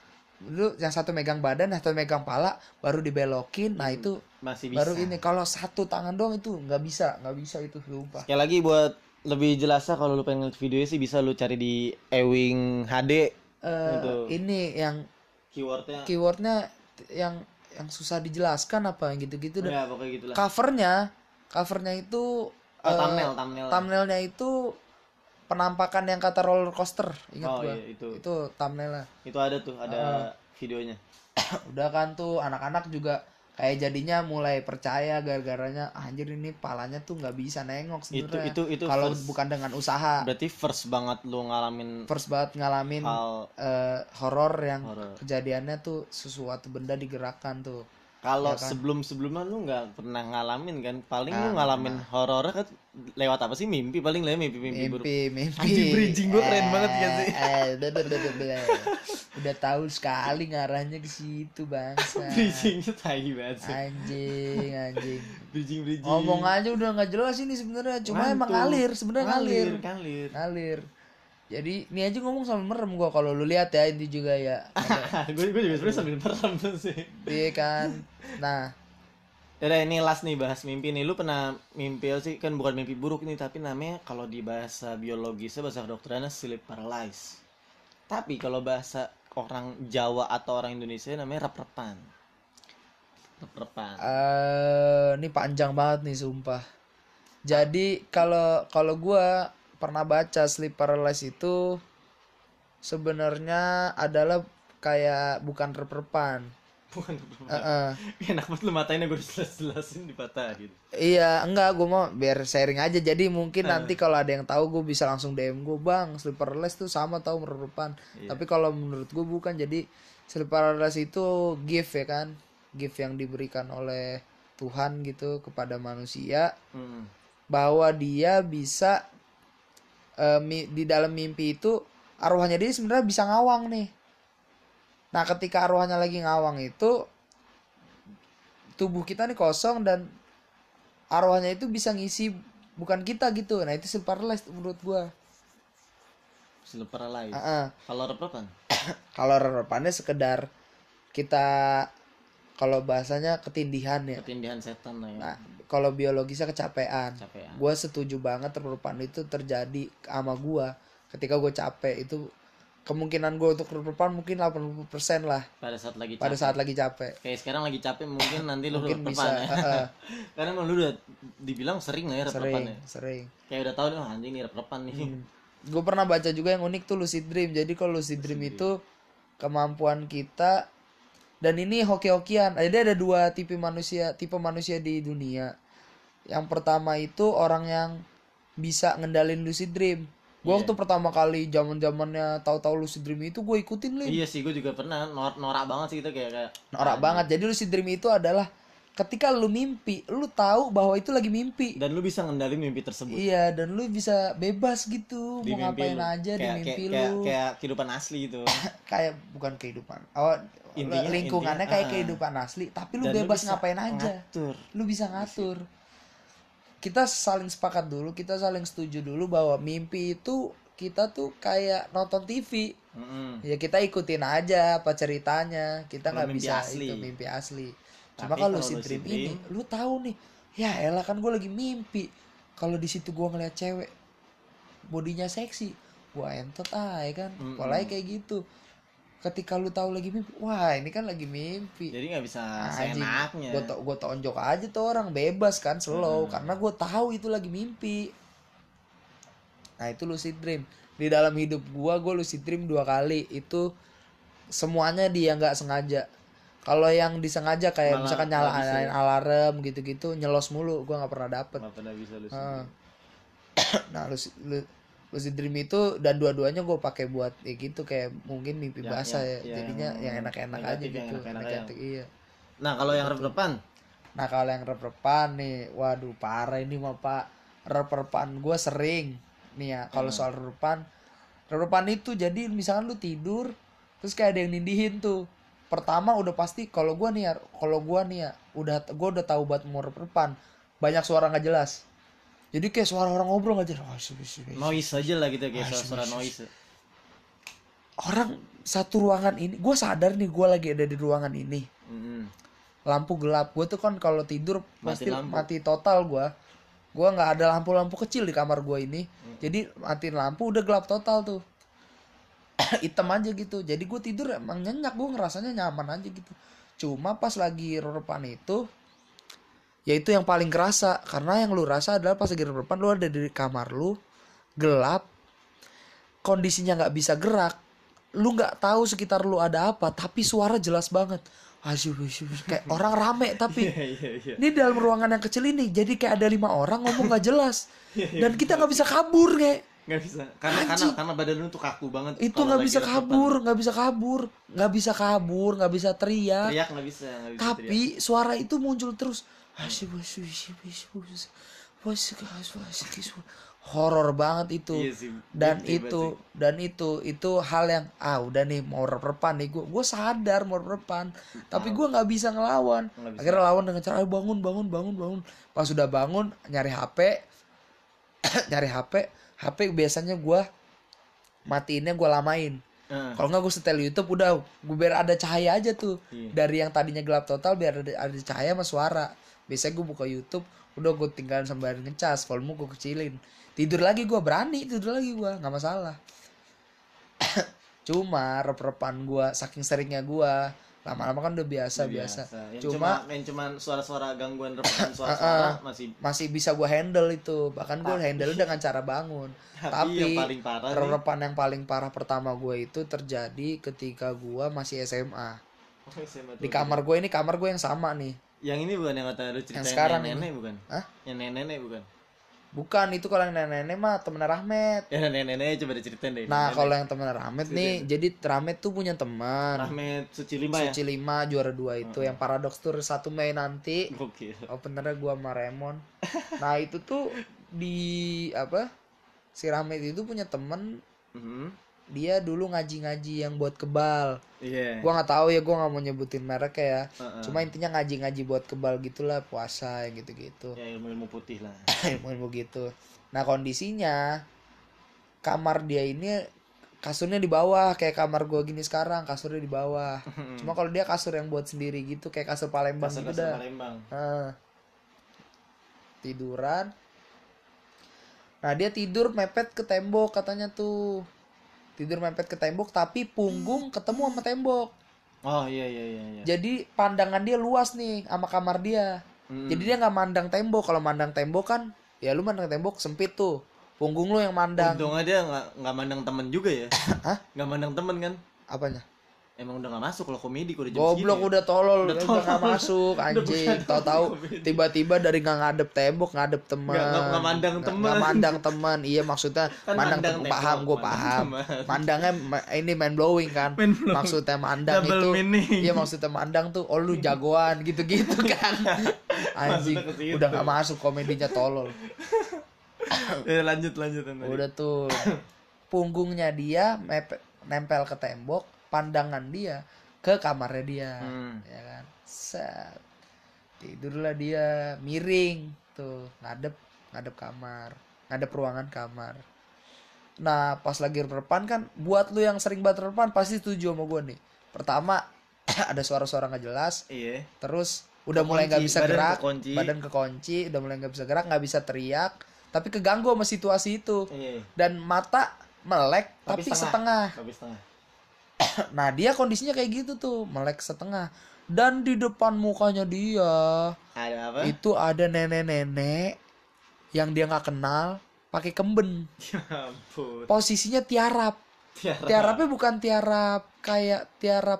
Speaker 1: Lu yang satu megang badan, yang satu megang pala, baru dibelokin. Nah, itu
Speaker 3: Masih bisa.
Speaker 1: baru ini. Kalau satu tangan doang itu nggak bisa, nggak bisa itu sumpah.
Speaker 3: Sekali lagi buat lebih jelasnya kalau lu pengen ngeliat videonya sih bisa lu cari di Ewing H D.
Speaker 1: Eh,
Speaker 3: Gitu.
Speaker 1: ini yang
Speaker 3: Keywordnya.
Speaker 1: keywordnya yang yang susah dijelaskan apa yang gitu-gitu dah.
Speaker 3: Ya pokoknya gitulah.
Speaker 1: Covernya, covernya itu
Speaker 3: Oh,
Speaker 1: eh,
Speaker 3: thumbnail, thumbnail.
Speaker 1: thumbnailnya itu penampakan yang kata roller coaster, ingat
Speaker 3: Oh,
Speaker 1: gua.
Speaker 3: iya, itu.
Speaker 1: Itu thumbnailnya.
Speaker 3: Itu ada tuh, ada videonya.
Speaker 1: Udah kan tuh anak-anak juga kayak jadinya mulai percaya gara-garanya anjir ini palanya tuh nggak bisa nengok sebenarnya.
Speaker 3: Itu- itu- itu
Speaker 1: kalau
Speaker 3: first-
Speaker 1: bukan dengan usaha.
Speaker 3: Berarti first banget lu ngalamin
Speaker 1: First banget ngalamin
Speaker 3: hal.
Speaker 1: eh, horor yang
Speaker 3: Horor.
Speaker 1: kejadiannya tuh sesuatu benda digerakkan tuh.
Speaker 3: Kalau
Speaker 1: Ya kan?
Speaker 3: sebelum-sebelumnya lu nggak pernah ngalamin kan? Paling lu
Speaker 1: Nggak
Speaker 3: ngalamin horor kan lewat apa sih? Mimpi paling lewat mimpi-mimpi buruk.
Speaker 1: Mimpi, mimpi.
Speaker 3: Anjing, bridging gua keren banget gak sih?
Speaker 1: Eh, eh, udah, udah, udah, udah. Udah tahu sekali ngarahnya ke situ bangsa.
Speaker 3: Bridgingnya tai banget sih.
Speaker 1: Anjing, anjing.
Speaker 3: Bridging bridging.
Speaker 1: Ngomong aja udah nggak jelas ini sebenarnya. Cuma emang ngalir, sebenarnya ngalir.
Speaker 3: Ngalir.
Speaker 1: Ngalir. Jadi ini aja ngomong sambil merem gua kalau lu lihat ya ini juga ya.
Speaker 3: Gue gue juga sebenarnya sambil merem tuh sih.
Speaker 1: Iya kan. Nah,
Speaker 3: Udah ini last nih bahas mimpi nih. Lu pernah mimpi sih kan bukan mimpi buruk nih tapi namanya kalau di bahasa biologisnya bahasa kedokterannya sleep paralysis. Tapi kalau bahasa orang Jawa atau orang Indonesia namanya rep-repan. Rep-repan.
Speaker 1: eh ini panjang banget nih sumpah. Jadi kalau kalau gua pernah baca sleep paralysis itu sebenarnya adalah kayak bukan rep-repan.
Speaker 3: Bukan rep-repan.
Speaker 1: Heeh.
Speaker 3: Enak banget lu matainnya gue jelas-jelasin dipatahin.
Speaker 1: Iya, enggak, gue mau biar sharing aja. Jadi mungkin nanti kalau ada yang tahu gue bisa langsung D M gue, "Bang, sleep paralysis tuh sama tahu merupakan."
Speaker 3: Iya.
Speaker 1: Tapi kalau menurut gue bukan. Jadi sleep paralysis itu gift ya kan? Gift yang diberikan oleh Tuhan gitu kepada manusia
Speaker 3: Hmm.
Speaker 1: bahwa dia bisa eh, mi- di dalam mimpi itu arwahnya dia sebenarnya bisa ngawang nih. Nah, ketika arwahnya lagi ngawang itu tubuh kita nih kosong dan arwahnya itu bisa ngisi bukan kita gitu. Nah, itu sleep paralysis menurut gua.
Speaker 3: Sleep paralysis.
Speaker 1: Heeh.
Speaker 3: Kalau rep-repan?
Speaker 1: Kalau rep-repannya sekedar kita kalau bahasanya ketindihan ya.
Speaker 3: Ketindihan setan lah ya.
Speaker 1: Nah, kalau biologisnya kecapean.
Speaker 3: Capean.
Speaker 1: Gua setuju banget rep-repan itu terjadi sama gua. Ketika gue capek itu kemungkinan gue untuk rep-repan mungkin delapan puluh persen lah
Speaker 3: Pada saat lagi
Speaker 1: pada
Speaker 3: capek.
Speaker 1: saat lagi capek.
Speaker 3: Kayak sekarang lagi capek mungkin nanti lu
Speaker 1: Mungkin
Speaker 3: rep-repan
Speaker 1: bisa,
Speaker 3: ya.
Speaker 1: heeh.
Speaker 3: Karena emang lu udah dibilang sering lah ya rep-repan
Speaker 1: Sering,
Speaker 3: ya.
Speaker 1: sering.
Speaker 3: Kayak udah tahu nih oh, anjing nih rep-repan nih.
Speaker 1: Gue pernah baca juga yang unik tuh lucid dream. Jadi kalau lucid dream itu kemampuan kita dan ini hoki-hokian. Jadi ada dua tipe manusia, tipe manusia di dunia. Yang pertama itu orang yang bisa ngendalin lucid dream. Gue
Speaker 3: Iya.
Speaker 1: waktu pertama kali zaman-zamannya tahu-tahu lucid dream itu gue ikutin Lin.
Speaker 3: Iya sih gue juga pernah nor- norak banget sih gitu kayak kayak
Speaker 1: Norak banget. Jadi lucid dream itu adalah ketika lu mimpi, lu tahu bahwa itu lagi mimpi.
Speaker 3: dan lu bisa ngendalin mimpi tersebut.
Speaker 1: Iya, dan lu bisa bebas gitu
Speaker 3: Di
Speaker 1: mau
Speaker 3: mimpi
Speaker 1: ngapain
Speaker 3: lu.
Speaker 1: aja di
Speaker 3: Kayak-
Speaker 1: mimpi
Speaker 3: kayak,
Speaker 1: lu.
Speaker 3: Kayak, kayak kehidupan asli gitu.
Speaker 1: Kayak bukan kehidupan. Oh,
Speaker 3: Intinya-
Speaker 1: lingkungannya
Speaker 3: intinya,
Speaker 1: kayak
Speaker 3: ah.
Speaker 1: kehidupan asli, tapi lu
Speaker 3: Dan lu
Speaker 1: bebas
Speaker 3: bisa
Speaker 1: ngapain aja.
Speaker 3: ngatur.
Speaker 1: Lu bisa ngatur. Kita saling sepakat dulu, kita saling setuju dulu bahwa mimpi itu kita tuh kayak nonton T V.
Speaker 3: Mm-mm.
Speaker 1: Ya kita ikutin aja apa ceritanya. Kita
Speaker 3: Kalau
Speaker 1: nggak
Speaker 3: mimpi
Speaker 1: bisa
Speaker 3: asli.
Speaker 1: itu mimpi asli. Cuma
Speaker 3: Tapi
Speaker 1: kalau
Speaker 3: kalau
Speaker 1: lucid
Speaker 3: lucid
Speaker 1: dream ini,
Speaker 3: dream-
Speaker 1: lu tahu nih, ya elah kan gue lagi mimpi. Kalau di situ gue ngeliat cewek, bodinya seksi, gue entot ah ya kan.
Speaker 3: Mm-mm.
Speaker 1: Polanya kayak gitu. Ketika lu tahu lagi mimpi, wah ini kan lagi mimpi.
Speaker 3: Jadi nggak bisa
Speaker 1: Anjing,
Speaker 3: seenaknya.
Speaker 1: gue to gue tonjok aja tuh orang bebas kan slow, karena gue tahu itu lagi mimpi. Nah itu lucid dream. Di dalam hidup gua gua lucid dream dua kali. Itu semuanya dia nggak sengaja. Kalau yang disengaja kayak
Speaker 3: Malah
Speaker 1: misalkan
Speaker 3: nggak bisa
Speaker 1: nyalain
Speaker 3: ya?
Speaker 1: alarm gitu-gitu nyelos mulu, gua nggak pernah dapet.
Speaker 3: Nggak pernah bisa lu
Speaker 1: Heeh. Nah lucid, lu- lucid dream itu dan dua-duanya gue pakai buat ya gitu kayak mungkin mimpi
Speaker 3: Yang-
Speaker 1: basah
Speaker 3: yang-
Speaker 1: ya,
Speaker 3: yang
Speaker 1: jadinya yang enak-enak aja
Speaker 3: negatif,
Speaker 1: gitu.
Speaker 3: yang enak-enak ya.
Speaker 1: Negatif, iya.
Speaker 3: Nah kalau yang rep-repan
Speaker 1: Nah kalau yang rep-repan nih, waduh parah ini mah pak. Rep-repan gue sering nih ya. Kalau
Speaker 3: Hmm.
Speaker 1: soal rep-repan, rep-repan itu jadi misalkan lu tidur, terus kayak ada yang nindihin tuh. Pertama udah pasti kalau gue nih ya, kalau gue nih ya, udah gue udah tahu buat mau rep-repan, banyak suara nggak jelas. Jadi kayak suara orang ngobrol nggak jelas. Oh, sih, sih, sih.
Speaker 3: noise aja lah gitu kayak
Speaker 1: Ah,
Speaker 3: suara
Speaker 1: sih,
Speaker 3: noise.
Speaker 1: Orang satu ruangan ini, gue sadar nih gue lagi ada di ruangan ini.
Speaker 3: Mm-mm.
Speaker 1: Lampu gelap, gue tuh kan kalau tidur
Speaker 3: Mati
Speaker 1: pasti
Speaker 3: lampu.
Speaker 1: mati total gue. Gue nggak ada lampu-lampu kecil di kamar gue ini, jadi matiin lampu udah gelap total tuh. Hitam aja gitu, jadi gue tidur emang nyenyak, gue ngerasanya nyaman aja gitu. Cuma pas lagi repan itu, ya itu yang paling kerasa, karena yang lu rasa adalah pas lagi repan lu ada di kamar lu gelap, kondisinya nggak bisa gerak, lu nggak tahu sekitar lu ada apa, tapi suara jelas banget. Asyik, asyik, asyik. Kayak orang rame tapi
Speaker 3: Iya iya iya.
Speaker 1: ini dalam ruangan yang kecil ini, jadi kayak ada lima orang ngomong nggak jelas, dan kita nggak bisa kabur kayak.
Speaker 3: Nggak bisa karena karena
Speaker 1: Anjing.
Speaker 3: karena badan lu tuh kaku banget.
Speaker 1: Itu
Speaker 3: kalau
Speaker 1: nggak
Speaker 3: lagi
Speaker 1: bisa
Speaker 3: rep-repan.
Speaker 1: kabur, nggak bisa kabur, nggak bisa kabur, nggak bisa teriak.
Speaker 3: Teriak nggak bisa nggak bisa
Speaker 1: Tapi suara itu muncul terus. Asyik, asyik, asyik, asyik, asyik. Asyik, asyik, asyik, asyik. Horor banget itu.
Speaker 3: Iya sih,
Speaker 1: Dan
Speaker 3: bete
Speaker 1: itu
Speaker 3: banget
Speaker 1: dan itu itu hal yang ah udah nih mau rep-repan nih, gue gue sadar mau rep-repan, tapi gue nggak bisa ngelawan.
Speaker 3: Nggak bisa.
Speaker 1: Akhirnya lawan dengan cara "Ayo bangun bangun bangun bangun." Pas sudah bangun nyari H P, nyari H P, H P biasanya gue matiinnya gue lamain.
Speaker 3: Heeh.
Speaker 1: Kalau nggak gue setel YouTube udah, gue biar ada cahaya aja tuh.
Speaker 3: Iya.
Speaker 1: Dari yang tadinya gelap total biar ada, ada cahaya sama suara. Biasanya gue buka YouTube, udah gue tinggalin sambil ngecas, volume gue kecilin. Tidur lagi gue berani, tidur lagi gue, nggak masalah. Cuma rep-repan gue, saking seringnya gue, lama-lama kan udah biasa biasa.
Speaker 3: Yang
Speaker 1: Cuma
Speaker 3: cuma yang cuma suara-suara gangguan repan suara-suara masih
Speaker 1: masih bisa gue handle itu, bahkan gue handle dengan cara bangun.
Speaker 3: Tapi yang
Speaker 1: Tapi
Speaker 3: paling parah nih-
Speaker 1: rep-repan yang paling parah pertama gue itu terjadi ketika gue masih S M A.
Speaker 3: Oh, S M A
Speaker 1: Di
Speaker 3: tuh.
Speaker 1: kamar gue ini kamar gue yang sama nih.
Speaker 3: Yang ini bukan yang kata lu ceritain
Speaker 1: Yang sekarang
Speaker 3: nenek
Speaker 1: ini.
Speaker 3: bukan?
Speaker 1: Hah?
Speaker 3: Yang nenek bukan?
Speaker 1: Bukan, itu kalau yang nenek-nenek mah temen Rahmat.
Speaker 3: Ya nenek coba diceritain deh.
Speaker 1: Nah,
Speaker 3: Nenek.
Speaker 1: kalau yang temen Rahmat nih, jadi Rahmat tuh punya teman.
Speaker 3: Rahmat Suci Lima ya.
Speaker 1: Suci lima juara dua itu yang Paradox Tour satu Mei nanti.
Speaker 3: Oke.
Speaker 1: Openernya gua sama Raymond. Nah, itu tuh di apa? Si Rahmat itu punya temen,
Speaker 3: Mhm.
Speaker 1: dia dulu ngaji-ngaji yang buat kebal.
Speaker 3: Iya.
Speaker 1: Gua nggak tahu ya, gua nggak mau nyebutin merek ya.
Speaker 3: Heeh.
Speaker 1: Cuma intinya ngaji-ngaji buat kebal gitulah, puasa yang gitu-gitu.
Speaker 3: Ya ilmu-ilmu putih lah.
Speaker 1: Ilmu-ilmu gitu. Nah kondisinya kamar dia ini kasurnya di bawah kayak kamar gue gini sekarang, kasurnya di bawah. Cuma kalau dia kasur yang buat sendiri gitu kayak kasur Palembang gitu
Speaker 3: Kasar-kasar
Speaker 1: dah.
Speaker 3: Palembang.
Speaker 1: Nah, tiduran. Nah dia tidur mepet ke tembok katanya tuh. Tidur mepet ke tembok tapi punggung ketemu sama tembok.
Speaker 3: Oh iya iya iya iya.
Speaker 1: Jadi pandangan dia luas nih sama kamar dia.
Speaker 3: Hmm.
Speaker 1: Jadi dia nggak mandang tembok. Kalau mandang tembok kan, ya lu mandang tembok sempit tuh. Punggung lu yang mandang.
Speaker 3: Untung aja nggak nggak mandang temen juga ya.
Speaker 1: Hah?
Speaker 3: Nggak mandang temen kan?
Speaker 1: Apanya?
Speaker 3: Emang udah nggak masuk kalau komedi kalau jam
Speaker 1: Goblok
Speaker 3: segini.
Speaker 1: udah tolol,
Speaker 3: Udah
Speaker 1: udah
Speaker 3: tolol.
Speaker 1: nggak masuk anjing.
Speaker 3: bukan
Speaker 1: Tahu-tahu
Speaker 3: komedi.
Speaker 1: tiba-tiba dari nggak ngadep tembok ngadep teman.
Speaker 3: Nggak- nggak- nggak mandang
Speaker 1: Nggak-
Speaker 3: teman.
Speaker 1: nggak mandang teman. Iya maksudnya
Speaker 3: Kan
Speaker 1: mandang,
Speaker 3: mandang
Speaker 1: teman.
Speaker 3: tembok,
Speaker 1: Paham, gue
Speaker 3: mandang
Speaker 1: paham.
Speaker 3: teman.
Speaker 1: Mandangnya ma- ini mind blowing kan.
Speaker 3: Mind blowing.
Speaker 1: Maksudnya mandang
Speaker 3: Double
Speaker 1: itu.
Speaker 3: meaning.
Speaker 1: Iya maksudnya mandang tuh, oh lu jagoan gitu-gitu kan. Anjing,
Speaker 3: Maksudnya ke situ.
Speaker 1: udah nggak masuk komedinya tolol.
Speaker 3: Eh, lanjut lanjut Andre.
Speaker 1: Udah tuh punggungnya dia mepet, nempel ke tembok, pandangan dia ke kamarnya dia,
Speaker 3: Hmm.
Speaker 1: ya kan. Set. Tidurlah dia miring tuh, ngadep ngadep kamar, ngadep ruangan kamar. Nah, pas lagi repan kan, buat lu yang sering banget repan pasti setuju sama gue nih. Pertama, ada suara-suara nggak jelas,
Speaker 3: Iya.
Speaker 1: terus udah mulai nggak
Speaker 3: Kekunci,
Speaker 1: bisa
Speaker 3: badan
Speaker 1: gerak,
Speaker 3: kekunci.
Speaker 1: badan kekunci, udah mulai nggak bisa gerak, nggak bisa teriak, tapi keganggu sama situasi itu.
Speaker 3: Iya.
Speaker 1: Dan mata melek tapi, setengah.
Speaker 3: Tapi setengah.
Speaker 1: Nah dia kondisinya kayak gitu tuh, melek setengah. Dan di depan mukanya dia
Speaker 3: Ada apa?
Speaker 1: itu ada nenek-nenek yang dia nggak kenal, pakai kemben.
Speaker 3: Ya ampun.
Speaker 1: Posisinya tiarap.
Speaker 3: Tiarap.
Speaker 1: Tiarapnya bukan tiarap kayak tiarap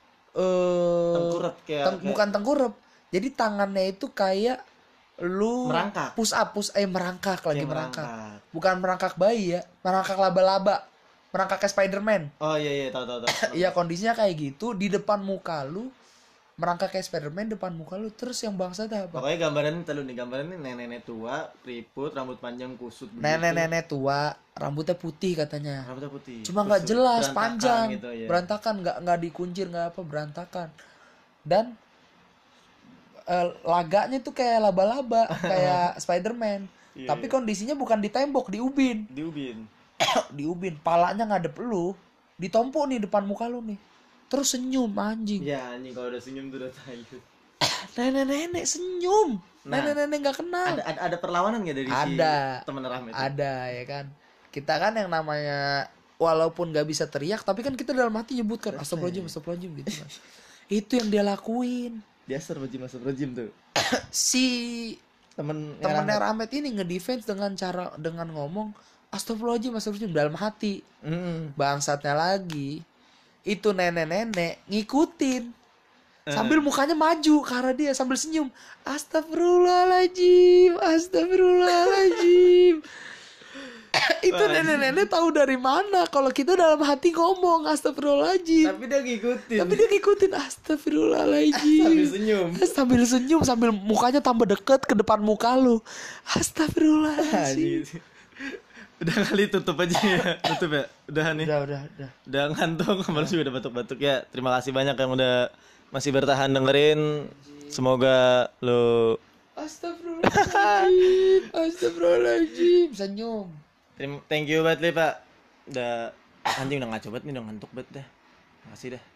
Speaker 1: eh
Speaker 3: Tengkurap kayak,
Speaker 1: teng-
Speaker 3: kayak
Speaker 1: bukan tengkurap. Jadi tangannya itu kayak lu
Speaker 3: merangkak.
Speaker 1: push up, push eh merangkak lagi
Speaker 3: Kayak
Speaker 1: merangkak.
Speaker 3: merangkak.
Speaker 1: Bukan merangkak bayi ya, merangkak laba-laba. Merangkak kayak Spider-Man.
Speaker 3: Oh iya iya tahu tahu tahu.
Speaker 1: Iya kondisinya kayak gitu di depan muka lu. Merangkak kayak Spider-Man depan muka lu. Terus yang bangsa apa?
Speaker 3: Pokoknya gambaran telu nih, gambaran nih nenek-nenek tua, keriput, rambut panjang kusut begitu.
Speaker 1: Nenek-nenek tua, rambutnya putih katanya.
Speaker 3: Rambutnya putih.
Speaker 1: Cuma nggak
Speaker 3: Kusut,
Speaker 1: jelas,
Speaker 3: berantakan
Speaker 1: panjang,
Speaker 3: gitu, ya.
Speaker 1: berantakan, nggak nggak dikuncir, nggak apa, berantakan. Dan eh, laganya tuh kayak laba-laba, kayak Spider-Man.
Speaker 3: Iya,
Speaker 1: Tapi
Speaker 3: iya.
Speaker 1: kondisinya bukan di tembok, di ubin,
Speaker 3: Di ubin.
Speaker 1: di ubin. Palanya ngadep lu, ditompok nih depan muka lu nih. Terus senyum anjing.
Speaker 3: Ya anjing kalau udah senyum tuh udah tayu.
Speaker 1: Nenek-nenek senyum.
Speaker 3: Nah,
Speaker 1: Nenek-nenek nggak kenal.
Speaker 3: Ada, ada ada perlawanan gak dari
Speaker 1: Ada.
Speaker 3: si temen Rahmat? itu?
Speaker 1: Ada ya kan. Kita kan yang namanya walaupun nggak bisa teriak tapi kan kita dalam hati nyebutkan astagfirullahaladzim astagfirullahaladzim gitu kan. Itu yang dia lakuin.
Speaker 3: Dia astagfirullahaladzim astagfirullahaladzim tuh.
Speaker 1: Si
Speaker 3: Temen
Speaker 1: temennya Rahmat ini ngedefense dengan cara dengan ngomong astagfirullahaladzim astagfirullahaladzim dalam hati.
Speaker 3: Mm.
Speaker 1: Bangsatnya lagi itu nenek-nenek ngikutin sambil mukanya maju karena dia sambil senyum astagfirullahaladzim astagfirullahaladzim. Itu nenek-nenek tahu dari mana kalau kita dalam hati ngomong astagfirullahaladzim.
Speaker 3: Tapi dia ngikutin.
Speaker 1: Tapi dia ngikutin astagfirullahaladzim.
Speaker 3: Sambil senyum.
Speaker 1: Sambil senyum sambil mukanya tambah deket ke depan muka lu. Astagfirullahaladzim.
Speaker 3: Anjing. Udah kali tutup aja ya. Tutup ya. Udah nih.
Speaker 1: Udah udah udah.
Speaker 3: Udah ngantuk, kemarin juga udah batuk-batuk ya. Terima kasih banyak yang udah masih bertahan dengerin. Semoga lo
Speaker 1: Astagfirullahaladzim. Astagfirullahaladzim. Senyum.
Speaker 3: Terima, thank you banget, Li, Pak. Udah anjing udah ngaco banget nih, udah ngantuk banget dah. Makasih dah.